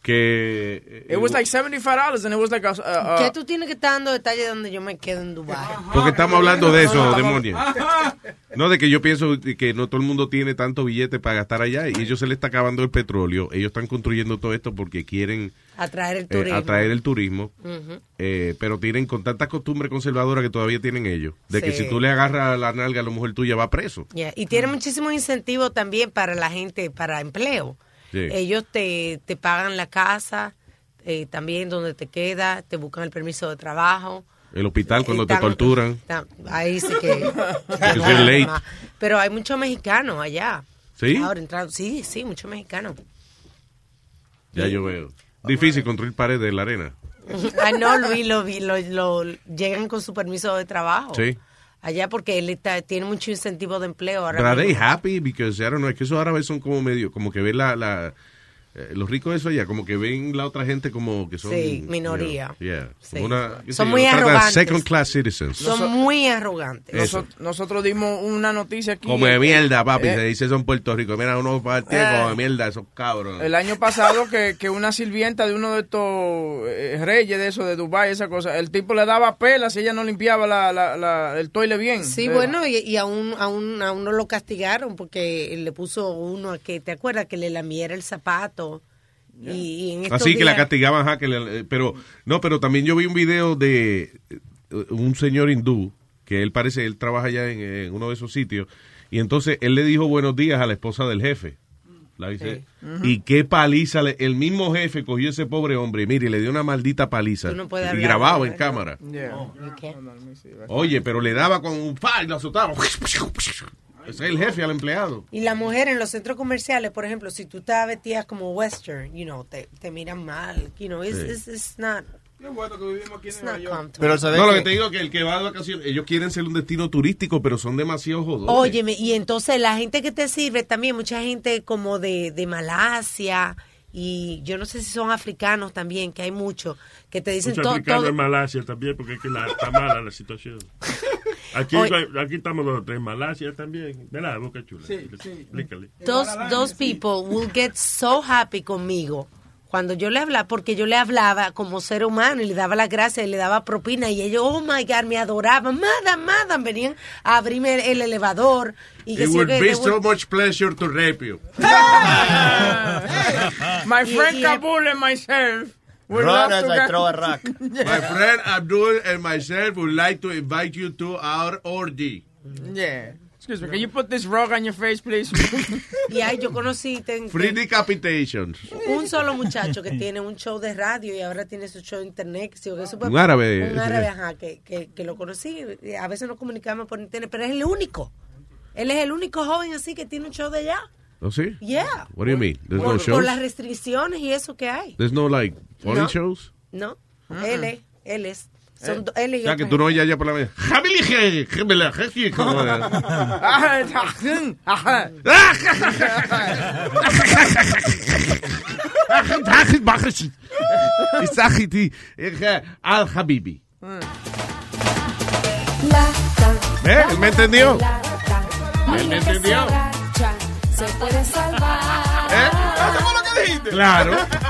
It was like $75 and it was like ¿Qué tú tienes que estar dando detalles donde yo me quedo en Dubai? Porque estamos hablando de eso, demonio. No, de que yo pienso que no todo el mundo tiene tanto billete para gastar allá y ellos se les está acabando el petróleo. Ellos están construyendo todo esto porque quieren atraer el turismo. Uh-huh. Pero tienen con tanta costumbre conservadora que todavía tienen ellos. De que si tú le agarras la nalga a la mujer tuya va preso. Yeah. Y tienen muchísimos incentivos también para la gente, para empleo. Sí. Ellos te pagan la casa, también donde te quedas, te buscan el permiso de trabajo. El hospital cuando te torturan. Ahí sí que... Pero hay muchos mexicanos allá. ¿Sí? Ahora sí, muchos mexicanos. Ya yo veo. Difícil construir paredes en la arena. No, Luis, llegan con su permiso de trabajo. Sí. Allá porque él tiene mucho incentivo de empleo. But are they happy? Because, I don't know, es que esos árabes son como medio, como que ven los ricos de eso allá, como que ven la otra gente como que son... Sí, minoría. Sí. Son muy arrogantes. Second class citizens. Son muy arrogantes. Nosotros dimos una noticia aquí. Como de mierda, papi, se dice eso en Puerto Rico. Mira, uno partidos como de mierda, esos cabros. El año pasado que una sirvienta de uno de estos reyes de eso, de Dubái, esa cosa, el tipo le daba pelas si ella no limpiaba el toile bien. Sí, bueno, y a uno lo castigaron porque le puso uno a que, ¿te acuerdas? Que le lamiera el zapato. Y en así días... que la castigaban, pero también yo vi un video de un señor hindú que él trabaja allá en uno de esos sitios y entonces él le dijo buenos días a la esposa del jefe. La dice, sí. Y qué paliza, el mismo jefe cogió a ese pobre hombre y mire, le dio una maldita paliza y grababa en cámara. Oye, pero le daba con un fa y lo azotaba. Ese es el jefe al empleado. Y la mujer en los centros comerciales, por ejemplo, si tú te vestías como western, te miran mal. It's not... Qué bueno que vivimos aquí en Nueva York. Pero lo que te digo que el que va de vacaciones, ellos quieren ser un destino turístico, pero son demasiado jodones. Óyeme, y entonces la gente que te sirve también, mucha gente como de Malasia, y yo no sé si son africanos también, que hay muchos, que te dicen todo. Muchos africanos en Malasia también, porque es que está mala la situación. Aquí estamos los tres, Malasia también, ¿verdad, Boca Chula? Sí. Explícale. Those people will get so happy conmigo cuando yo le hablaba, porque yo le hablaba como ser humano y le daba las gracias y le daba propina y ellos, oh my God, me adoraban, madam, venían a abrirme el elevador. Y It would be so much pleasure to rape you. My friend Kabul and myself. Run as I throw a rock. My friend Abdul and myself would like to invite you to our orgy. Yeah. Excuse me, can you put this rock on your face, please? Y ahí yo conocí... Free decapitations. Un solo muchacho que tiene un show de radio y ahora tiene su show de internet. Un árabe. Un árabe, ajá, que lo conocí. A veces nos comunicamos por internet, pero es el único. Él es el único joven así que tiene un show de allá. ¿Oh, sí? Yeah. What do you mean? There's no shows? Por las restricciones y eso que hay. There's no, like, funny shows? No. Él es. Son él y o sea, que tú no oyes allá por la mañana. Al Habibi. Él me entendió. Él me entendió. Se puede salvar. ¿Eso fue lo que dijiste? Claro.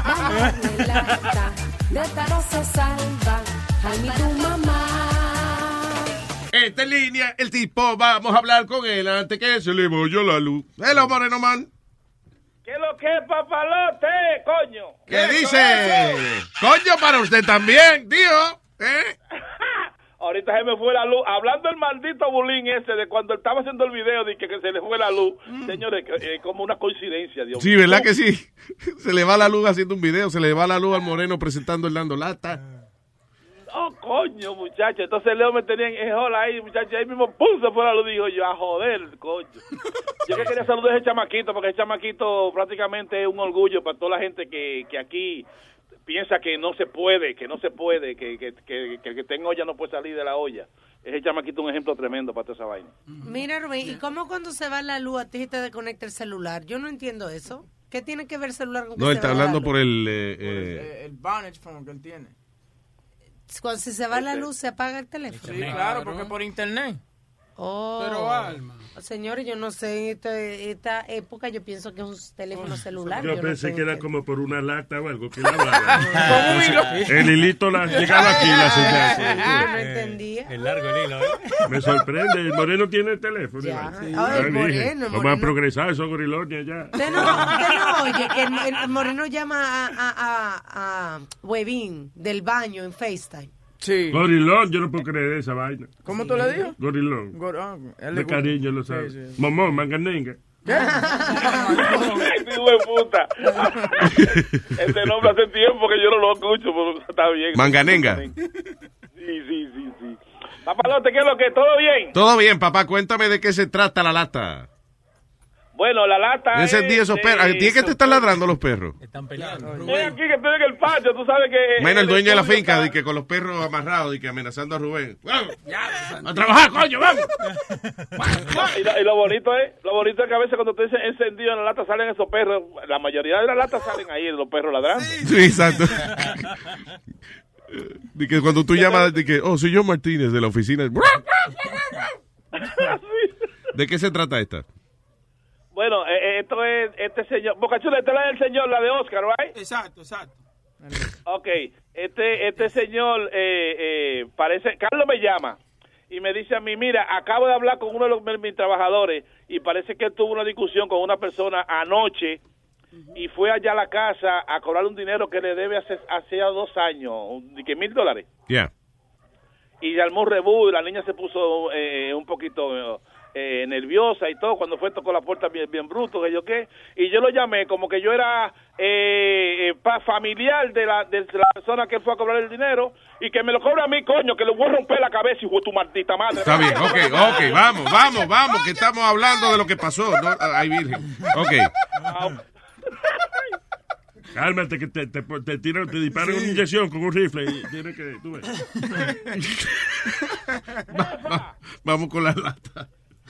De Taro se salva. Jaime, tu mamá. Esta línea, el tipo, vamos a hablar con él antes que se le vaya la luz. Hello, Moreno Man. ¿Qué es lo que es, papalote, coño? ¿Qué dice? Coño, para usted también, tío. Ahorita se me fue la luz. Hablando del maldito bullying ese de cuando él estaba haciendo el video de que se le fue la luz. Señores, como una coincidencia, Dios mío. Sí, ¿verdad que sí? Se le va la luz haciendo un video, se le va la luz al Moreno presentando el dando lata. Oh, coño, muchacho. Entonces Leo me tenía en hola ahí, muchacho. Ahí mismo, pum, se fue la luz. Dijo yo, a joder, coño. Yo que quería saludar a ese chamaquito, porque ese chamaquito prácticamente es un orgullo para toda la gente que aquí piensa que no se puede, que el que tenga olla no puede salir de la olla. Ese chamaquito es un ejemplo tremendo para toda esa vaina. Mira, Rubén, ¿y cómo cuando se va la luz a ti te desconecta el celular? Yo no entiendo eso. ¿Qué tiene que ver el celular con que no, él se está va hablando la por luz? el Vantage phone que él tiene. Cuando se va la luz, se apaga el teléfono. Sí, claro, porque por internet. Oh. Pero Alma. señores, yo no sé, esta época yo pienso que es un teléfono celular. Yo pensé no sé que era como por una lata o algo que la el hilito llegaba aquí la señal. No entendía. El largo el hilo, Me sorprende, el Moreno tiene el teléfono. Ya. Sí. El Moreno. Vamos a progresar, esos gorilones ya. Usted no oye que el Moreno llama a Webin del baño en FaceTime. Sí. Gorilón, yo no puedo creer esa vaina. ¿Cómo tú le dijo? Gorilón. De cariño, lo sabes. Sí. Momón, manganenga. ¿Qué? Hijo de puta. Este nombre hace tiempo que yo no lo escucho, pero está bien. Manganenga. Sí. Papalote, ¿qué es lo que? ¿Todo bien? Todo bien, papá. Cuéntame de qué se trata la lata. Bueno, la lata es... esos perros. ¿A ti es que te están ladrando los perros? Están peleando. Estoy aquí que estoy en el patio, tú sabes que... Bueno, el dueño de la finca, de que con los perros amarrados y que amenazando a Rubén. ¡Vamos! ¡A trabajar, coño, vamos! Y lo bonito es que a veces cuando te dicen encendido en la lata salen esos perros. La mayoría de las latas salen ahí, los perros ladrando. Sí, exacto. De que cuando tú llamas, de que, soy yo Martínez de la oficina. ¿De qué se trata esta? Bueno, esto es este señor. Bocachula, esta es la del señor, la de Oscar, ¿right? Exacto. Ok, este señor parece. Carlos me llama y me dice a mí: mira, acabo de hablar con uno de mis trabajadores y parece que él tuvo una discusión con una persona anoche y fue allá a la casa a cobrar un dinero que le debe hace 2 años, de que $1,000. Yeah. Y armó un rebú y la niña se puso un poquito nerviosa y todo, cuando tocó la puerta bien bruto, que yo qué, y yo lo llamé como que yo era familiar de la persona que fue a cobrar el dinero, y que me lo cobre a mí, coño, que le voy a romper la cabeza, hijo de tu maldita madre. Está bien, ok, vamos, que estamos hablando de lo que pasó, ¿no? Ay, virgen, ok. Cálmate, que te disparan una inyección con un rifle y tienes que, tú ves. Vamos con la lata.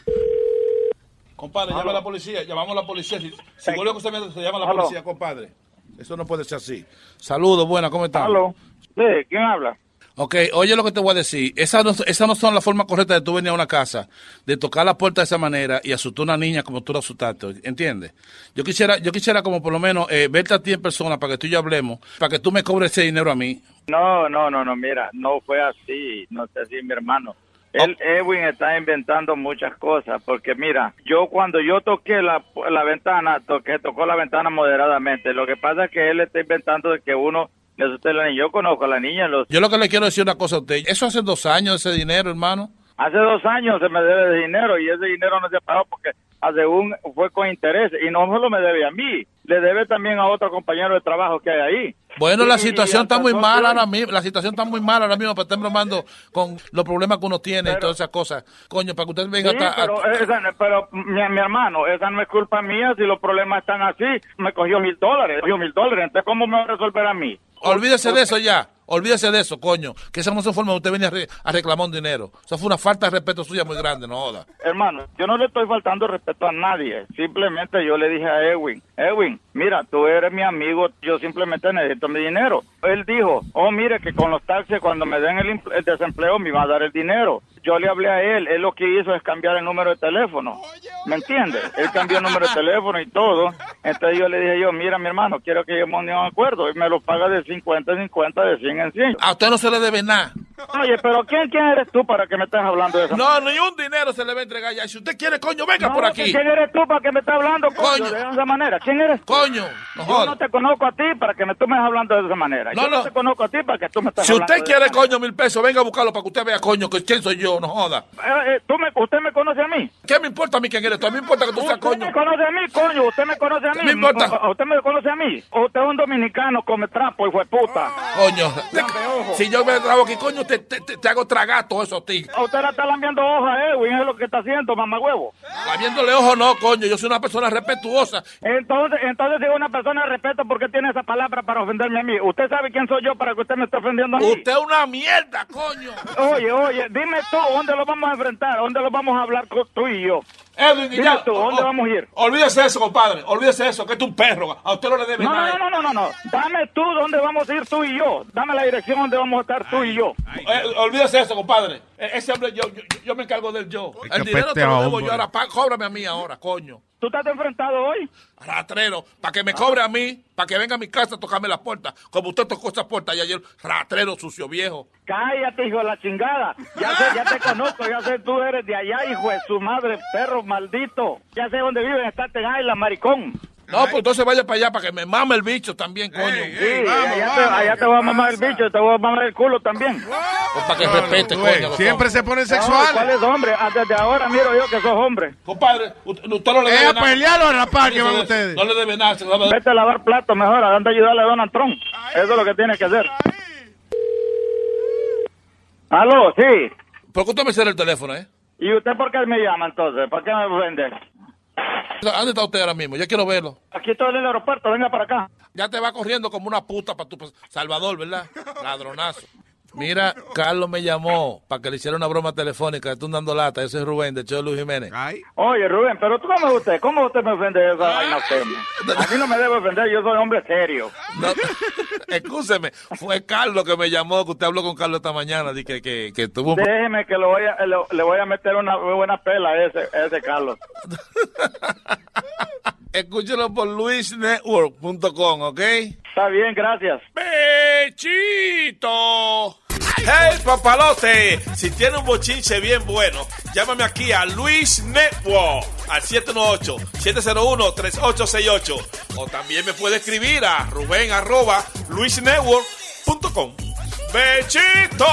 Compadre, llama a la policía, llamamos a la policía. Si vuelve a usted se llama a la policía, compadre. Eso no puede ser así. Saludos, buenas, ¿cómo estás? Aló. Sí, ¿quién habla? Ok, oye lo que te voy a decir. Esas no son la forma correcta de tú venir a una casa, de tocar la puerta de esa manera y asustar a una niña como tú la asustaste, ¿entiendes? Yo quisiera como por lo menos verte a ti en persona para que tú y yo hablemos, para que tú me cobres ese dinero a mí. No, mira, no fue así, no sé así, mi hermano. Edwin está inventando muchas cosas, porque mira, cuando yo toqué la ventana, tocó la ventana moderadamente. Lo que pasa es que él está inventando de que uno... Yo conozco a la niña. Yo lo que le quiero decir una cosa a usted. Eso hace 2 años, ese dinero, hermano. Hace 2 años se me debe de dinero y ese dinero no se pagó porque según fue con interés. Y no solo me debe a mí, le debe también a otro compañero de trabajo que hay ahí. Bueno, la situación está muy mala ahora mismo. La situación está muy mala ahora mismo para estar bromando con los problemas que uno tiene y todas esas cosas. Coño, para que usted venga pero mi hermano, esa no es culpa mía si los problemas están así. Me cogió $1,000. Entonces, ¿cómo me va a resolver a mí? Olvídese de eso ya. Olvídese de eso, coño. Que esa no es la forma de usted venir a reclamar un dinero. Eso fue una falta de respeto suya muy grande, no joda. Hermano, yo no le estoy faltando respeto a nadie. Simplemente yo le dije a Edwin, mira, tú eres mi amigo, yo simplemente necesito mi dinero. Él dijo, mire que con los taxes cuando me den el desempleo me va a dar el dinero. Yo le hablé a él lo que hizo es cambiar el número de teléfono. ¿Me entiendes? Él cambió el número de teléfono y todo. Entonces yo le dije mira mi hermano, quiero que lleguemos a un acuerdo. Y me lo paga de 50 en 50, de 100 en 100. A usted no se le debe nada. Oye, pero ¿quién eres tú para que me estés hablando de eso? No, ni un dinero se le va a entregar ya. Si usted quiere, coño, venga por aquí. ¿Quién eres tú para que me estés hablando, coño, de esa manera? ¿Quién eres tú? Coño, no jodas. Yo no te conozco a ti para que me estés hablando de esa manera. Yo no te conozco a ti para que tú me estés hablando. Si usted quiere, coño, $1,000, venga a buscarlo para que usted vea, coño, que quién soy yo, no joda. ¿Usted me conoce a mí? ¿Qué me importa a mí quién eres tú? A mí me importa que tú seas coño. ¿Usted me conoce a mí, coño? ¿Usted me conoce a mí? ¿Qué me importa? ¿Usted me conoce a mí? ¿Usted es un dominicano come trapo, hijo de puta? Coño, si yo me trago aquí, coño, te hago tragar todo eso a ti. Usted le está lambiendo hojas, Edwin, es lo que está haciendo, mamagüevo. Lambiéndole ojo no, coño, yo soy una persona respetuosa. Entonces si es una persona de respeto, ¿por qué tiene esa palabra para ofenderme a mí? ¿Usted sabe quién soy yo para que usted me esté ofendiendo a mí? Usted es una mierda, coño. Oye, dime tú, ¿dónde lo vamos a enfrentar? ¿Dónde lo vamos a hablar tú y yo? Edwin, y ya. Tú, ¿dónde vamos a ir? Olvídese eso, compadre. Olvídese eso, que es un perro. A usted no le debe nada. No. Dame tú dónde vamos a ir tú y yo. Dame la dirección donde vamos a estar tú y yo. Olvídese eso, compadre. Ese hombre, yo me encargo del yo. El dinero te lo debo yo ahora. Cóbrame a mí ahora, coño. ¿Tú estás enfrentado hoy? Ratrero, para que me cobre a mí, para que venga a mi casa a tocarme la puerta. Como usted tocó esa puerta y ayer, ratrero sucio viejo. Cállate, hijo de la chingada. Ya te conozco, ya sé, tú eres de allá, hijo de su madre, perro maldito. Ya sé dónde viven, Staten Island, maricón. No, pues entonces vaya para allá para que me mame el bicho también, coño. Sí, allá te voy a mamar el bicho, te voy a mamar el culo también. Pues para que respete, coño. Siempre se pone sexual. ¿Cuál es hombre? Desde ahora miro yo que sos hombre. Compadre, usted no le debe nada. ¿Es a pelear o a rapar que van ustedes? No le debe nada. Vete a lavar platos mejor, anda a ayudarle a Donald Trump. Eso es lo que tienes que hacer. ¿Aló? Sí. ¿Por qué usted me cierra el teléfono, ¿Y usted por qué me llama entonces? ¿Por qué me vende? ¿Dónde está usted ahora mismo? Ya quiero verlo. Aquí estoy en el aeropuerto, venga para acá. Ya te va corriendo como una puta para tu Salvador, ¿verdad? Ladronazo. Mira, Carlos me llamó para que le hiciera una broma telefónica. Estoy dando lata. Ese es Rubén, de show de Luis Jiménez. Oye, Rubén, pero tú ¿cómo usted me ofende esa vaina usted? A mí no me debe ofender, yo soy hombre serio. No, excúseme, fue Carlos que me llamó, que usted habló con Carlos esta mañana. Que tuvo un... Déjeme que le voy a meter una buena pela a ese Carlos. Escúchelo por luisnetwork.com, ¿ok? Está bien, gracias. ¡Bechito! ¡Hey, papalote! Si tiene un bochinche bien bueno, llámame aquí a Luis Network al 718-701-3868. O también me puede escribir a ruben@luisnetwork.com. ¡Bechito!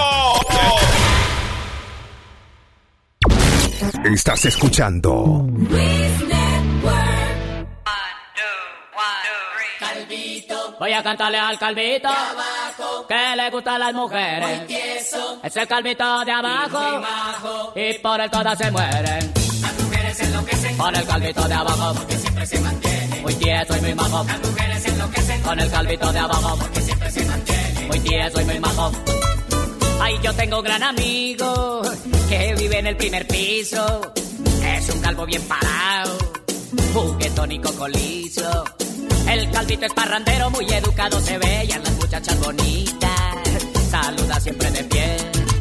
Estás escuchando Luis Network. Voy a cantarle al calvito que le gustan las mujeres. Es el calvito de abajo y por él todas se mueren. Las mujeres enloquecen Con el calvito de abajo porque siempre se mantiene. muy tieso y muy majo. Las mujeres enloquecen Con el calvito de abajo porque siempre se mantiene. muy tieso y muy majo. Ay, yo tengo un gran amigo que vive en el primer piso. Es un calvo bien parado, juguetón y cocolizo. El calvito es parrandero, muy educado se ve, y a las muchachas bonitas saluda siempre de pie.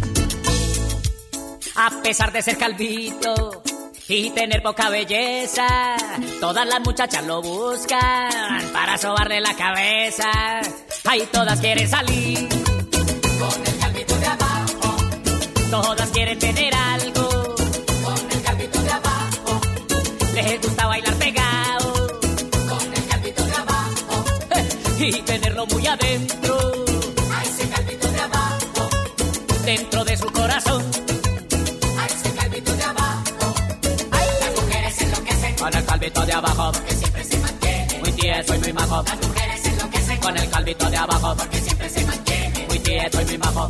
A pesar de ser calvito y tener poca belleza, todas las muchachas lo buscan para sobarle la cabeza. Ay, todas quieren salir Con el calvito de abajo, todas quieren tener algo. con el calvito de abajo, Les gusta bailar pegado con el calvito de abajo, y tenerlo muy adentro, a ese calvito de abajo, dentro de su corazón. a ese calvito de abajo. Las mujeres enloquecen Con el calvito de abajo, porque siempre se mantiene. muy tieso y muy majo. Las mujeres enloquecen Con el calvito de abajo, porque siempre se mantiene. muy tieso y muy majo.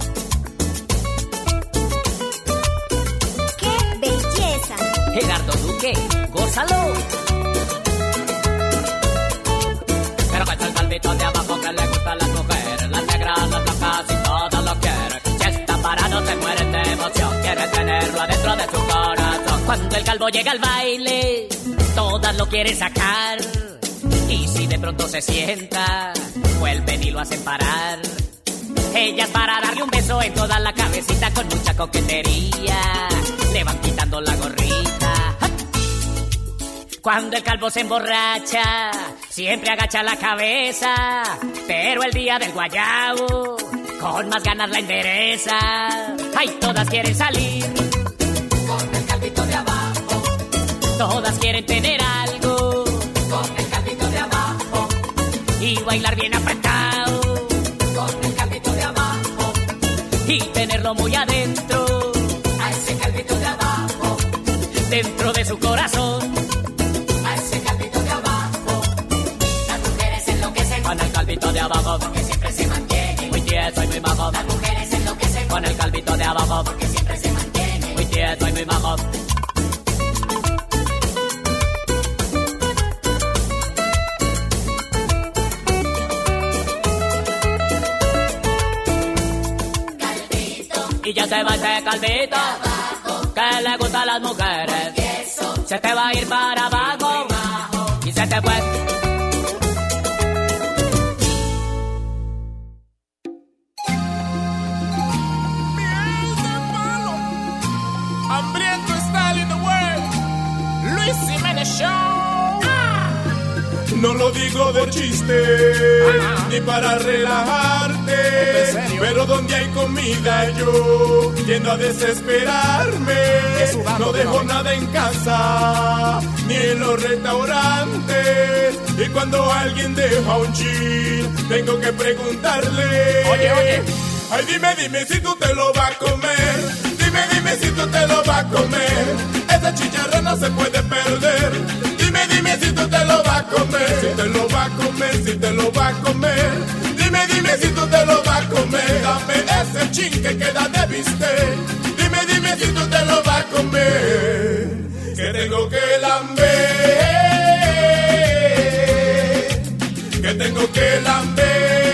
¡Qué belleza! Gerardo Duque, gózalo. Pero que es el calvito de abajo que le gustan las mujeres, las negras, las blancas y todas lo quieren. Si está parado se mueren de emoción, quiere tenerlo adentro de su corazón. Cuando el calvo llega al baile, todas lo quieren sacar. Y si de pronto se sienta, vuelven y lo hacen parar. Ellas para darle un beso en toda la cabecita con mucha coquetería le van quitando la gorrita. Cuando el calvo se emborracha, siempre agacha la cabeza, pero el día del guayabo, con más ganas la endereza. Ay, todas quieren salir Con el calvito de abajo, todas quieren tener algo con el calvito de abajo, y bailar bien apretado con el calvito de abajo, y tenerlo muy adentro, a ese calvito de abajo, dentro de su corazón. a ese calvito de abajo. Las mujeres enloquecen Con el calvito de abajo, porque siempre se mantiene. muy tieso y muy majo. Las mujeres enloquecen Con el calvito de abajo, porque siempre se mantiene. muy tieso y muy majo. Y ya se va ese calvito que le gustan las mujeres. Se te va a ir para abajo y se te fue. Luis Jiménez Show. No lo digo de chiste, ni para relajarte, pero donde hay comida yo tiendo a desesperarme. No dejo nada en casa, ni en los restaurantes, y cuando alguien deja un chin, tengo que preguntarle, oye, ay, dime si tú te lo vas a comer. Dime si tú te lo vas a comer. Esa chicharra no se puede perder. Dime si tú te lo vas a comer. Si te lo vas a comer, si te lo vas a comer. Dime si tú te lo vas a comer. Dame ese chin que queda de bistec. Dime si tú te lo vas a comer. Que tengo que lamber. Que tengo que lamber.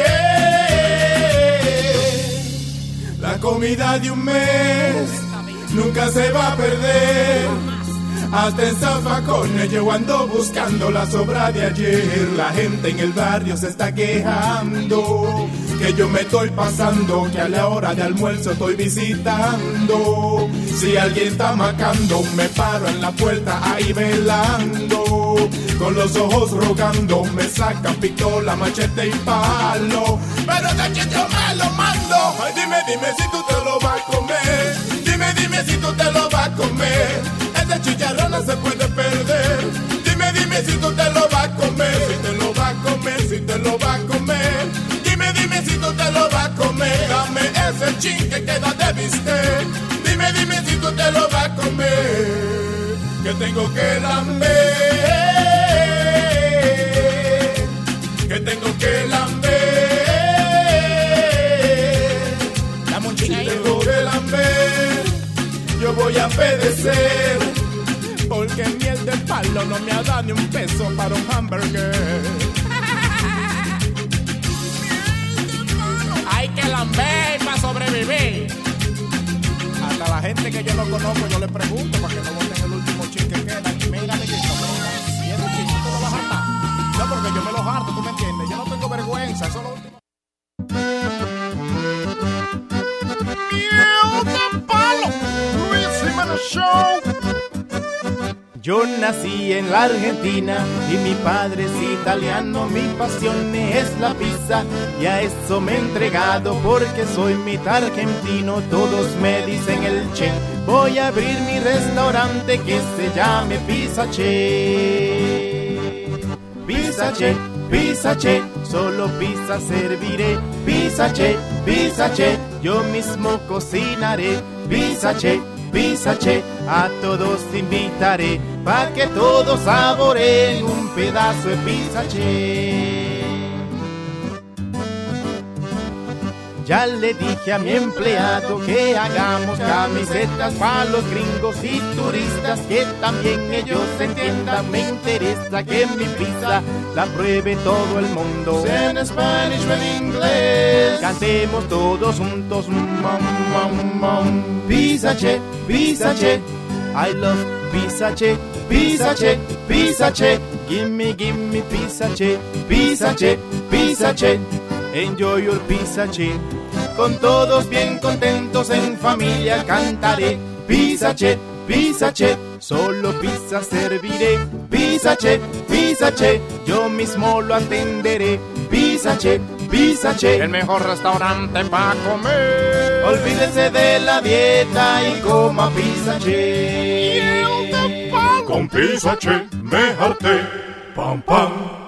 La comida de un mes nunca se va a perder. Hasta en zafacones yo ando buscando la sobra de ayer. La gente en el barrio se está quejando que yo me estoy pasando, que a la hora de almuerzo estoy visitando. Si alguien está macando, me paro en la puerta ahí velando. Con los ojos rogando, me sacan pistola, machete y palo. Pero de que yo me lo mando. Ay, dime si tú te lo vas a comer. Dime si tú te lo vas a comer. Ese chicharrón no se puede perder. Dime si tú te lo vas a comer. Si te lo vas a comer, si te lo vas a comer. Dime si tú te lo vas a comer. Dame ese chin que queda de bistec. Dime si tú te lo vas a comer. Que tengo que lamber. Que tengo que lamber. Dame un chin ahí. Si tengo que lamber, yo voy a pedecer. Porque miel de palo no me ha dado ni un peso para un hamburger. Hay que lamber para sobrevivir. Hasta la gente que yo no conozco yo le pregunto para que no boten el último chin que queda. Y mira, amiguito, mira, y ese chin tú lo vas a hartar. No, porque yo me lo harto, tú me entiendes. Yo no tengo vergüenza, eso es lo último. Miel de palo, Luis Jiménez Show. Yo nací en la Argentina y mi padre es italiano, mi pasión es la pizza y a eso me he entregado porque soy mitad argentino, todos me dicen el Che. Voy a abrir mi restaurante que se llame Pizza Che. Pizza Che, Pizza Che, solo pizza serviré. Pizza Che, yo mismo cocinaré. Pizza Che, a todos invitaré, pa' que todos saboreen un pedazo de Pizza Che. Ya le dije a mi empleado que hagamos camisetas para los gringos y turistas, que también ellos entiendan. Me interesa que mi pizza la pruebe todo el mundo. En Spanish o en inglés, cantemos todos juntos. Pizza Che, I love Pizza Che, Pizza Che, Pizza Che. Gimme Pizza Che, Pizza Che, enjoy your Pizza Che. Con todos bien contentos en familia cantaré. Pizza Che, solo pizza serviré. Pizza Che, yo mismo lo atenderé. Pizza Che, el mejor restaurante para comer. Olvídese de la dieta y coma Pizza Che. Con Pizza Che me harté. Pam, pam.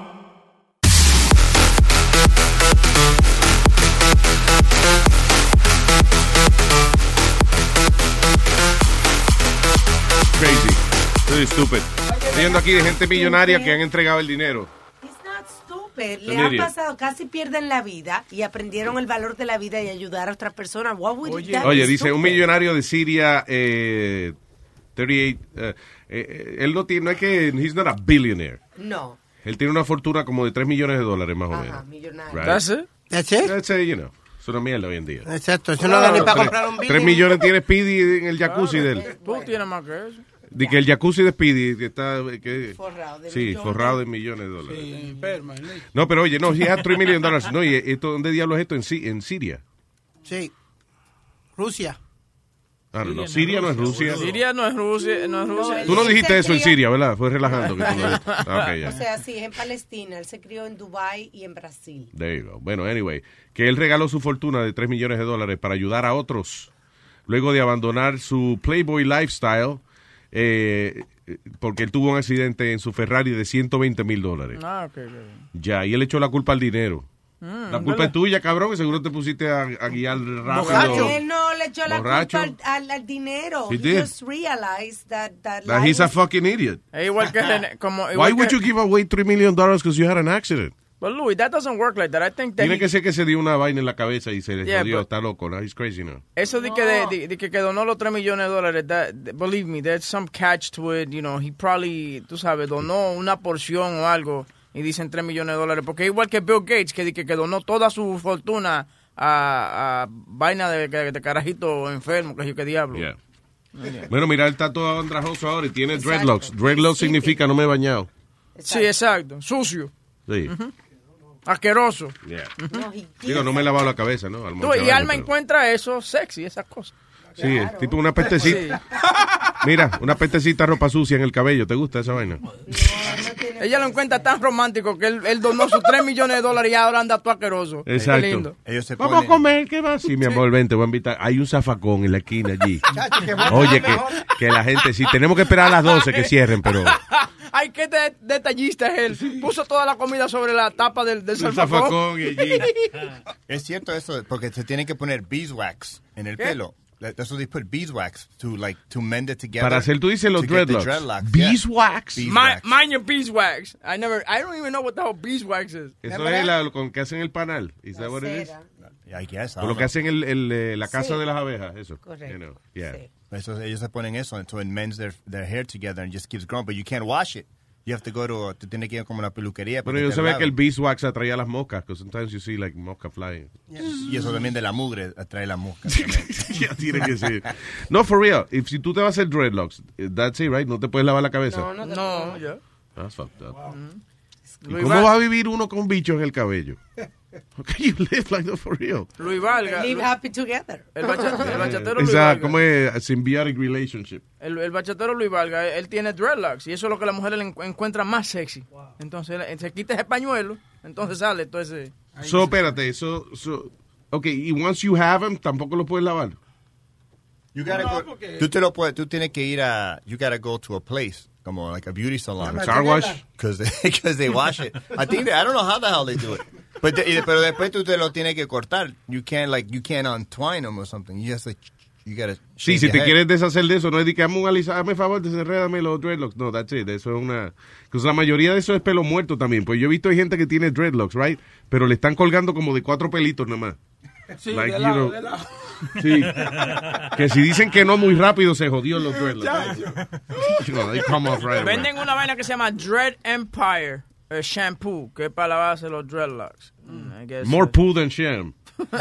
Crazy, really stupid. Estoy viendo aquí de gente millonaria que han entregado el dinero. Le han pasado, casi pierden la vida y aprendieron el valor de la vida y ayudar a otras personas. Oye, dice un millonario de Siria, 38, él no tiene, no es que, he's not a billionaire. No. Él tiene una fortuna como de $3 millones más o menos. Millonario. Right? That's it? That's it, you know. Es una mierda hoy en día. Exacto, eso no da ni para comprar un billón. 3 millones tiene Speedy en el jacuzzi de él. Tú tienes más que eso. De que el jacuzzi de Speedy que está forrado de millones. Forrado de millones de dólares. Sí, no, pero oye, no, he had $3 million. No, y esto, ¿dónde diablos es esto? En Siria. Sí. Rusia. No, Siria no es Rusia. Siria no es Rusia. Tú no dijiste eso en Siria, ¿verdad? Fue relajando. Que tú lo dijiste. Okay, o sea, sí, es en Palestina. Él se crió en Dubái y en Brasil. There you go. Bueno, anyway, que él regaló su fortuna de $3 millones para ayudar a otros luego de abandonar su Playboy lifestyle porque él tuvo un accidente en su Ferrari de $120,000. Okay. Ya, y él echó la culpa al dinero. La culpa es tuya, cabrón, que seguro te pusiste a guiar rápido. Él no le echó la culpa al dinero. He just realized that he's a fucking idiot. Igual que Why would you give away $3 million because you had an accident? But Louis, that doesn't work like that. I think that tiene que ser que se dio una vaina en la cabeza y se le jodió, está loco. He's crazy now. Eso de que donó los $3 millones, believe me, there's some catch to it. You know, he probably, tú sabes, donó una porción o algo y dicen $3 millones, porque igual que Bill Gates, que donó toda su fortuna a vaina de carajito enfermo, que diablo. Yeah. Bueno, mira, él está todo andrajoso ahora y tiene dreadlocks. Dreadlocks significa no me he bañado. Sí, exacto. Sucio. Sí. Asqueroso. Yeah. Digo, no me he lavado la cabeza, ¿no? Y Alma encuentra eso sexy, esas cosas. Sí, claro. Tipo una pestecita. Sí. Mira, una pestecita ropa sucia en el cabello. ¿Te gusta esa vaina? Ella lo encuentra tan romántico que él donó sus $3 millones y ahora anda todo asqueroso. Exacto. Qué lindo. Vamos a comer, ¿qué va? Sí, mi amor, ven, te voy a invitar. Hay un zafacón en la esquina allí. Oye, que la gente, sí, tenemos que esperar a las 12 que cierren, pero... Ay, qué detallista es él. Puso toda la comida sobre la tapa del zafacón. Es cierto eso, porque se tiene que poner beeswax en el pelo. That's what they put beeswax to mend it together. Para hacer, tú dices los dreadlocks. Beeswax. Yeah. Mind your beeswax. I don't even know what the hell beeswax is. Eso es con que hacen el panal. Is that what it is? I guess. Con lo que hacen la casa de las abejas, eso. Correcto. You know, yeah. Sí. Eso, ellos se ponen eso, so it mends their hair together and just keeps growing, but you can't wash it. You have to tú tienes que ir como a una peluquería. Pero yo sabía que el beeswax atraía las moscas, because sometimes you see like mosca flying. Yeah. Y eso también de la mugre atrae las moscas. Ya tiene que ser. No, for real. Si tú te vas a hacer dreadlocks, that's it, right? No te puedes lavar la cabeza. No, ya. That's fucked up. ¿Y cómo va a vivir uno con bichos en el cabello? How can you live like that for real? Luis Valga. Live happy together. El bachatero Luis Valga. ¿Cómo es? A symbiotic relationship. El bachatero Luis Valga, él tiene dreadlocks y eso es lo que las mujeres le encuentran más sexy. Wow. Entonces, se quita ese pañuelo, entonces sale todo ese... Espérate, okay, y once you have them, tampoco lo puedes lavar. You gotta tú tienes que ir you gotta go to a place, como like a beauty salon. A car wash? Because they wash it. I don't know how the hell they do it. Pero después tú te lo tienes que cortar. You can't untwine them or something. You gotta sí, si te quieres deshacer de eso, no es de que hazme favor, desenrédame los dreadlocks. No, that's it. Eso es una... Pues la mayoría de eso es pelo muerto también. Pues yo he visto hay gente que tiene dreadlocks, right? Pero le están colgando como de 4 pelitos nada más. Sí, like, de lado. Sí. Que si dicen que no muy rápido, se jodió los dreadlocks. They come off right Venden una vaina que se llama Dread Empire. Shampoo, que es para lavarse los dreadlocks. More poo than sham.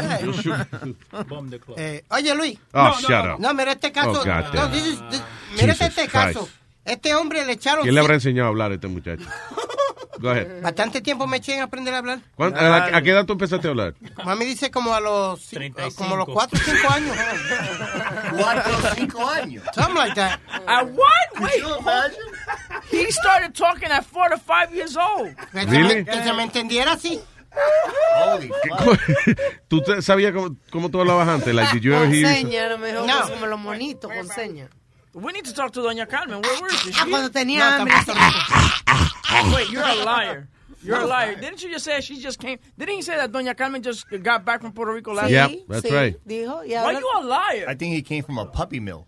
Oye, Luis. Shut up. No, mira este caso. Mira este caso. Este hombre le echaron... ¿Quién le habrá enseñado a hablar a este muchacho? Go ahead. Bastante tiempo me eché en aprender a hablar. ¿A qué edad tú empezaste a hablar? Mami dice como a los 4 o 5 años. 4 o 5 años. Something like that. At what? Wait. He started talking at 4 to 5 years old. Really? Que se me entendiera así. ¿Tú sabías cómo tú hablabas antes? Like, did you ever hear? Con seña, mejor como los monitos, con seña. We need to talk to Doña Carmen. Where is she? Cuando tenía hambre. Wait, you're a liar. You're a liar. Didn't you just say she just came? Didn't he say that Doña Carmen just got back from Puerto Rico last week? Yeah, that's right. Dijo, why are you a liar? I think he came from a puppy mill.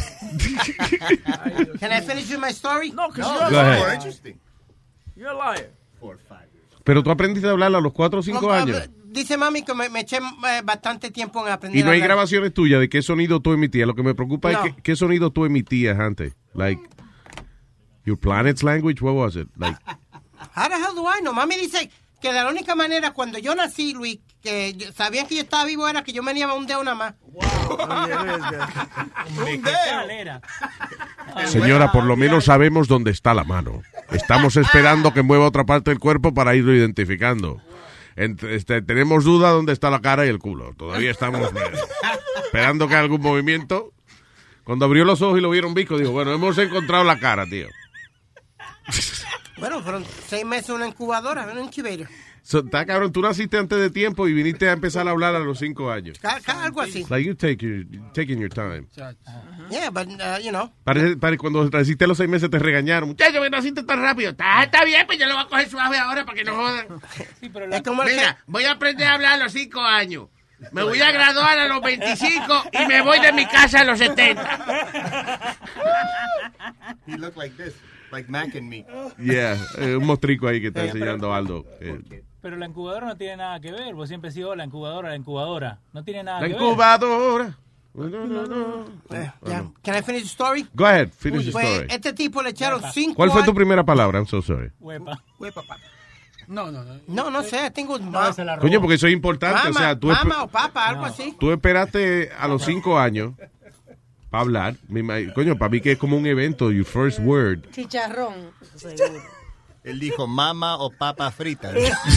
Can I finish with my story? No, because you're a liar. More interesting. You're a liar. 4 or 5 years. Pero tú aprendiste a hablar a los 4 o 5 años. Dice mami que me eché bastante tiempo en aprender y no hay a hablar. grabaciones tuyas de qué sonido tú emitías. Lo que me preocupa es qué sonido tú emitías antes. Like, your planet's language, what was it? Like, how the hell do I know? Mami dice que la única manera cuando yo nací, Luis, que sabían que yo estaba vivo era que yo me llevaba un dedo nada más. Un dedo. Señora, por lo menos sabemos dónde está la mano. Estamos esperando que mueva otra parte del cuerpo para irlo identificando. Tenemos duda dónde está la cara y el culo. Todavía estamos esperando que algún movimiento. Cuando abrió los ojos y lo vieron visco, dijo, bueno, hemos encontrado la cara, tío. Bueno, fueron 6 meses en una incubadora, en un incubator. Está cabrón, tú naciste antes de tiempo y viniste a empezar a hablar a los 5 años. Algo así. Like you taking your time. Yeah, but, you know. Para cuando naciste a los 6 meses te regañaron. Muchacho, que naciste tan rápido. Está bien, pues yo lo voy a coger suave ahora para que no jodan. Sí, pero mira, voy a aprender a hablar a los 5 años. Me voy a graduar a los 25 y me voy de mi casa a los 70. He looked like this, like Mac and me. Yeah, un mostrico ahí que está enseñando Aldo. Pero la incubadora no tiene nada que ver. Vos siempre decís, la incubadora. No tiene nada que ver. La incubadora. Can I finish the story? Go ahead, finish the story. Este tipo le echaron 5 años. ¿Cuál fue tu primera palabra? I'm so sorry. Huepa. No sé, tengo Coño, porque eso es importante. Mama, o sea, tú mama o papa, algo así. Tú esperaste a los 5 años para hablar. Coño, para mí que es como un evento, your first word. Chicharrón. Él dijo mama o papa frita.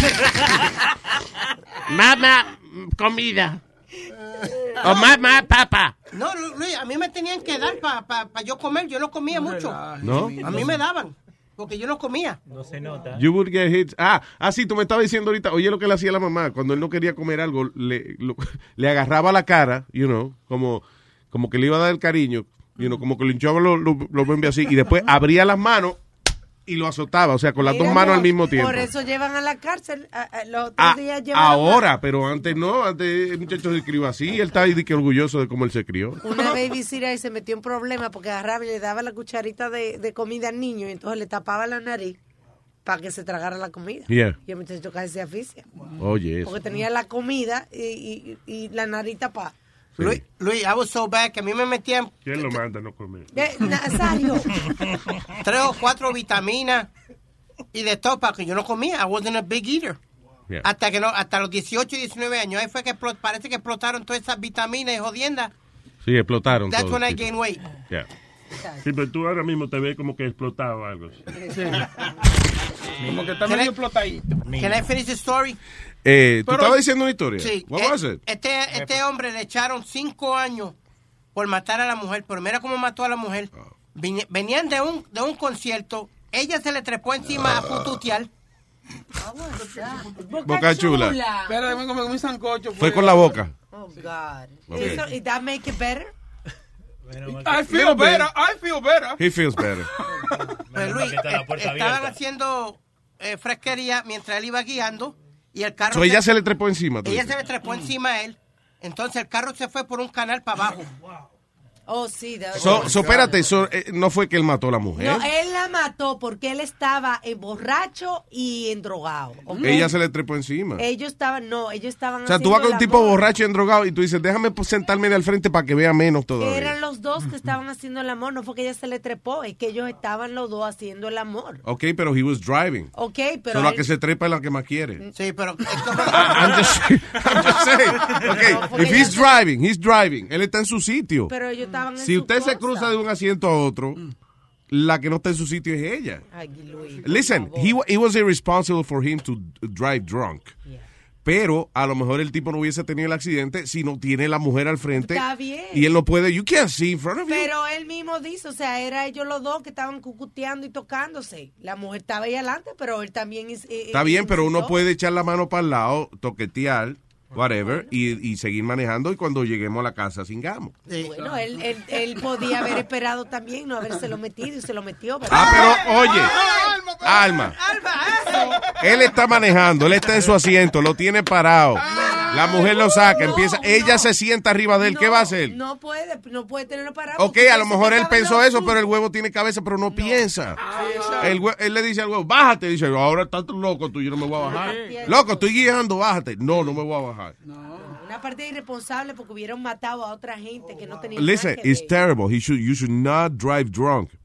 Mama, comida. O mamá, papa. No, Luis, a mí me tenían que dar para yo comer. Yo no comía mucho. ¿No? A mí me daban. Porque yo no comía. No se nota. You would get hits. Sí, tú me estabas diciendo ahorita, oye lo que le hacía la mamá, cuando él no quería comer algo, le agarraba la cara, como que le iba a dar el cariño, como que le hinchaba los bembes así, y después abría las manos y lo azotaba, o sea, con las dos manos al mismo tiempo. Por eso llevan a la cárcel, los otros días llevan ahora, pero antes no, antes el muchacho se crió así, él está ahí que orgulloso de cómo él se crió. Una babysitter ahí se metió en problema porque agarraba y le daba la cucharita de comida al niño y entonces le tapaba la nariz para que se tragara la comida. Yeah. Y el muchacho casi se asfixia. Oye, eso. Porque tenía la comida y la nariz tapada. Sí. Luis, I was so bad que a mí me metían... ¿Quién lo manda a no comer? Nazario. 3 o 4 vitaminas y de todo para que yo no comía. I wasn't a big eater. Yeah. Hasta los 18 y 19 años. Ahí fue que parece que explotaron todas esas vitaminas y jodiendas. Sí, explotaron. That's when I gained weight. Yeah. Sí, pero tú ahora mismo te ves como que explotado o algo. Sí. Como que está medio explotadito. Can I finish the story? ¿Tú estabas diciendo una historia? Sí. What was it? Este hombre le echaron 5 años por matar a la mujer, pero mira cómo mató a la mujer. Venían de un concierto, ella se le trepó encima a pututear. Boca chula. Espera, déjame comer un sancocho. Fue con la boca. Oh, God. Okay. ¿Y that make it better? I feel better. He feels better. Pero Luis, estaban haciendo fresquería mientras él iba guiando y el carro... Ella se le trepó encima. Ella se le trepó encima a él. Entonces el carro se fue por un canal para abajo. Oh, sí. Espérate, no fue que él mató a la mujer. No, él la mató porque él estaba borracho y endrogado. ¿Okay? Ella se le trepó encima. Ellos estaban O sea, tú vas con un tipo borracho y endrogado y tú dices, déjame sentarme al frente para que vea menos todavía. Eran los dos que estaban haciendo el amor, no fue que ella se le trepó, es que ellos estaban los dos haciendo el amor. Ok, pero he was driving. Ok, pero... Solo la que se trepa es la que más quiere. Sí, pero... I'm just saying. Ok, if he's driving. Él está en su sitio. Pero ellos estaban en si su usted cosa. se cruza de un asiento a otro, la que no está en su sitio es ella. Ay, Luis, listen, it was irresponsible for him to drive drunk. Yeah. Pero a lo mejor el tipo no hubiese tenido el accidente si no tiene la mujer al frente. Está bien. Y él no puede, you can't see in front of you. Pero él mismo dice, o sea, era ellos los dos que estaban cucuteando y tocándose. La mujer estaba ahí adelante, pero él también... Está bien, pero uno puede echar la mano para el lado, toquetear, whatever, y seguir manejando y cuando lleguemos a la casa cingamos. Bueno, él podía haber esperado también no habérselo metido y se lo metió. ¿verdad? Pero oye, Alma, él está manejando, él está en su asiento, lo tiene parado. La mujer lo saca, ella se sienta arriba de él, ¿qué va a hacer? No puede tenerlo parado. Ok, a lo mejor él pensó eso, pero el huevo tiene cabeza, pero no piensa. Él le dice al huevo, bájate, dice, ahora estás loco tú, yo no me voy a bajar. Loco, estoy guiando, bájate. No me voy a bajar. Una parte irresponsable porque hubieran matado a otra gente que no tenía Listen, nada que it's ver. terrible. You should not drive drunk.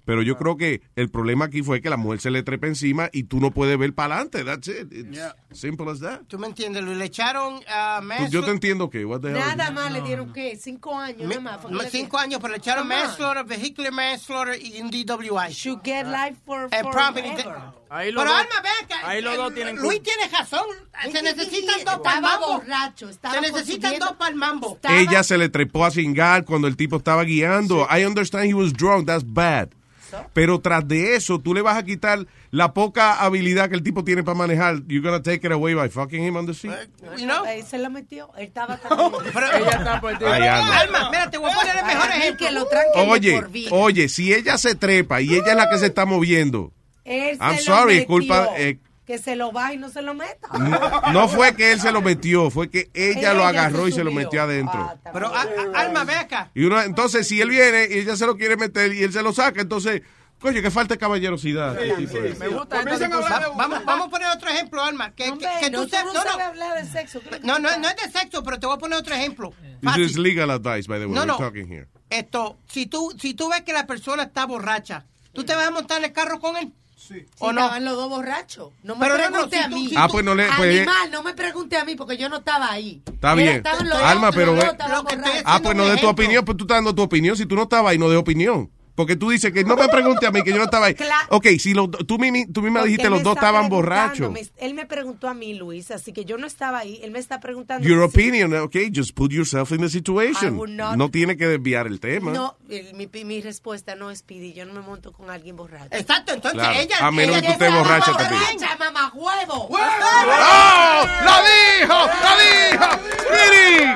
Pero yo creo que el problema aquí fue que la mujer se le trepa encima y tú no puedes ver para adelante. That's it. It's simple as that. ¿Tú me entiendes, Luis? Le echaron Yo te entiendo que... Nada más le dieron, ¿qué? 5 años. Nada más. 5 años, pero le echaron manslaughter, vehicular manslaughter y un DWI. Should get life for property. Ahí Pero Alma, vean ahí los dos tienen Luis tiene razón. Se necesitan dos para el mambo. Se necesitan dos para el mambo. Ella se le trepó a cingar cuando el tipo estaba guiando. I understand he was drunk. That's bad. Pero tras de eso, tú le vas a quitar la poca habilidad que el tipo tiene para manejar. You're gonna take it away by fucking him on the seat. Él se lo metió. Él estaba también. Ella está por ti. Alma, mira, te voy a poner el mejor ejemplo. Que lo tranquen por vida. Oye, si ella se trepa y ella es la que se está moviendo. I'm sorry, culpa... que se lo va y no se lo meta. No fue que él se lo metió, fue que ella lo agarró y se lo metió adentro. Pero, Alma, ve acá. Y entonces, si él viene y ella se lo quiere meter y él se lo saca, entonces, coño, que falta de caballerosidad. Me gusta. Vamos a poner otro ejemplo, Alma. Que tú sabes hablar de sexo. No es de sexo, pero te voy a poner otro ejemplo. This is legal advice, by the way. We're talking here. Si tú ves que la persona está borracha, ¿tú te vas a montar en el carro con él? Sí. ¿O no? Estaban los dos borrachos. No me pero pregunte a mí. Pues no le... Animal, no me pregunte a mí porque yo no estaba ahí. Está bien. Alma, pero... pues no de tu opinión, pues tú estás dando tu opinión. Si tú no estabas ahí, no de opinión. Porque tú dices que no me pregunte a mí, que yo no estaba ahí. Ok, si tú misma dijiste los dos estaban borrachos. Él me preguntó a mí, Luis, así que yo no estaba ahí. Él me está preguntando. Your opinion, okay, just put yourself in the situation. No tiene que desviar el tema. No, mi respuesta no es Speedy. Yo no me monto con alguien borracho. Exacto, entonces ella... A menos que tú estés borracha también. ¡Mamá huevo! ¡Oh! ¡Lo dijo! ¡Speedy!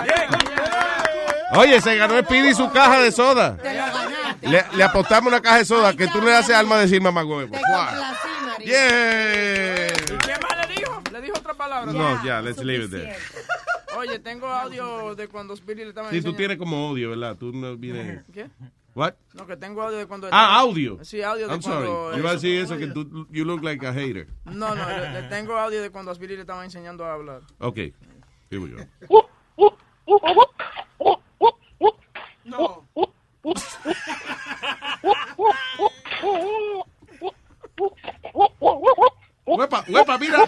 Oye, se ganó Speedy su caja de soda. Te lo ganaste. Le apostamos una caja de soda que tú le haces Alma decir mamá huevo. Yeah. ¿Y qué más le dijo? ¿Le dijo otra palabra? No, ya, let's leave it there. Oye, tengo audio de cuando Speedy le estaba enseñando. Sí, tú tienes como odio, ¿verdad? Tú no vienes... ¿Qué? What? No, que tengo audio de cuando... audio. Sí, audio de I'm cuando... sorry. Yo iba a decir eso, que tú, you look like a hater. No, le tengo audio de cuando a Speedy le estaba enseñando a hablar. Ok, here we go. No. Huepa, mira.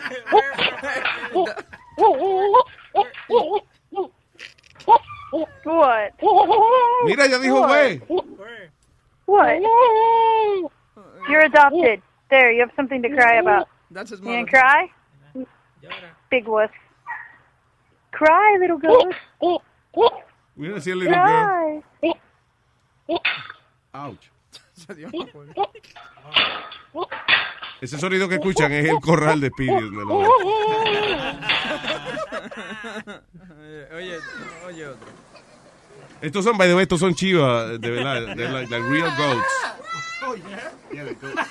What? Mira, ya dijo güey. What? You're adopted. There, you have something to cry about. That's his mother. You gonna cry? Big wuss. Cry, little ghost. Mira, si el little girl. Ouch. Ese sonido que escuchan es el corral de Speedy. Oye otro. Estos son, by the way, estos son chivas, de verdad. They're like real goats. Oh, yeah. Yeah, they're goats.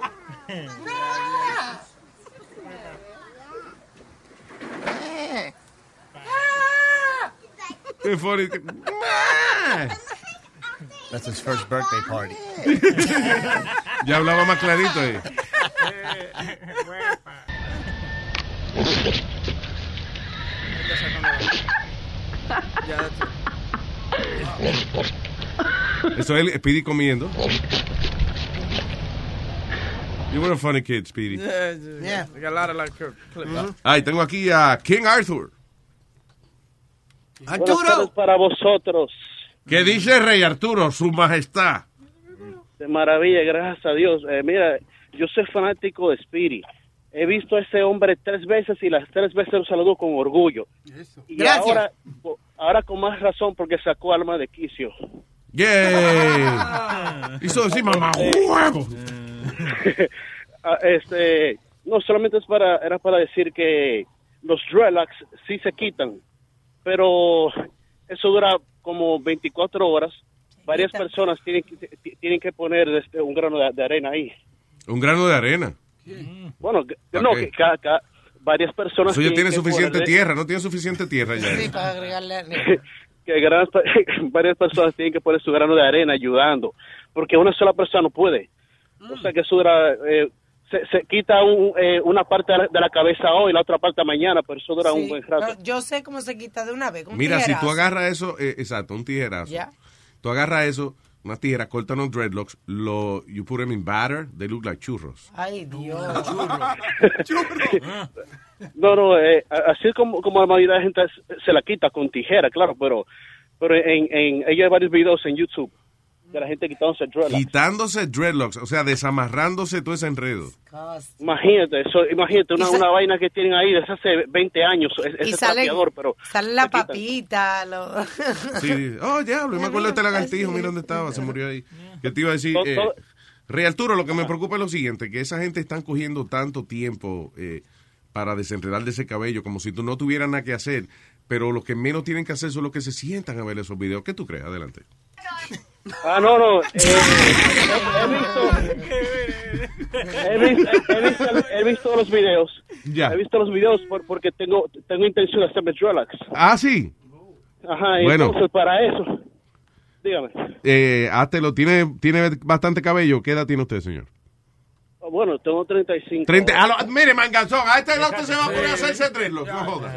Qué funny. That's his first birthday party. Ya hablaba más clarito ahí. Eso es el Speedy comiendo. You were a funny kid, Speedy. Yeah. I got a lot of like clips. Ay, tengo aquí a King Arthur. Arturo. Para vosotros. ¿Qué dice Rey Arturo, su majestad? De maravilla, gracias a Dios. Mira, yo soy fanático de Speedy. He visto a ese hombre 3 veces y las 3 veces lo saludo con orgullo. Eso. Y ahora con más razón porque sacó Alma de quicio. ¡Yeah! Hizo decir mamá huevo. No, solamente era para decir que los dreadlocks sí se quitan, pero eso dura como 24 horas. Varias personas tienen que poner un grano de arena ahí. ¿Un grano de arena? Bueno, no, que varias personas... Eso ya tiene suficiente tierra, ¿no tiene suficiente tierra ya? Sí, para agregarle... que varias personas tienen que poner su grano de arena ayudando, porque una sola persona no puede. O sea que eso dura... se quita una parte de la cabeza hoy y la otra parte mañana, pero eso dura un buen rato. Yo sé cómo se quita de una vez. Mira, tijerazo. Si tú agarras eso, exacto, un tijerazo. ¿Ya? Tú agarras eso, unas tijeras, cortan los dreadlocks, you put them in batter, they look like churros. Ay, Dios. No, así como la mayoría de la gente se la quita con tijera, claro, pero hay varios videos en YouTube de la gente quitándose dreadlocks. Quitándose dreadlocks, o sea, desamarrándose todo ese enredo. Imagínate una vaina que tienen ahí desde hace 20 años, ese trapeador, pero... Sale la papita, Sí, diablo, me acuerdo de este lagartijo, mira dónde estaba, se murió ahí. ¿Qué te iba a decir? Rey Arturo, lo que me preocupa es lo siguiente, que esa gente están cogiendo tanto tiempo para desenredar de ese cabello, como si tú no tuvieras nada que hacer, pero los que menos tienen que hacer son los que se sientan a ver esos videos. ¿Qué tú crees? Adelante. No. He visto los videos. Ya. He visto los videos porque tengo intención de hacerme dreadlocks. Ah, sí. Ajá, bueno. Entonces para eso, dígame. Háztelo, tiene bastante cabello. ¿Qué edad tiene usted, señor? Bueno, tengo 35. Mire, manganzón, a este edad usted se va a poner a hacerse dreadlocks, no jodas.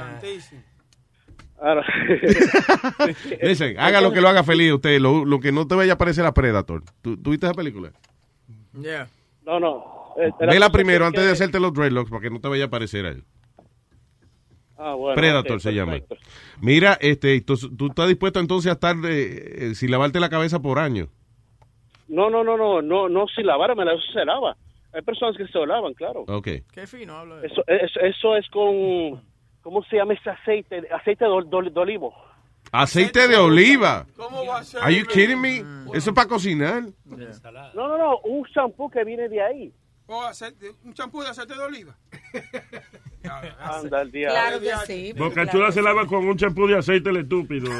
Listen, haga lo que lo haga feliz usted, lo que no te vaya a parecer a Predator. ¿Tú viste esa película? Yeah. No. Vela primero antes de hacerte los dreadlocks para que no te vaya a parecer a él. Bueno, Predator se llama. Mira, ¿tú estás dispuesto entonces a estar sin lavarte la cabeza por años? No, sin lavármela, eso se lava. Hay personas que se lo lavan, claro. Okay. Qué fino habla de eso es con... ¿Cómo se llama ese aceite? Aceite de olivo. ¿Aceite de oliva? ¿Cómo va a ser? Are you kidding me? Eso es para cocinar. No, un shampoo que viene de ahí. Un champú de aceite de oliva. Anda, el diablo. Claro que sí. Boca Chula se lava con un champú de aceite el estúpido.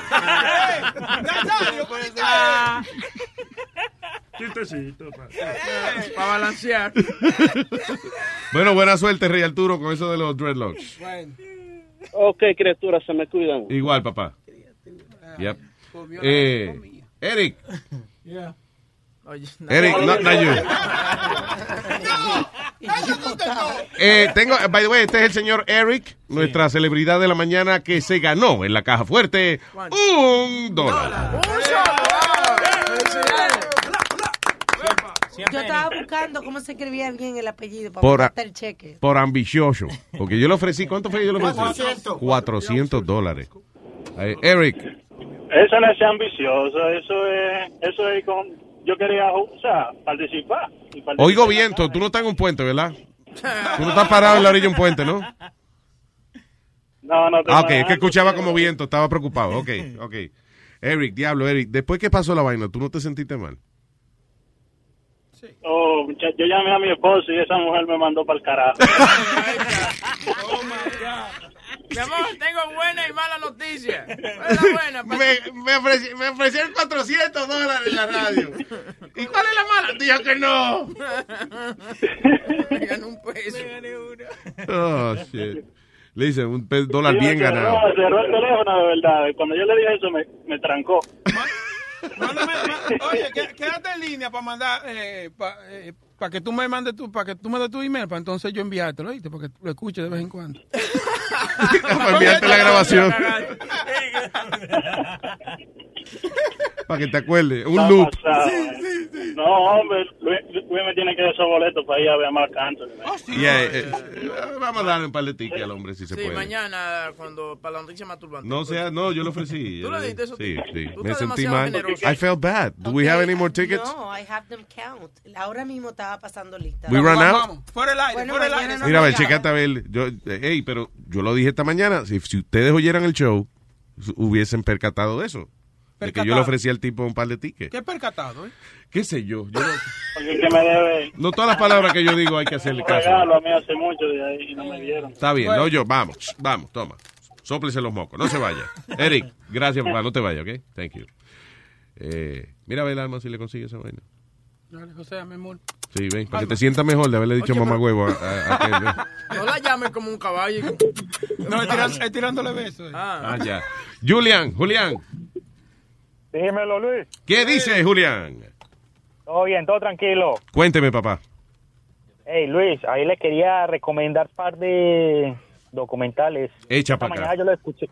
Chistecito. Para balancear. Bueno, buena suerte, Rey Arturo, con eso de los dreadlocks. Ok, criaturas, se me cuidan. Igual, papá. Yep. Eric. Yeah. Eric, not you. By the way, este es el señor Eric, nuestra celebridad de la mañana que se ganó en la caja fuerte $1. Yo estaba buscando cómo se escribía bien el apellido para gastar el cheque. Por ambicioso. Porque yo le ofrecí, ¿cuánto fue que yo le ofrecí? $400. Eric. Eso no es ambicioso, eso es con... Yo quería, participar. Oigo viento, tú no estás en un puente, ¿verdad? Tú no estás parado en la orilla de un puente, ¿no? No. Ok, es que escuchaba como viento, estaba preocupado. Ok. Eric, después que pasó la vaina, ¿tú no te sentiste mal? Yo llamé a mi esposo y esa mujer me mandó para el carajo. Oh my God. Mi amor, tengo buena y mala noticia. Me ofrecieron $400 en la radio. ¿Y cuál es la mala? Dijo que no. Me gané un peso. Me gané una. Oh, shit. Le hice $1 bien ganado. No, cerró el teléfono, de verdad. Cuando yo le dije eso, me trancó. Oye, quédate en línea para mandar, para que tú me mandes tu email, para entonces yo enviártelo, ¿oíste? Para que lo escuches de vez en cuando. Para enviarte la grabación. Para que te acuerdes. Un loop. Sí. No, hombre, Luis me tiene que dar esos boletos para ir a ver a Marc Anthony. Vamos a darle un par de tickets al hombre si se puede. Sí, mañana, para la noticia masturbante. No, yo lo ofrecí. ¿Tú le diste eso? Sí. Me sentí mal. I felt bad. Do we have any more tickets? No, I have them count. Ahora mismo estaba pasando lista. We run out. Vamos, fuera el aire. Mira, a ver, checate a ver. Pero yo lo dije esta mañana. Si ustedes oyeran el show, hubiesen percatado de eso. De que yo le ofrecía al tipo un par de tickets. ¿Qué percatado, ¿Qué sé yo? Porque que me debe... No todas las palabras que yo digo hay que hacerle caso. Regalo a mí hace mucho de ahí y no me dieron. Está bien, no yo. Vamos, toma. Sóplese los mocos, no se vaya. Eric, gracias, papá, no te vayas, ¿ok? Thank you. Mira a ver, Alma, si le consigue esa vaina. Dale, José, mi amor. Sí, ven, para que te sientas mejor de haberle dicho mamá huevo a aquel. No la llames como un caballo. No, es tirándole besos. Ya. Julián. Dímelo, Luis. ¿Qué dice, Julián? Todo bien, todo tranquilo. Cuénteme, papá. Hey, Luis, ahí le quería recomendar un par de documentales. Echa para acá. Mañana yo lo escuché.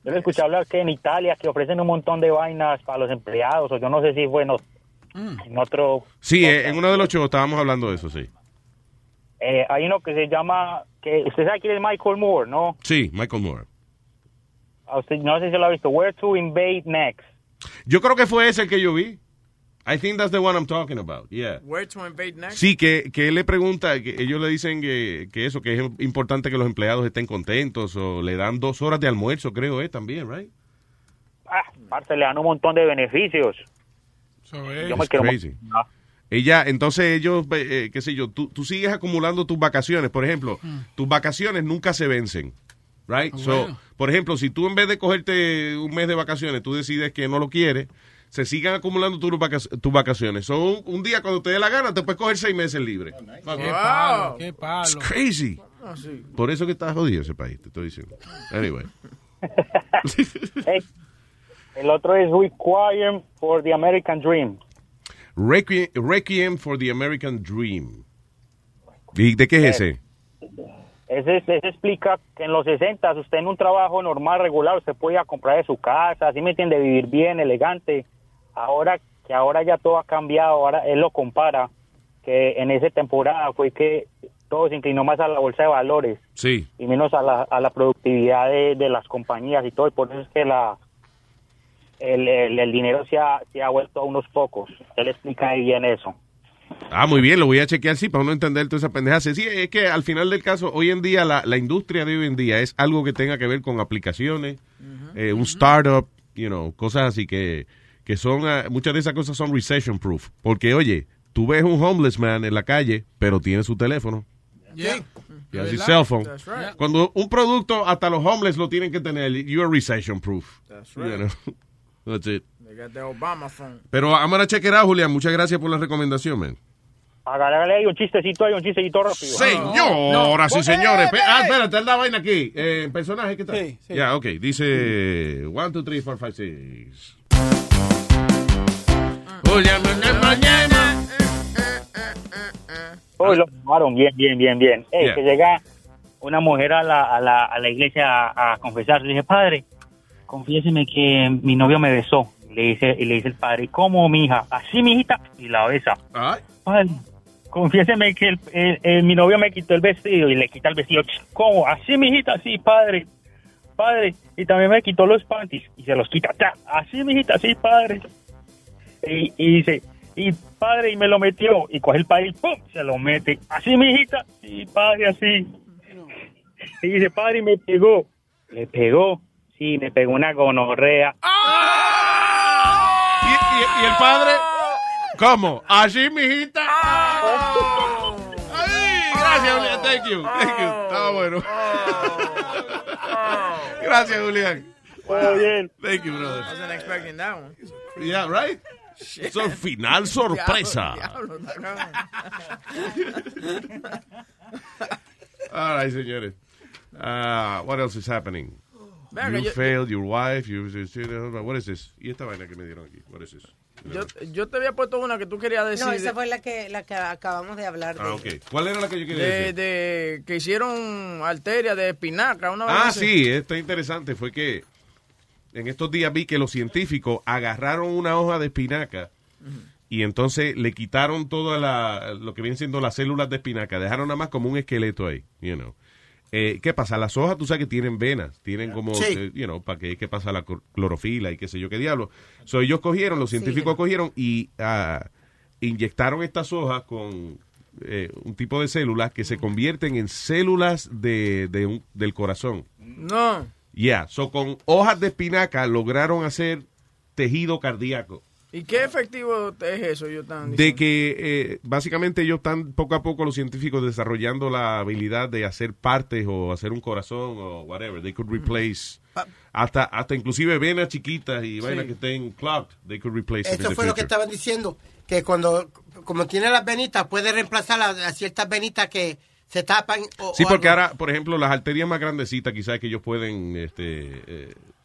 Yo le escuché hablar que en Italia que ofrecen un montón de vainas para los empleados, o yo no sé si fue en otro... Sí, en uno de los shows estábamos hablando de eso, sí. Hay uno que se llama, que usted sabe quién es Michael Moore, ¿no? Sí, Michael Moore. Usted, no sé si lo ha visto. Where to Invade Next. Yo creo que fue ese el que yo vi. I think that's the one I'm talking about. Yeah. Where to Invade Next. Sí, que él le pregunta, que ellos le dicen que eso, que es importante que los empleados estén contentos, o le dan 2 horas de almuerzo, creo, también, right? Parce, le dan un montón de beneficios. Yo me quiero crazy. Entonces ellos, qué sé yo, tú sigues acumulando tus vacaciones. Por ejemplo, tus vacaciones nunca se vencen, right? So, por ejemplo, si tú en vez de cogerte un mes de vacaciones, tú decides que no lo quieres, se sigan acumulando tus vacaciones. So, un día cuando te dé la gana, te puedes coger 6 meses libres. Qué palo. It's crazy. Por eso que está jodido ese país, te estoy diciendo. Anyway. Hey, el otro es Requiem for the American Dream. Requiem for the American Dream. ¿Y de qué es ese? Ese explica que en los 60 usted en un trabajo normal, regular, usted podía comprar de su casa, así me entiende, vivir bien, elegante. Ahora ya todo ha cambiado, ahora él lo compara, que en esa temporada fue que todo se inclinó más a la bolsa de valores. Sí. Y menos a la productividad de las compañías y todo, y por eso es que el dinero se ha vuelto a unos pocos. Él explica ahí bien eso. Muy bien, lo voy a chequear, sí, para uno entender toda esa pendeja. Sí, es que al final del caso, hoy en día, la industria de hoy en día es algo que tenga que ver con aplicaciones, un startup, cosas así que son, muchas de esas cosas son recession proof. Porque, oye, tú ves un homeless man en la calle, pero tiene su teléfono. Yeah. Y su cell phone. That's right. Cuando un producto, hasta los homeless lo tienen que tener, you're recession proof. That's right. That's it. They got the Obama phone. Pero I'm gonna check it out, Julián. Muchas gracias por la recomendación, man. Hágale ahí un chistecito rápido. Señoras y señores. Espérate, la vaina aquí. ¿Personaje qué tal? Sí. Ya, ok. Dice 1, 2, 3, 4, 5, 6. Julián, mañana. Hoy lo tomaron bien. Hey, que llega una mujer a la iglesia a confesarse. Le dije, padre, confiéseme que mi novio me besó. Le dice el padre, ¿cómo, mija? Así, mijita. Y la besa. Padre, confiéseme que mi novio me quitó el vestido. Y le quita el vestido. ¿Cómo? Así, mijita, sí, padre. Y también me quitó los panties. Y se los quita. Así, mijita, sí, padre. Y dice, y padre, y me lo metió. Y coge el padre y ¡pum! Se lo mete. Así, mijita. Sí, padre, así. Y dice, padre, y me pegó. Le pegó. Sí, me pegó una gonorrea. ¿Y el padre? ¿Cómo? Así, mijita. Ay, gracias, Julián. Thank you. Estaba bueno. Gracias, Julián. Muy bien. Thank you, brother. I wasn't expecting that one. Yeah, right? So, final sorpresa. Diablo, All right, señores. What else is happening? Venga, You failed your wife. What is this? ¿Y esta vaina que me dieron aquí? What is this? Yo te había puesto una que tú querías decir. No, esa fue la que acabamos de hablar. Ok. ¿Cuál era la que yo quería decir? De que hicieron arteria de espinaca. Una vez sí, esto es interesante. Fue que en estos días vi que los científicos agarraron una hoja de espinaca y entonces le quitaron toda lo que vienen siendo las células de espinaca. Dejaron nada más como un esqueleto ahí, ¿qué pasa? Las hojas, tú sabes que tienen venas, tienen como, para que pasa la clorofila y qué sé yo qué diablo. So, ellos los científicos cogieron y inyectaron estas hojas con un tipo de células que se convierten en células del corazón. No. So con hojas de espinaca lograron hacer tejido cardíaco. ¿Y qué efectivo es eso? De que básicamente ellos están poco a poco los científicos desarrollando la habilidad de hacer partes o hacer un corazón o whatever. They could replace hasta inclusive venas chiquitas y vainas que estén clogged. They could replace. Eso fue lo que estaban diciendo, que como tiene las venitas puede reemplazar a ciertas venitas que se tapan. Porque ahora, por ejemplo, las arterias más grandecitas quizás que ellos pueden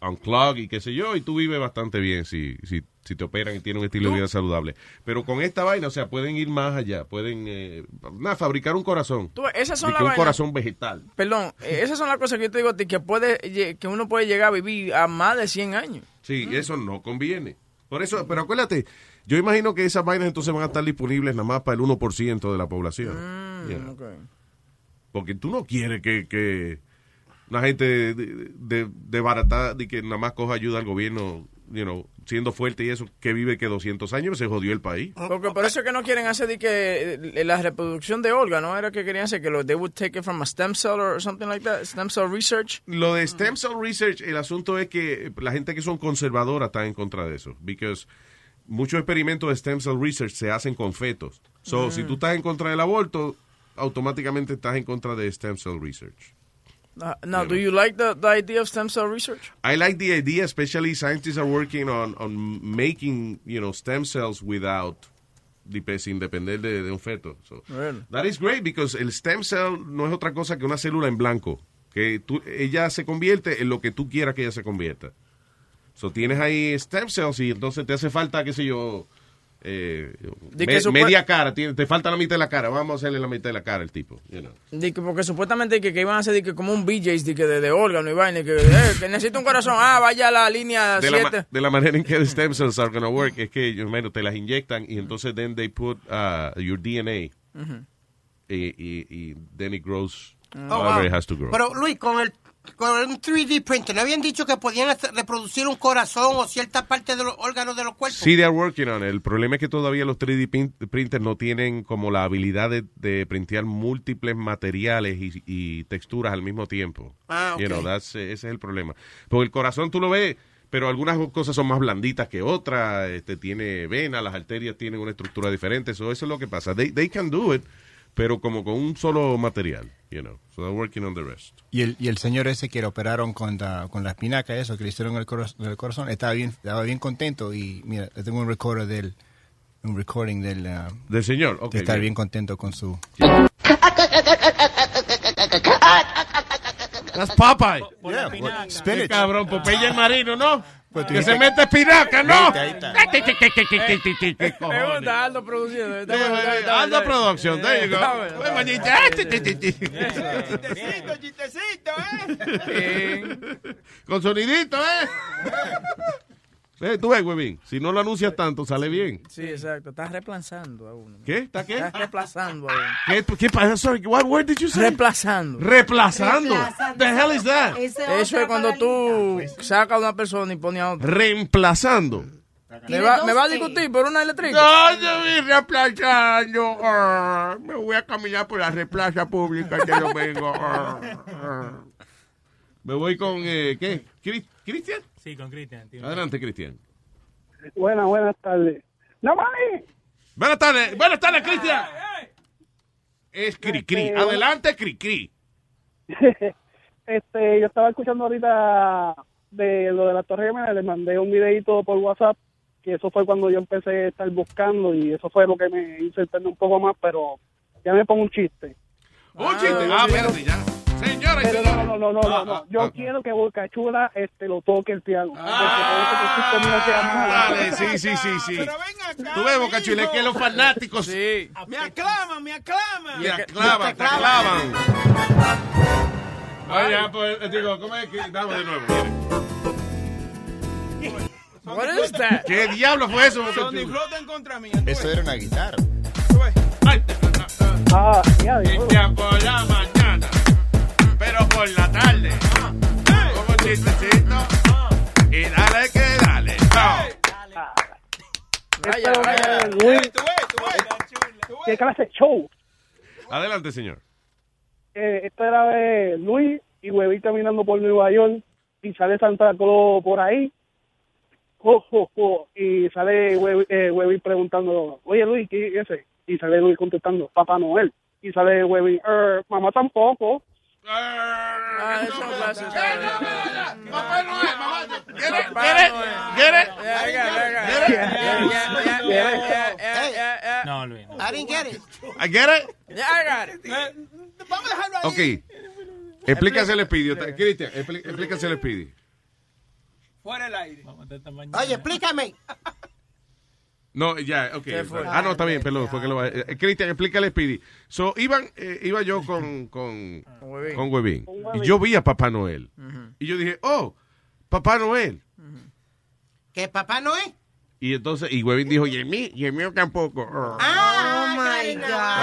unclog y qué sé yo, y tú vives bastante bien si te operan y tienes un estilo de vida saludable. Pero con esta vaina, o sea, pueden ir más allá, pueden fabricar un corazón. Esas son un corazón vegetal. Perdón, esas son las cosas que yo te digo a ti, que uno puede llegar a vivir a más de 100 años. Sí, eso no conviene. Por eso, pero acuérdate, yo imagino que esas vainas entonces van a estar disponibles nada más para el 1% de la población. Okay. Porque tú no quieres que una gente de barata, de que nada más coja ayuda al gobierno, siendo fuerte y eso, que vive que 200 años, se jodió el país. Porque por eso es que no quieren hacer de que la reproducción de Olga, ¿no? Era que querían hacer que they would take it from a stem cell or something like that, stem cell research. Lo de stem cell research, el asunto es que la gente que son conservadoras está en contra de eso, because muchos experimentos de stem cell research se hacen con fetos. So, si tú estás en contra del aborto, automáticamente estás en contra de stem cell research. Now, do you like the idea of stem cell research? I like the idea, especially scientists are working on making, stem cells without, sin depender de un feto. So, really? That is great, because el stem cell no es otra cosa que una célula en blanco, que ella se convierte en lo que tú quieras que ella se convierta. So, tienes ahí stem cells y entonces te hace falta, qué sé yo, media cara, te falta la mitad de la cara, vamos a hacerle la mitad de la cara al tipo. Porque supuestamente que iban a hacer como un BJ's de órgano y vaina, que necesita un corazón, vaya a la línea 7. De la manera en que the stem cells are going to work es que te las inyectan y entonces then they put your DNA y then it grows however it has to grow. Pero Luis, con un 3D printer, ¿no habían dicho que podían reproducir un corazón o cierta parte de los órganos de los cuerpos? Sí, they are working on it. El problema es que todavía los 3D printers no tienen como la habilidad de printear múltiples materiales y texturas al mismo tiempo. Okay. Ese es el problema. Porque el corazón tú lo ves, pero algunas cosas son más blanditas que otras. Tiene venas, las arterias tienen una estructura diferente. Eso es lo que pasa. They can do it, pero como con un solo material, So they're working on the rest. Y el señor ese que lo operaron con la espinaca, eso, que le hicieron el corazón, estaba bien contento. Y mira, tengo un recording del señor, okay, de estar bien contento con su... That's Popeye. Yeah, spinach. Cabrón, Popeye el marino, ¿no? Que se mete espinaca, ¿no? Me gusta Aldo produciendo. Aldo Producción, there you go. Chistecito, Con sonidito, tú ves, huevín, si no lo anuncias tanto, sale bien. Sí, exacto. Estás reemplazando a uno. ¿Qué? ¿Estás qué? Estás reemplazando a uno. ¿Qué pasa? Sorry, what word did you say? Reemplazando. ¿Reemplazando? The hell is that? Eso es cuando tú sacas a una persona y pones a otra. Reemplazando. Me va a discutir por una eléctrica. No, yo voy reemplazando. Me voy a caminar por la reemplaza pública que yo vengo. Me voy con, ¿qué? ¿Cristian? Sí, con Cristian. Adelante, Cristian. Buenas tardes. ¡No mames! Buenas tardes, Cristian. Es Cri-Cri. Adelante, Cri-Cri. Yo estaba escuchando ahorita de lo de las Torres Gemelas, les mandé un videito por WhatsApp, que eso fue cuando yo empecé a estar buscando y eso fue lo que me hizo entender un poco más, pero ya me pongo un chiste. ¿Un chiste? Espérate, ya. Señora y señores. No. Yo quiero que Boca Chula lo toque el piano. Dale, sí. Pero ven acá. Tú ves, Boca Chula, es que los fanáticos. Sí. Me aclaman. Me aclaman. Vaya, pues, digo, ¿cómo es que damos de nuevo? What is that? ¿Qué diablo fue eso, Boca Sonny Chula? Flow en contra mía. Eso era una guitarra. Ya por la mañana, pero por la tarde, como chistecito, y dale que dale. Luis, ¿qué clase de show? Adelante, señor. Esto era de Luis y Huevín caminando por Nueva York y sale Santa Claus por ahí. Y sale Huevín preguntando, oye Luis, ¿qué es ese? Y sale Luis contestando, Papá Noel. Y sale Huevín, mamá tampoco. Papá Noel, mamá. No, Luis. I didn't get it. I get it? Yeah, I got it. Vamos a dejarlo ahí. Ok. Explícase el Speedy. Cristian, explícase el Speedy. Fuera el aire. Oye, explícame. No, ya, ok. ¿Qué fue? No, está bien, perdón. Fue que Cristian, explícale, Speedy. So, iba yo con Huevín. Y yo vi a Papá Noel. Y yo dije, oh, Papá Noel. ¿Qué Papá Noel? Y entonces, Huevín dijo, y el mío tampoco. Oh my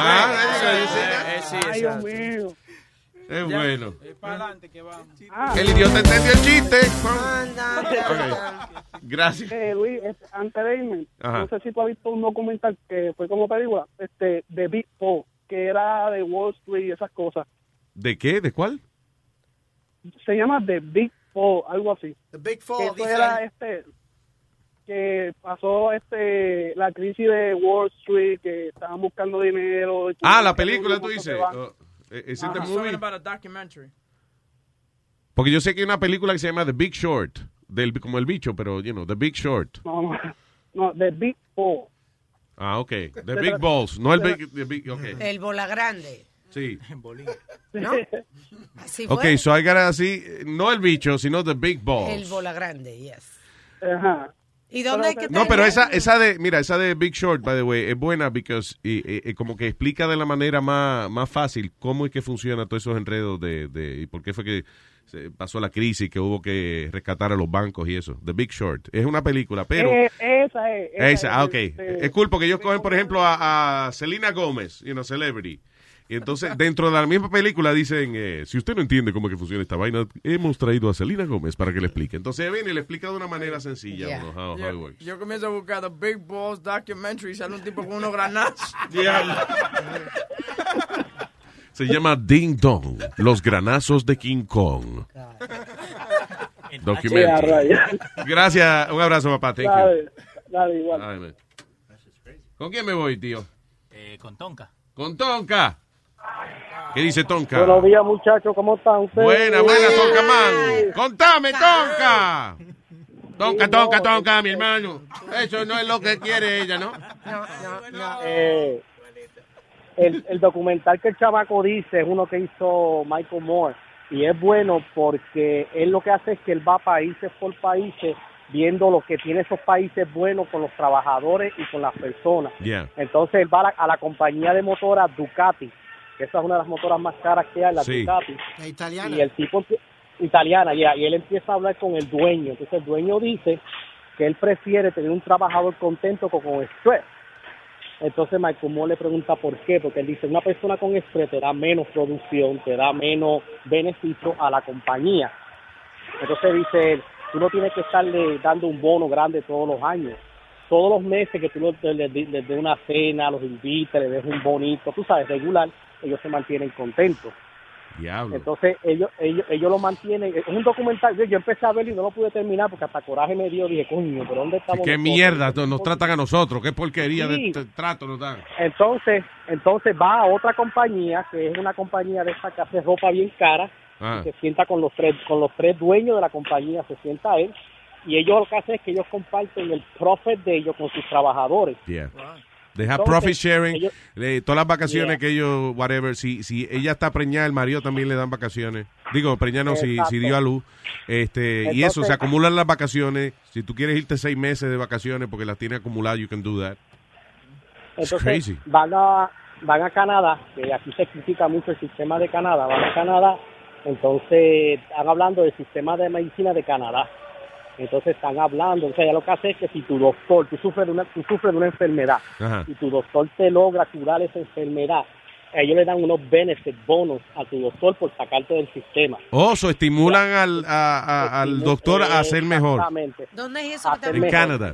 God. Ay, Dios mío. Es bueno. Es para adelante que vamos. El idiota entendió el chiste. Okay. Gracias. Luis, antes de irme, Ajá. no sé si tú has visto un documental que fue como película, de Big Four, que era de Wall Street y esas cosas. ¿De qué? ¿De cuál? Se llama The Big Four, algo así. The Big Four. Que eso era que pasó la crisis de Wall Street, que estaban buscando dinero. La película tú dices. ¿Es este movie? About a documentary. Porque yo sé que hay una película que se llama The Big Short, como el bicho, pero, The Big Short. No, The Big Four. Ok. The Big Balls, no the big, okay. El bola grande. Sí. ¿No? Así fue. Ok, so I got así, no el bicho, sino The Big Balls. El bola grande, yes. Ajá. ¿Y dónde hay que No, pero esa de Big Short, by the way, es buena porque como que explica de la manera más fácil cómo es que funciona todos esos enredos y por qué fue que se pasó la crisis, que hubo que rescatar a los bancos y eso. The Big Short. Es una película, pero... Esa, ok. Es cool porque ellos cogen, por ejemplo, a Selena Gómez, celebrity. Y entonces, dentro de la misma película dicen, si usted no entiende cómo que funciona esta vaina, hemos traído a Selena Gómez para que le explique. Entonces viene y le explica de una manera sencilla how it works. Yo comienzo a buscar The Big Balls Documentary y sale un tipo con unos granazos. Se llama Ding Dong, los granazos de King Kong. Documentary. Gracias, un abrazo, papá. Thank you. Dale, igual. ¿Con quién me voy, tío? Con Tonka. Con Tonka. ¿Qué dice Tonka? Buenos días, muchachos, ¿cómo están ustedes? Buena, Tonka, man. Contame, Tonka. Tonka, mi hermano. Eso no es lo que quiere ella, ¿no? No. El documental que el chavaco dice es uno que hizo Michael Moore. Y es bueno porque él lo que hace es que él va países por países viendo lo que tiene esos países buenos con los trabajadores y con las personas. Yeah. Entonces él va a la compañía de motoras Ducati, que esa es una de las motoras más caras que hay, la Ducati. La italiana. Y el tipo italiana, y él empieza a hablar con el dueño. Entonces el dueño dice que él prefiere tener un trabajador contento que con estrés. Entonces Michael Moore le pregunta por qué, porque él dice, una persona con estrés te da menos producción, te da menos beneficio a la compañía. Entonces dice él, tú no tienes que estarle dando un bono grande todos los años. Todos los meses que tú les des una cena, los invites, les des un bonito, tú sabes, regular, ellos se mantienen contentos. Diablo. Entonces ellos lo mantienen. Es un documental. Yo empecé a verlo y no lo pude terminar porque hasta coraje me dio. Dije, coño, ¿pero dónde estamos? ¿Qué mierda nos tratan a nosotros? ¿Qué porquería sí. de trato nos dan? Entonces va a otra compañía, que es una compañía de esta que hace ropa bien cara. Y se sienta con los tres dueños de la compañía, se sienta él. Y ellos lo que hacen es que ellos comparten el profit de ellos con sus trabajadores. Yeah. They have profit sharing, todas las vacaciones que ellos, whatever, si ella está preñada, el marido también le dan vacaciones. Digo, preñada no, si dio a luz. Entonces, y eso, se acumulan las vacaciones. Si tú quieres irte 6 meses de vacaciones porque las tienes acumuladas, you can do that. Entonces, crazy. Van a Canadá, que aquí se critica mucho el sistema de Canadá, van a Canadá, entonces están hablando del sistema de medicina de Canadá. Entonces están hablando, o sea, ya lo que hace es que si tu doctor, tú sufres de una enfermedad, y tu doctor te logra curar esa enfermedad, ellos le dan unos benefits, bonos a tu doctor por sacarte del sistema. So estimulan al doctor a ser mejor. Exactamente. ¿Dónde es eso? En Canadá.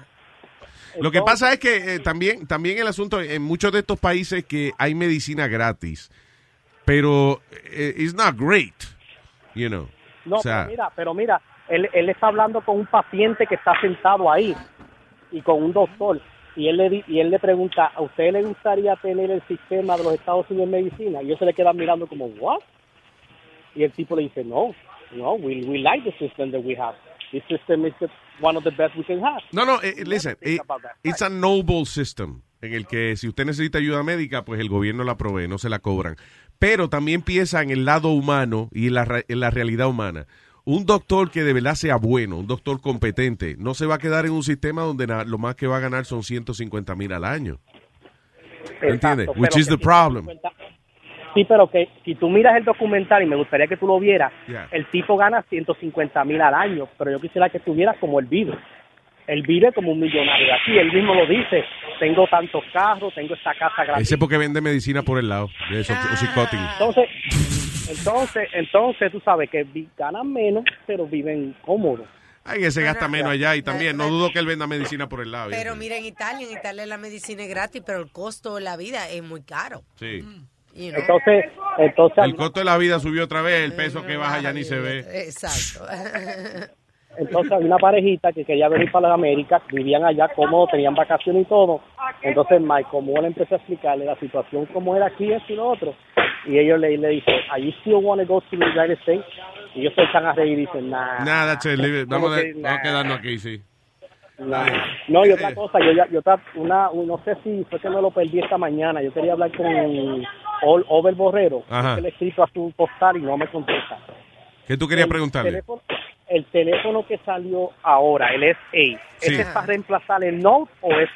Lo que pasa es que también el asunto, en muchos de estos países que hay medicina gratis, pero it's not great, you know. No, o sea, pero mira, él está hablando con un paciente que está sentado ahí y con un doctor y él le pregunta, ¿a usted le gustaría tener el sistema de los Estados Unidos en medicina? Y ellos se le quedan mirando como, ¿what? Y el tipo le dice, no, we like the system that we have. This system is one of the best we can have. No, listen, it's a noble system en el que si usted necesita ayuda médica, pues el gobierno la provee, no se la cobran. Pero también piensa en el lado humano y en la realidad humana. un doctor que de verdad sea bueno, un doctor competente, no se va a quedar en un sistema donde lo más que va a ganar son 150,000 al año. ¿Entiendes? Which is the problem. Sí, pero que si tú miras el documental, y me gustaría que tú lo vieras, el tipo gana 150,000 al año, pero yo quisiera que estuvieras como él vive. Él vive como un millonario. Aquí él mismo lo dice, tengo tantos carros, tengo esta casa grande. Ese porque vende medicina por el lado, de eso, Oxycontin. Entonces tú sabes que ganan menos, pero viven cómodos. Ay, que se gasta menos allá y también no dudo que él venda medicina por el lado. Pero mira, en Italia la medicina es gratis, pero el costo de la vida es muy caro. Sí. Entonces el costo de la vida subió otra vez, el peso que baja ya ni se ve. Exacto. Entonces había una parejita que quería venir para las Américas, vivían allá cómodos, tenían vacaciones y todo. Entonces Michael Moore empezó a explicarle la situación como era aquí, esto y lo otro. Y ellos le dicen, ¿Are you still want to go to the United States? Y ellos se echan a reír y dicen, nada, vamos a quedarnos aquí, sí. No, y otra cosa, no sé si fue que me lo perdí esta mañana. Yo quería hablar con Over Borrero, que le he escrito a su postal y no me contesta. ¿Qué tú querías preguntarle? El teléfono que salió ahora, el S8, ¿ese es para reemplazar el Note o es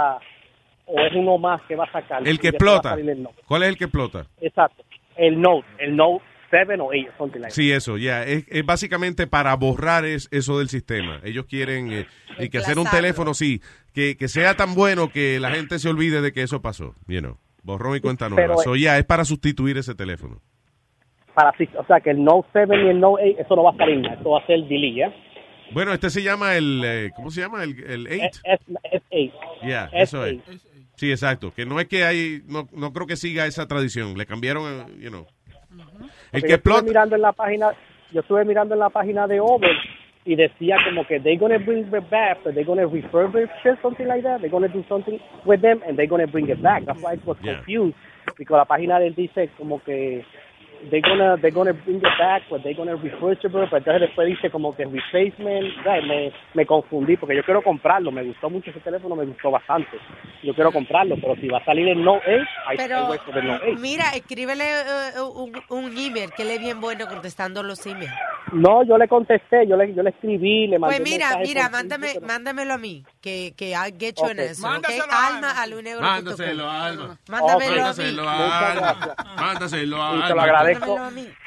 uno más que va a sacar? El que explota. ¿Cuál es el que explota? Exacto, el Note 7 o 8, something like that. Sí, eso, ya. Es básicamente para borrar eso del sistema. Ellos quieren que hacer un teléfono, sí, que sea tan bueno que la gente se olvide de que eso pasó. Borrón y cuenta nueva. Eso ya es para sustituir ese teléfono. O sea, que el Note 7 y el Note 8, eso no va a salir nada. Esto va a ser el delete, ¿ya? Bueno, este se llama ¿cómo se llama? El 8. S8. Ya, eso es. Sí, exacto. Que no es que hay, no creo que siga esa tradición. Le cambiaron, El que explota. Yo estuve mirando en la página de Over y decía como que they're gonna bring it back, but they're gonna refurbish it, something like that. They're gonna do something with them and they're gonna bring it back. That's why I was confused. Porque la página de él dice como que they're gonna bring it back, but they're gonna refurbish it, pero entonces después dice como que replacement. Me confundí porque yo quiero comprarlo. Me gustó mucho ese teléfono, me gustó bastante. Yo quiero comprarlo, pero si va a salir el Note 8, pero mira, escríbele un email que él es bien bueno contestando los emails. No, yo le contesté, yo le escribí, le mandé. Pues mira, mándamelo a mí, que I get you an answer, ¿okay? Mándaselo a Alma. Mándaselo a Alma. Mándaselo a Alma. Y te lo agradezco.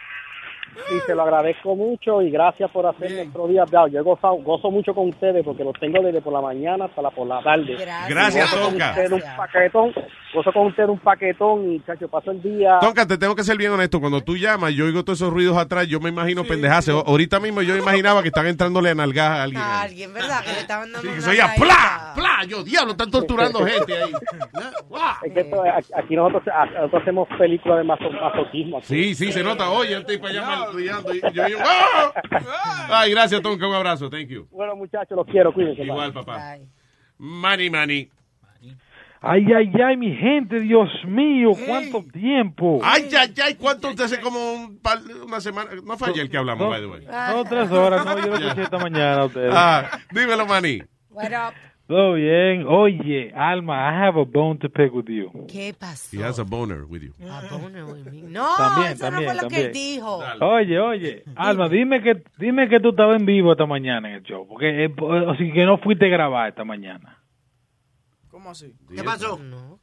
Y se lo agradezco mucho y gracias por hacerme otro día. Yo gozo mucho con ustedes porque los tengo desde por la mañana hasta por la tarde. Gracias, Tonka. Gozo con ustedes un paquetón y, chacho, paso el día. Tonka, te tengo que ser bien honesto. Cuando tú llamas, yo oigo todos esos ruidos atrás, yo me imagino pendejadas. Ahorita mismo yo imaginaba que están entrándole a nalgas a alguien. A alguien, ¿verdad? Que le estaban dando que se oía ¡plá! ¡plá! Yo, diablo, están torturando gente ahí. Es que aquí nosotros hacemos películas de masoquismo. Aquí. Sí, se nota. Oye, el tipo allá malcriando. ¡Oh! Ay, gracias, Tonka. Un abrazo. Thank you. Bueno, muchachos, los quiero. Cuídense. Igual, papá. Money. Ay, mi gente, Dios mío, cuánto tiempo. Ay, cuánto usted hace como una semana. No fue ayer que hablamos, by the way. 3 horas, no, yo lo escuché esta mañana a ustedes. Dímelo, Manny. What up? Todo bien. Oye, Alma, I have a bone to pick with you. ¿Qué pasó? He has a boner with you. A boner with me. No, eso no fue lo que él dijo. Oye, Alma, dime que tú estabas en vivo esta mañana en el show, porque así que no fuiste a grabar esta mañana. ¿Cómo así? ¿Qué pasó?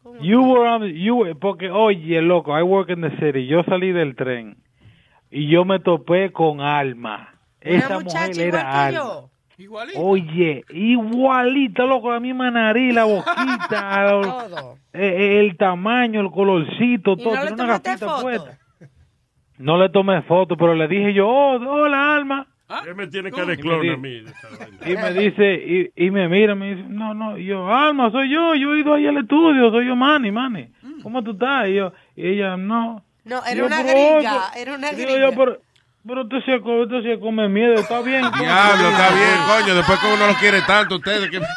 Porque, oye, loco, I work in the city. Yo salí del tren y yo me topé con Alma. Esa mujer era Alma. Igualita. Oye, igualita, loco, la misma nariz, la boquita, el tamaño, el colorcito, todo. ¿No le tomaste foto? No le tomé foto, pero le dije yo, hola, Alma. Él me tiene que de clon a mí. Y me dice, y me mira, me dice, no, y yo, Alma, soy yo he ido ahí al estudio, soy yo, Manny, ¿cómo tú estás? Y ella, no. No, era una gringa, pero tú se come miedo, está bien. Diablo, está bien, coño, después que uno lo quiere tanto, ustedes que...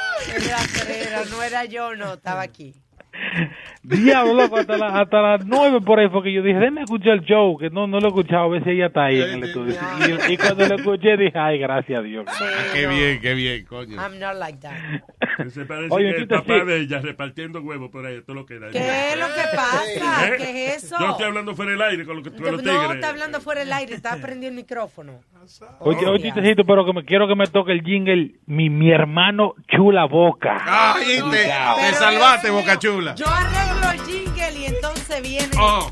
No era yo, no, estaba aquí. Diablo, loco, hasta las 9 por ahí fue que yo dije, déjame escuchar el show, que no lo he escuchado, a ver si ella está ahí en el estudio. Y cuando lo escuché dije, ay, gracias a Dios. Qué bien, coño. I'm not like that. Se parece Oye, que el papá de ella repartiendo huevos por ahí, todo lo que da. ¿Qué es lo que pasa? ¿Qué es eso? Yo estoy hablando fuera del aire con lo que tú los tigres. No, está hablando fuera del aire, está prendiendo el micrófono. Oye, chistecito, pero quiero que me toque el jingle, mi hermano Chula Boca. ¡Ay, te salvaste, Boca Chula! Yo arreglo el jingle y entonces viene...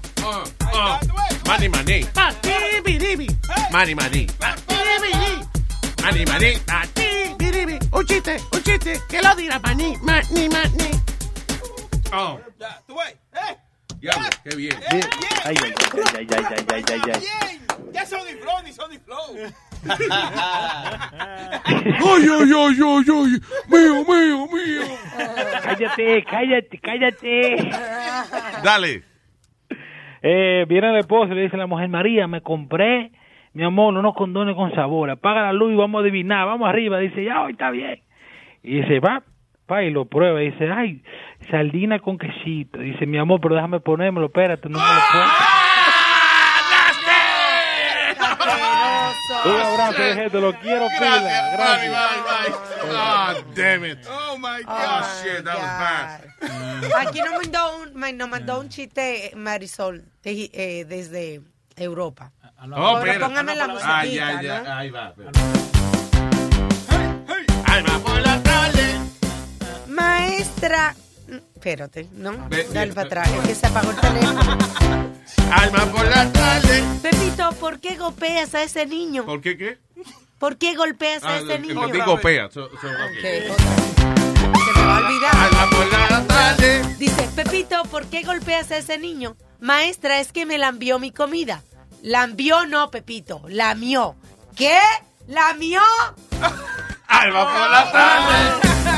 Mani, mani. Mani, mani. Mani, mani. Un chiste, que lo dirá mani. Oh. Diablo, qué bien. Ay. Ya son y flow. Mío. Cállate. Dale. Viene el esposo y le dice a la mujer, María, me compré, mi amor, unos condones con sabor, apaga la luz y vamos a adivinar, vamos arriba. Dice, ya, hoy está bien. Y dice, va, y lo prueba. Y dice, ay, sardina con quesito. Dice, mi amor, pero déjame ponérmelo, espérate, no me lo pongo. Un abrazo, gente, lo quiero, pila. Gracias. Oh, damn it. Oh, my God. Oh, shit, that was bad. Aquí nos mandó un chiste Marisol desde Europa. Pero póngame la musiquita, ¿no? Ahí va. Ahí va por la tarde. Maestra... Espérate, ¿no? Dale para atrás, es que se apagó el teléfono. Alma por la tarde. Pepito, ¿por qué golpeas a ese niño? ¿Por qué? ¿Por qué golpeas a ese niño? ¿Por qué golpea? Se me va a olvidar. Alma por la tarde. Dice, Pepito, ¿por qué golpeas a ese niño? Maestra, es que me lambió mi comida. Lambió no, Pepito, lamió. ¿Qué? ¿Lamió? Alma por la tarde.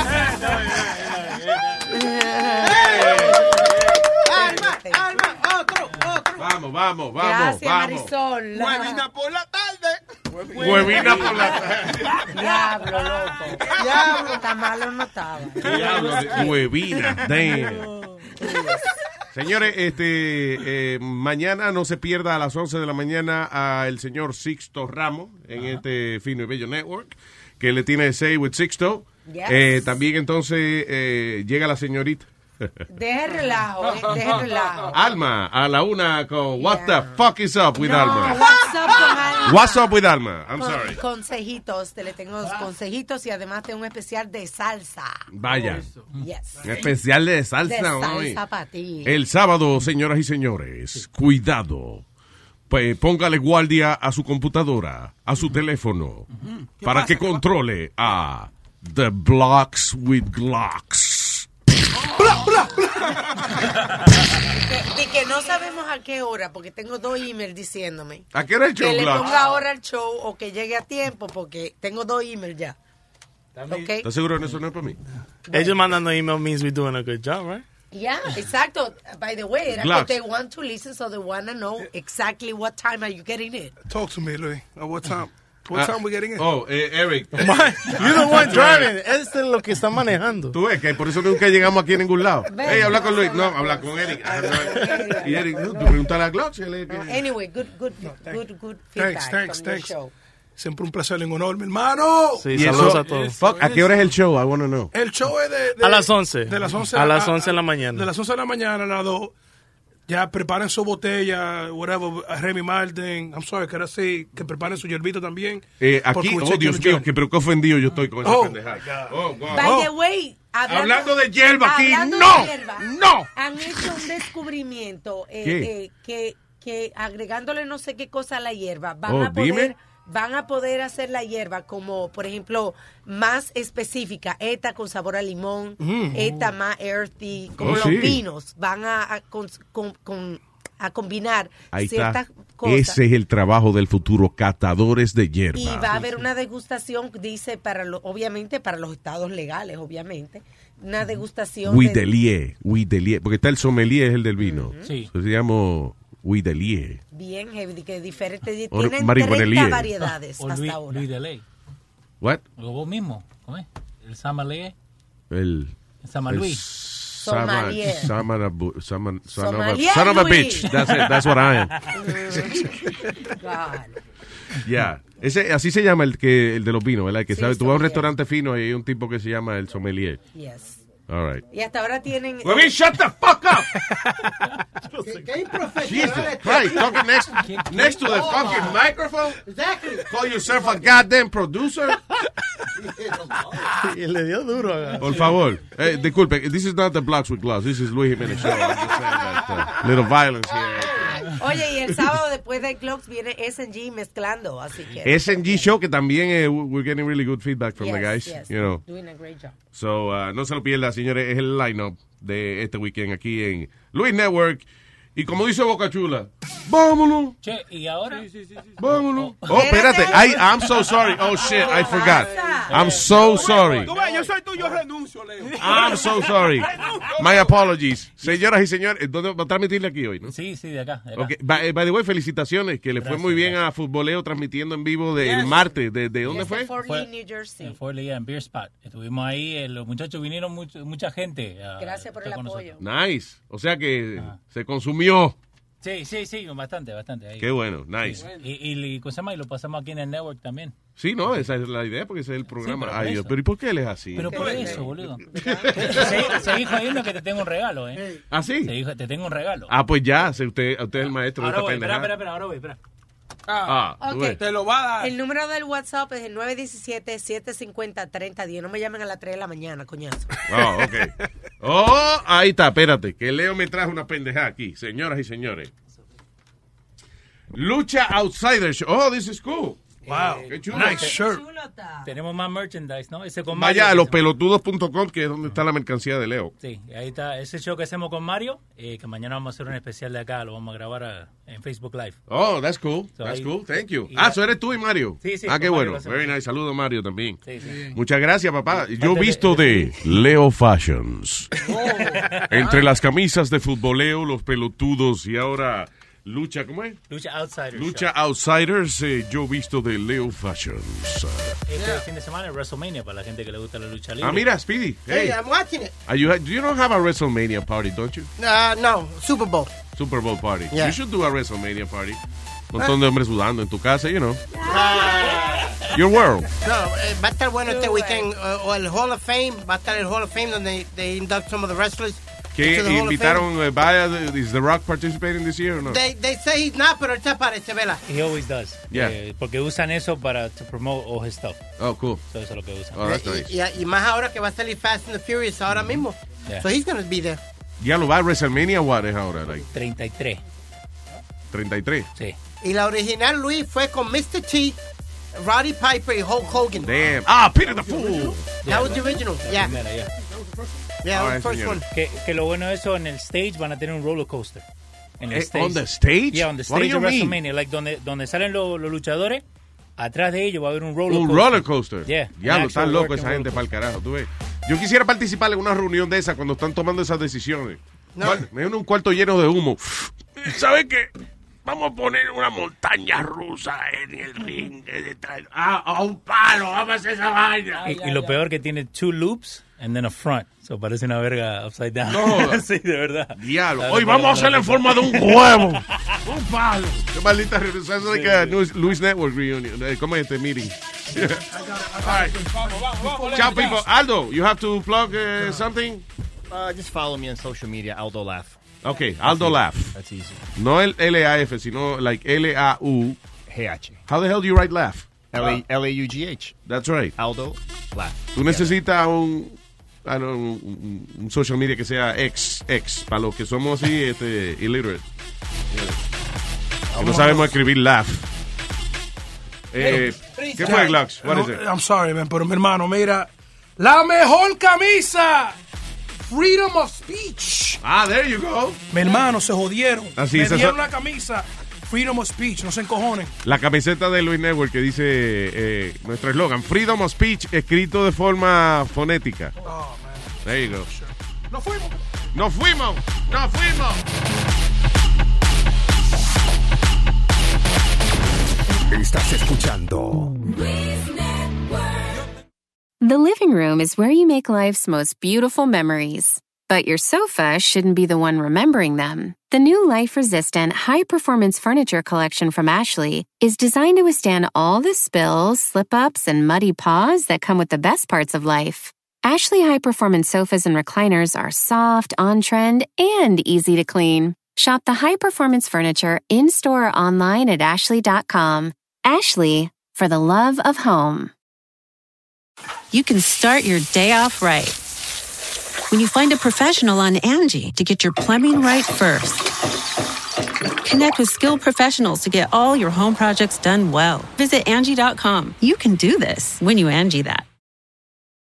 Alma, otro. Vamos. Gracias, Marisol. Huevina por la tarde. Huevina por la tarde. Diablo, loco. Diablo, tan malo no estaba. Diablo, huevina, damn. Señores, mañana no se pierda a las 11 de la mañana a el señor Sixto Ramos en este Fino y Bello Network, que le tiene Say with Sixto. Yes. También entonces llega la señorita. Deja el relajo. Alma, a la una con What the fuck is up with Alma? What's up con Alma? What's up with Alma? I'm sorry. Consejitos, le tengo consejitos y además tengo un especial de salsa. Vaya. Yes. Un especial de salsa hoy. Para ti. El sábado, señoras y señores, cuidado. Pues póngale guardia a su computadora, a su teléfono, para que controle a The Blocks with Glocks. Y que no sabemos a qué hora, porque tengo 2 emails diciéndome. ¿A qué hora el show, que le Glocks? ponga ahora el show o que llegue a tiempo, porque tengo 2 emails ya. Okay. ¿Estás seguro que eso no es para mí? Ellos mandando email means we're doing a good job, right? Yeah, exacto. By the way, Glocks. they want to listen, so they want to know exactly what time are you getting in. Talk to me, Louis. What time? What time we getting in? Oh, Eric. You're the one driving. Este es lo que está manejando. Tú ves que por eso nunca llegamos aquí a ningún lado. Hey, habla con Luis. No, habla con Eric. Y Eric, tú pregúntale a Glocks. Anyway, good feedback from the show. Siempre un placer enorme, hermano. Sí, saludos a todos. ¿A qué hora es el show? I want to know. El show es a las 11. De las 11 a las 11 de la mañana. De las 11 de la mañana a las 2. Ya preparen su botella, whatever, Remy Martin. I'm sorry, quiero decir que preparen su yerbita también. Aquí, oh Dios mío, que pero qué ofendido yo estoy con esa pendejada. Oh, wow. By the way, hablando de hierba aquí, no. Han hecho un descubrimiento que agregándole no sé qué cosa a la hierba van a poder hacer la hierba como, por ejemplo, más específica, esta con sabor a limón, esta más earthy, como los vinos, van a combinar ahí ciertas está. cosas. Ese es el trabajo del futuro, catadores de hierba. Y va a haber una degustación, dice, obviamente para los estados legales, obviamente, una degustación. Huidelier, porque está el sommelier, es el del vino. Sí. Se llama Huidelier. Bien heavy, que diferente. Tienen 30 variedades hasta ahora. Louis Delay. What? Vos mismo, ¿cómo es? El Sommelier. El Saint-Louis. Sommelier. Son of a bitch. That's it. That's what I am. Yeah. Así se llama el de los vinos, ¿verdad? Que sabe, tú vas a un restaurante fino y hay un tipo que se llama el sommelier. Yes. All right. Y hasta ahora tienen... Well, shut the fuck up! ¿Qué improfesional? Jesus Christ, talking next to the fucking microphone? Exactly. Call yourself a goddamn producer? Y le dio duro. Por favor. Disculpe, this is not the Blocks with Gloves. This is Luis Jiménez Show. I'm just saying that little violence here. Oye, y el sábado después de Clocks viene S&G mezclando, así que... S&G Show, que también we're getting really good feedback from the guys. Yes, you know. doing a great job. So, no se lo pierda, señores. Es el line-up de este weekend aquí en Luis Network. Y como dice Boca Chula, ¡vámonos! Che, ¿y ahora? ¡Vámonos! Oh, espérate. I'm so sorry. Oh, shit, I forgot. I'm so sorry. Tú ves, yo soy tuyo, renuncio, Leo. I'm so sorry. My apologies. Señoras y señores, ¿dónde va a transmitirle aquí hoy, no? Sí, de acá. Okay. By the way, felicitaciones, que le fue muy bien a Futboleo transmitiendo en vivo el martes. ¿De dónde fue? Fort Lee, New Jersey. En Fort Lee, en Beer Spot. Estuvimos ahí, los muchachos vinieron, mucha gente. Gracias por el apoyo. Nice. O sea que se consumió. Sí, bastante ahí. Qué bueno, nice. Y ¿cómo se llama? Y lo pasamos aquí en el network también. Sí, no, esa es la idea, porque ese es el programa. Sí, Ay, Dios, pero ¿y por qué él es así? Pero por eso, boludo. Se dijo ahí uno que te tengo un regalo, ¿eh? ¿Ah, sí? Se dijo, te tengo un regalo. Ah, pues ya, usted es el maestro ahora de esta voy, pendejada. espera, ahora voy, espera. Okay. Te lo va a dar. El número del WhatsApp es el 917-750-3010. No me llamen a las 3 de la mañana, coñazo. Oh, ok. Oh, ahí está, espérate, que Leo me trajo una pendejada aquí, señoras y señores. Lucha Outsiders. Oh, this is cool. Wow, qué chulo. Nice shirt. Tenemos más merchandise, ¿no? Ese con Vaya Mario, a lospelotudos.com, que es donde está la mercancía de Leo. Sí, ahí está ese show que hacemos con Mario, que mañana vamos a hacer un especial de acá, lo vamos a grabar en Facebook Live. Oh, that's cool. So That's ahí, cool. Thank you. So eres tú y Mario. Sí. Qué Mario bueno. Very nice. Saludos a Mario también. Sí. Muchas gracias, papá. Yo visto de Leo Fashions. Entre las camisas de futboleo, los pelotudos y ahora... Lucha, ¿cómo es? Lucha Outsiders. Lucha Outsiders, yo visto de Leo Fashions. Este fin de semana es WrestleMania para la gente que le gusta la lucha libre. Ah, mira, Speedy. Hey, I'm watching it. You don't have a WrestleMania party, don't you? No, Super Bowl. Super Bowl party. Yeah. You should do a WrestleMania party. Un montón de hombres sudando en tu casa, you know. Your world. No, va a estar bueno este weekend. O el Hall of Fame. Va a estar el Hall of Fame donde they induct some of the wrestlers. Que invitaron, is The Rock participating this year or no? They say he's not, pero él se aparece, ¿verdad? He always does. Yeah. Porque usan eso para to promote all his stuff. Oh, cool. So eso es lo que usan. Oh, that's nice. Y más ahora que va a salir Fast and the Furious ahora mismo. Yeah. So he's going to be there. Ya lo va a WrestleMania, what es ahora? Like 33. 33. Sí. Y la original, Luis, fue con Mr. T, Roddy Piper y Hulk Hogan. Damn. Peter the Fool. That was the original. Yeah. Yeah, All right, first one. Que lo bueno de eso, en el stage van a tener un roller coaster. En el stage. On the stage? Yeah, on the stage de WrestleMania. Like donde salen los luchadores, atrás de ellos va a haber un roller coaster. Un roller coaster. Yeah. Diablo, están locos esa gente para el carajo, tú ves. Yo quisiera participar en una reunión de esas cuando están tomando esas decisiones. No. Me uno un cuarto lleno de humo. ¿Sabes qué? Vamos a poner una montaña rusa en el ring. A un palo, vamos a hacer esa vaina. Y lo peor que tiene 2 loops and then a front. So parece una verga upside down. No. Sí, de verdad. Diablo. Hoy vamos a hacerla en forma de un huevo. Un palo. Qué maldita reunión. Sounds like a Luis Network reunion. ¿Cómo es este meeting? All right. Vamos. Ciao, people. Aldo, you have to plug something? Just follow me on social media, Aldo Laugh. Okay, Aldo Laugh. That's easy. No el L-A-F, sino like L-A-U. G-H. How the hell do you write laugh? L-A-U-G-H. That's right. Aldo Laugh. Tú necesitas un social media que sea X, para los que somos así illiterate. Que no sabemos escribir laugh. ¿Qué fue, Glux? What is it? I'm sorry, man, pero mi hermano, mira, la mejor camisa. Freedom of Speech. There you go. Mi hermano, se jodieron. Así me es, dieron la camisa Freedom of Speech, no se encojonen. La camiseta de Luis Network que dice nuestro eslogan, Freedom of Speech, escrito de forma fonética. Oh, man. There you go. Nos fuimos. ¡Nos fuimos! ¡Nos fuimos! Estás escuchando The living room is where you make life's most beautiful memories. But your sofa shouldn't be the one remembering them. The new life-resistant, high-performance furniture collection from Ashley is designed to withstand all the spills, slip-ups, and muddy paws that come with the best parts of life. Ashley high-performance sofas and recliners are soft, on-trend, and easy to clean. Shop the high-performance furniture in-store or online at ashley.com. Ashley, for the love of home. You can start your day off right when you find a professional on Angie to get your plumbing right first. Connect with skilled professionals to get all your home projects done well. Visit Angie.com. You can do this when you Angie that.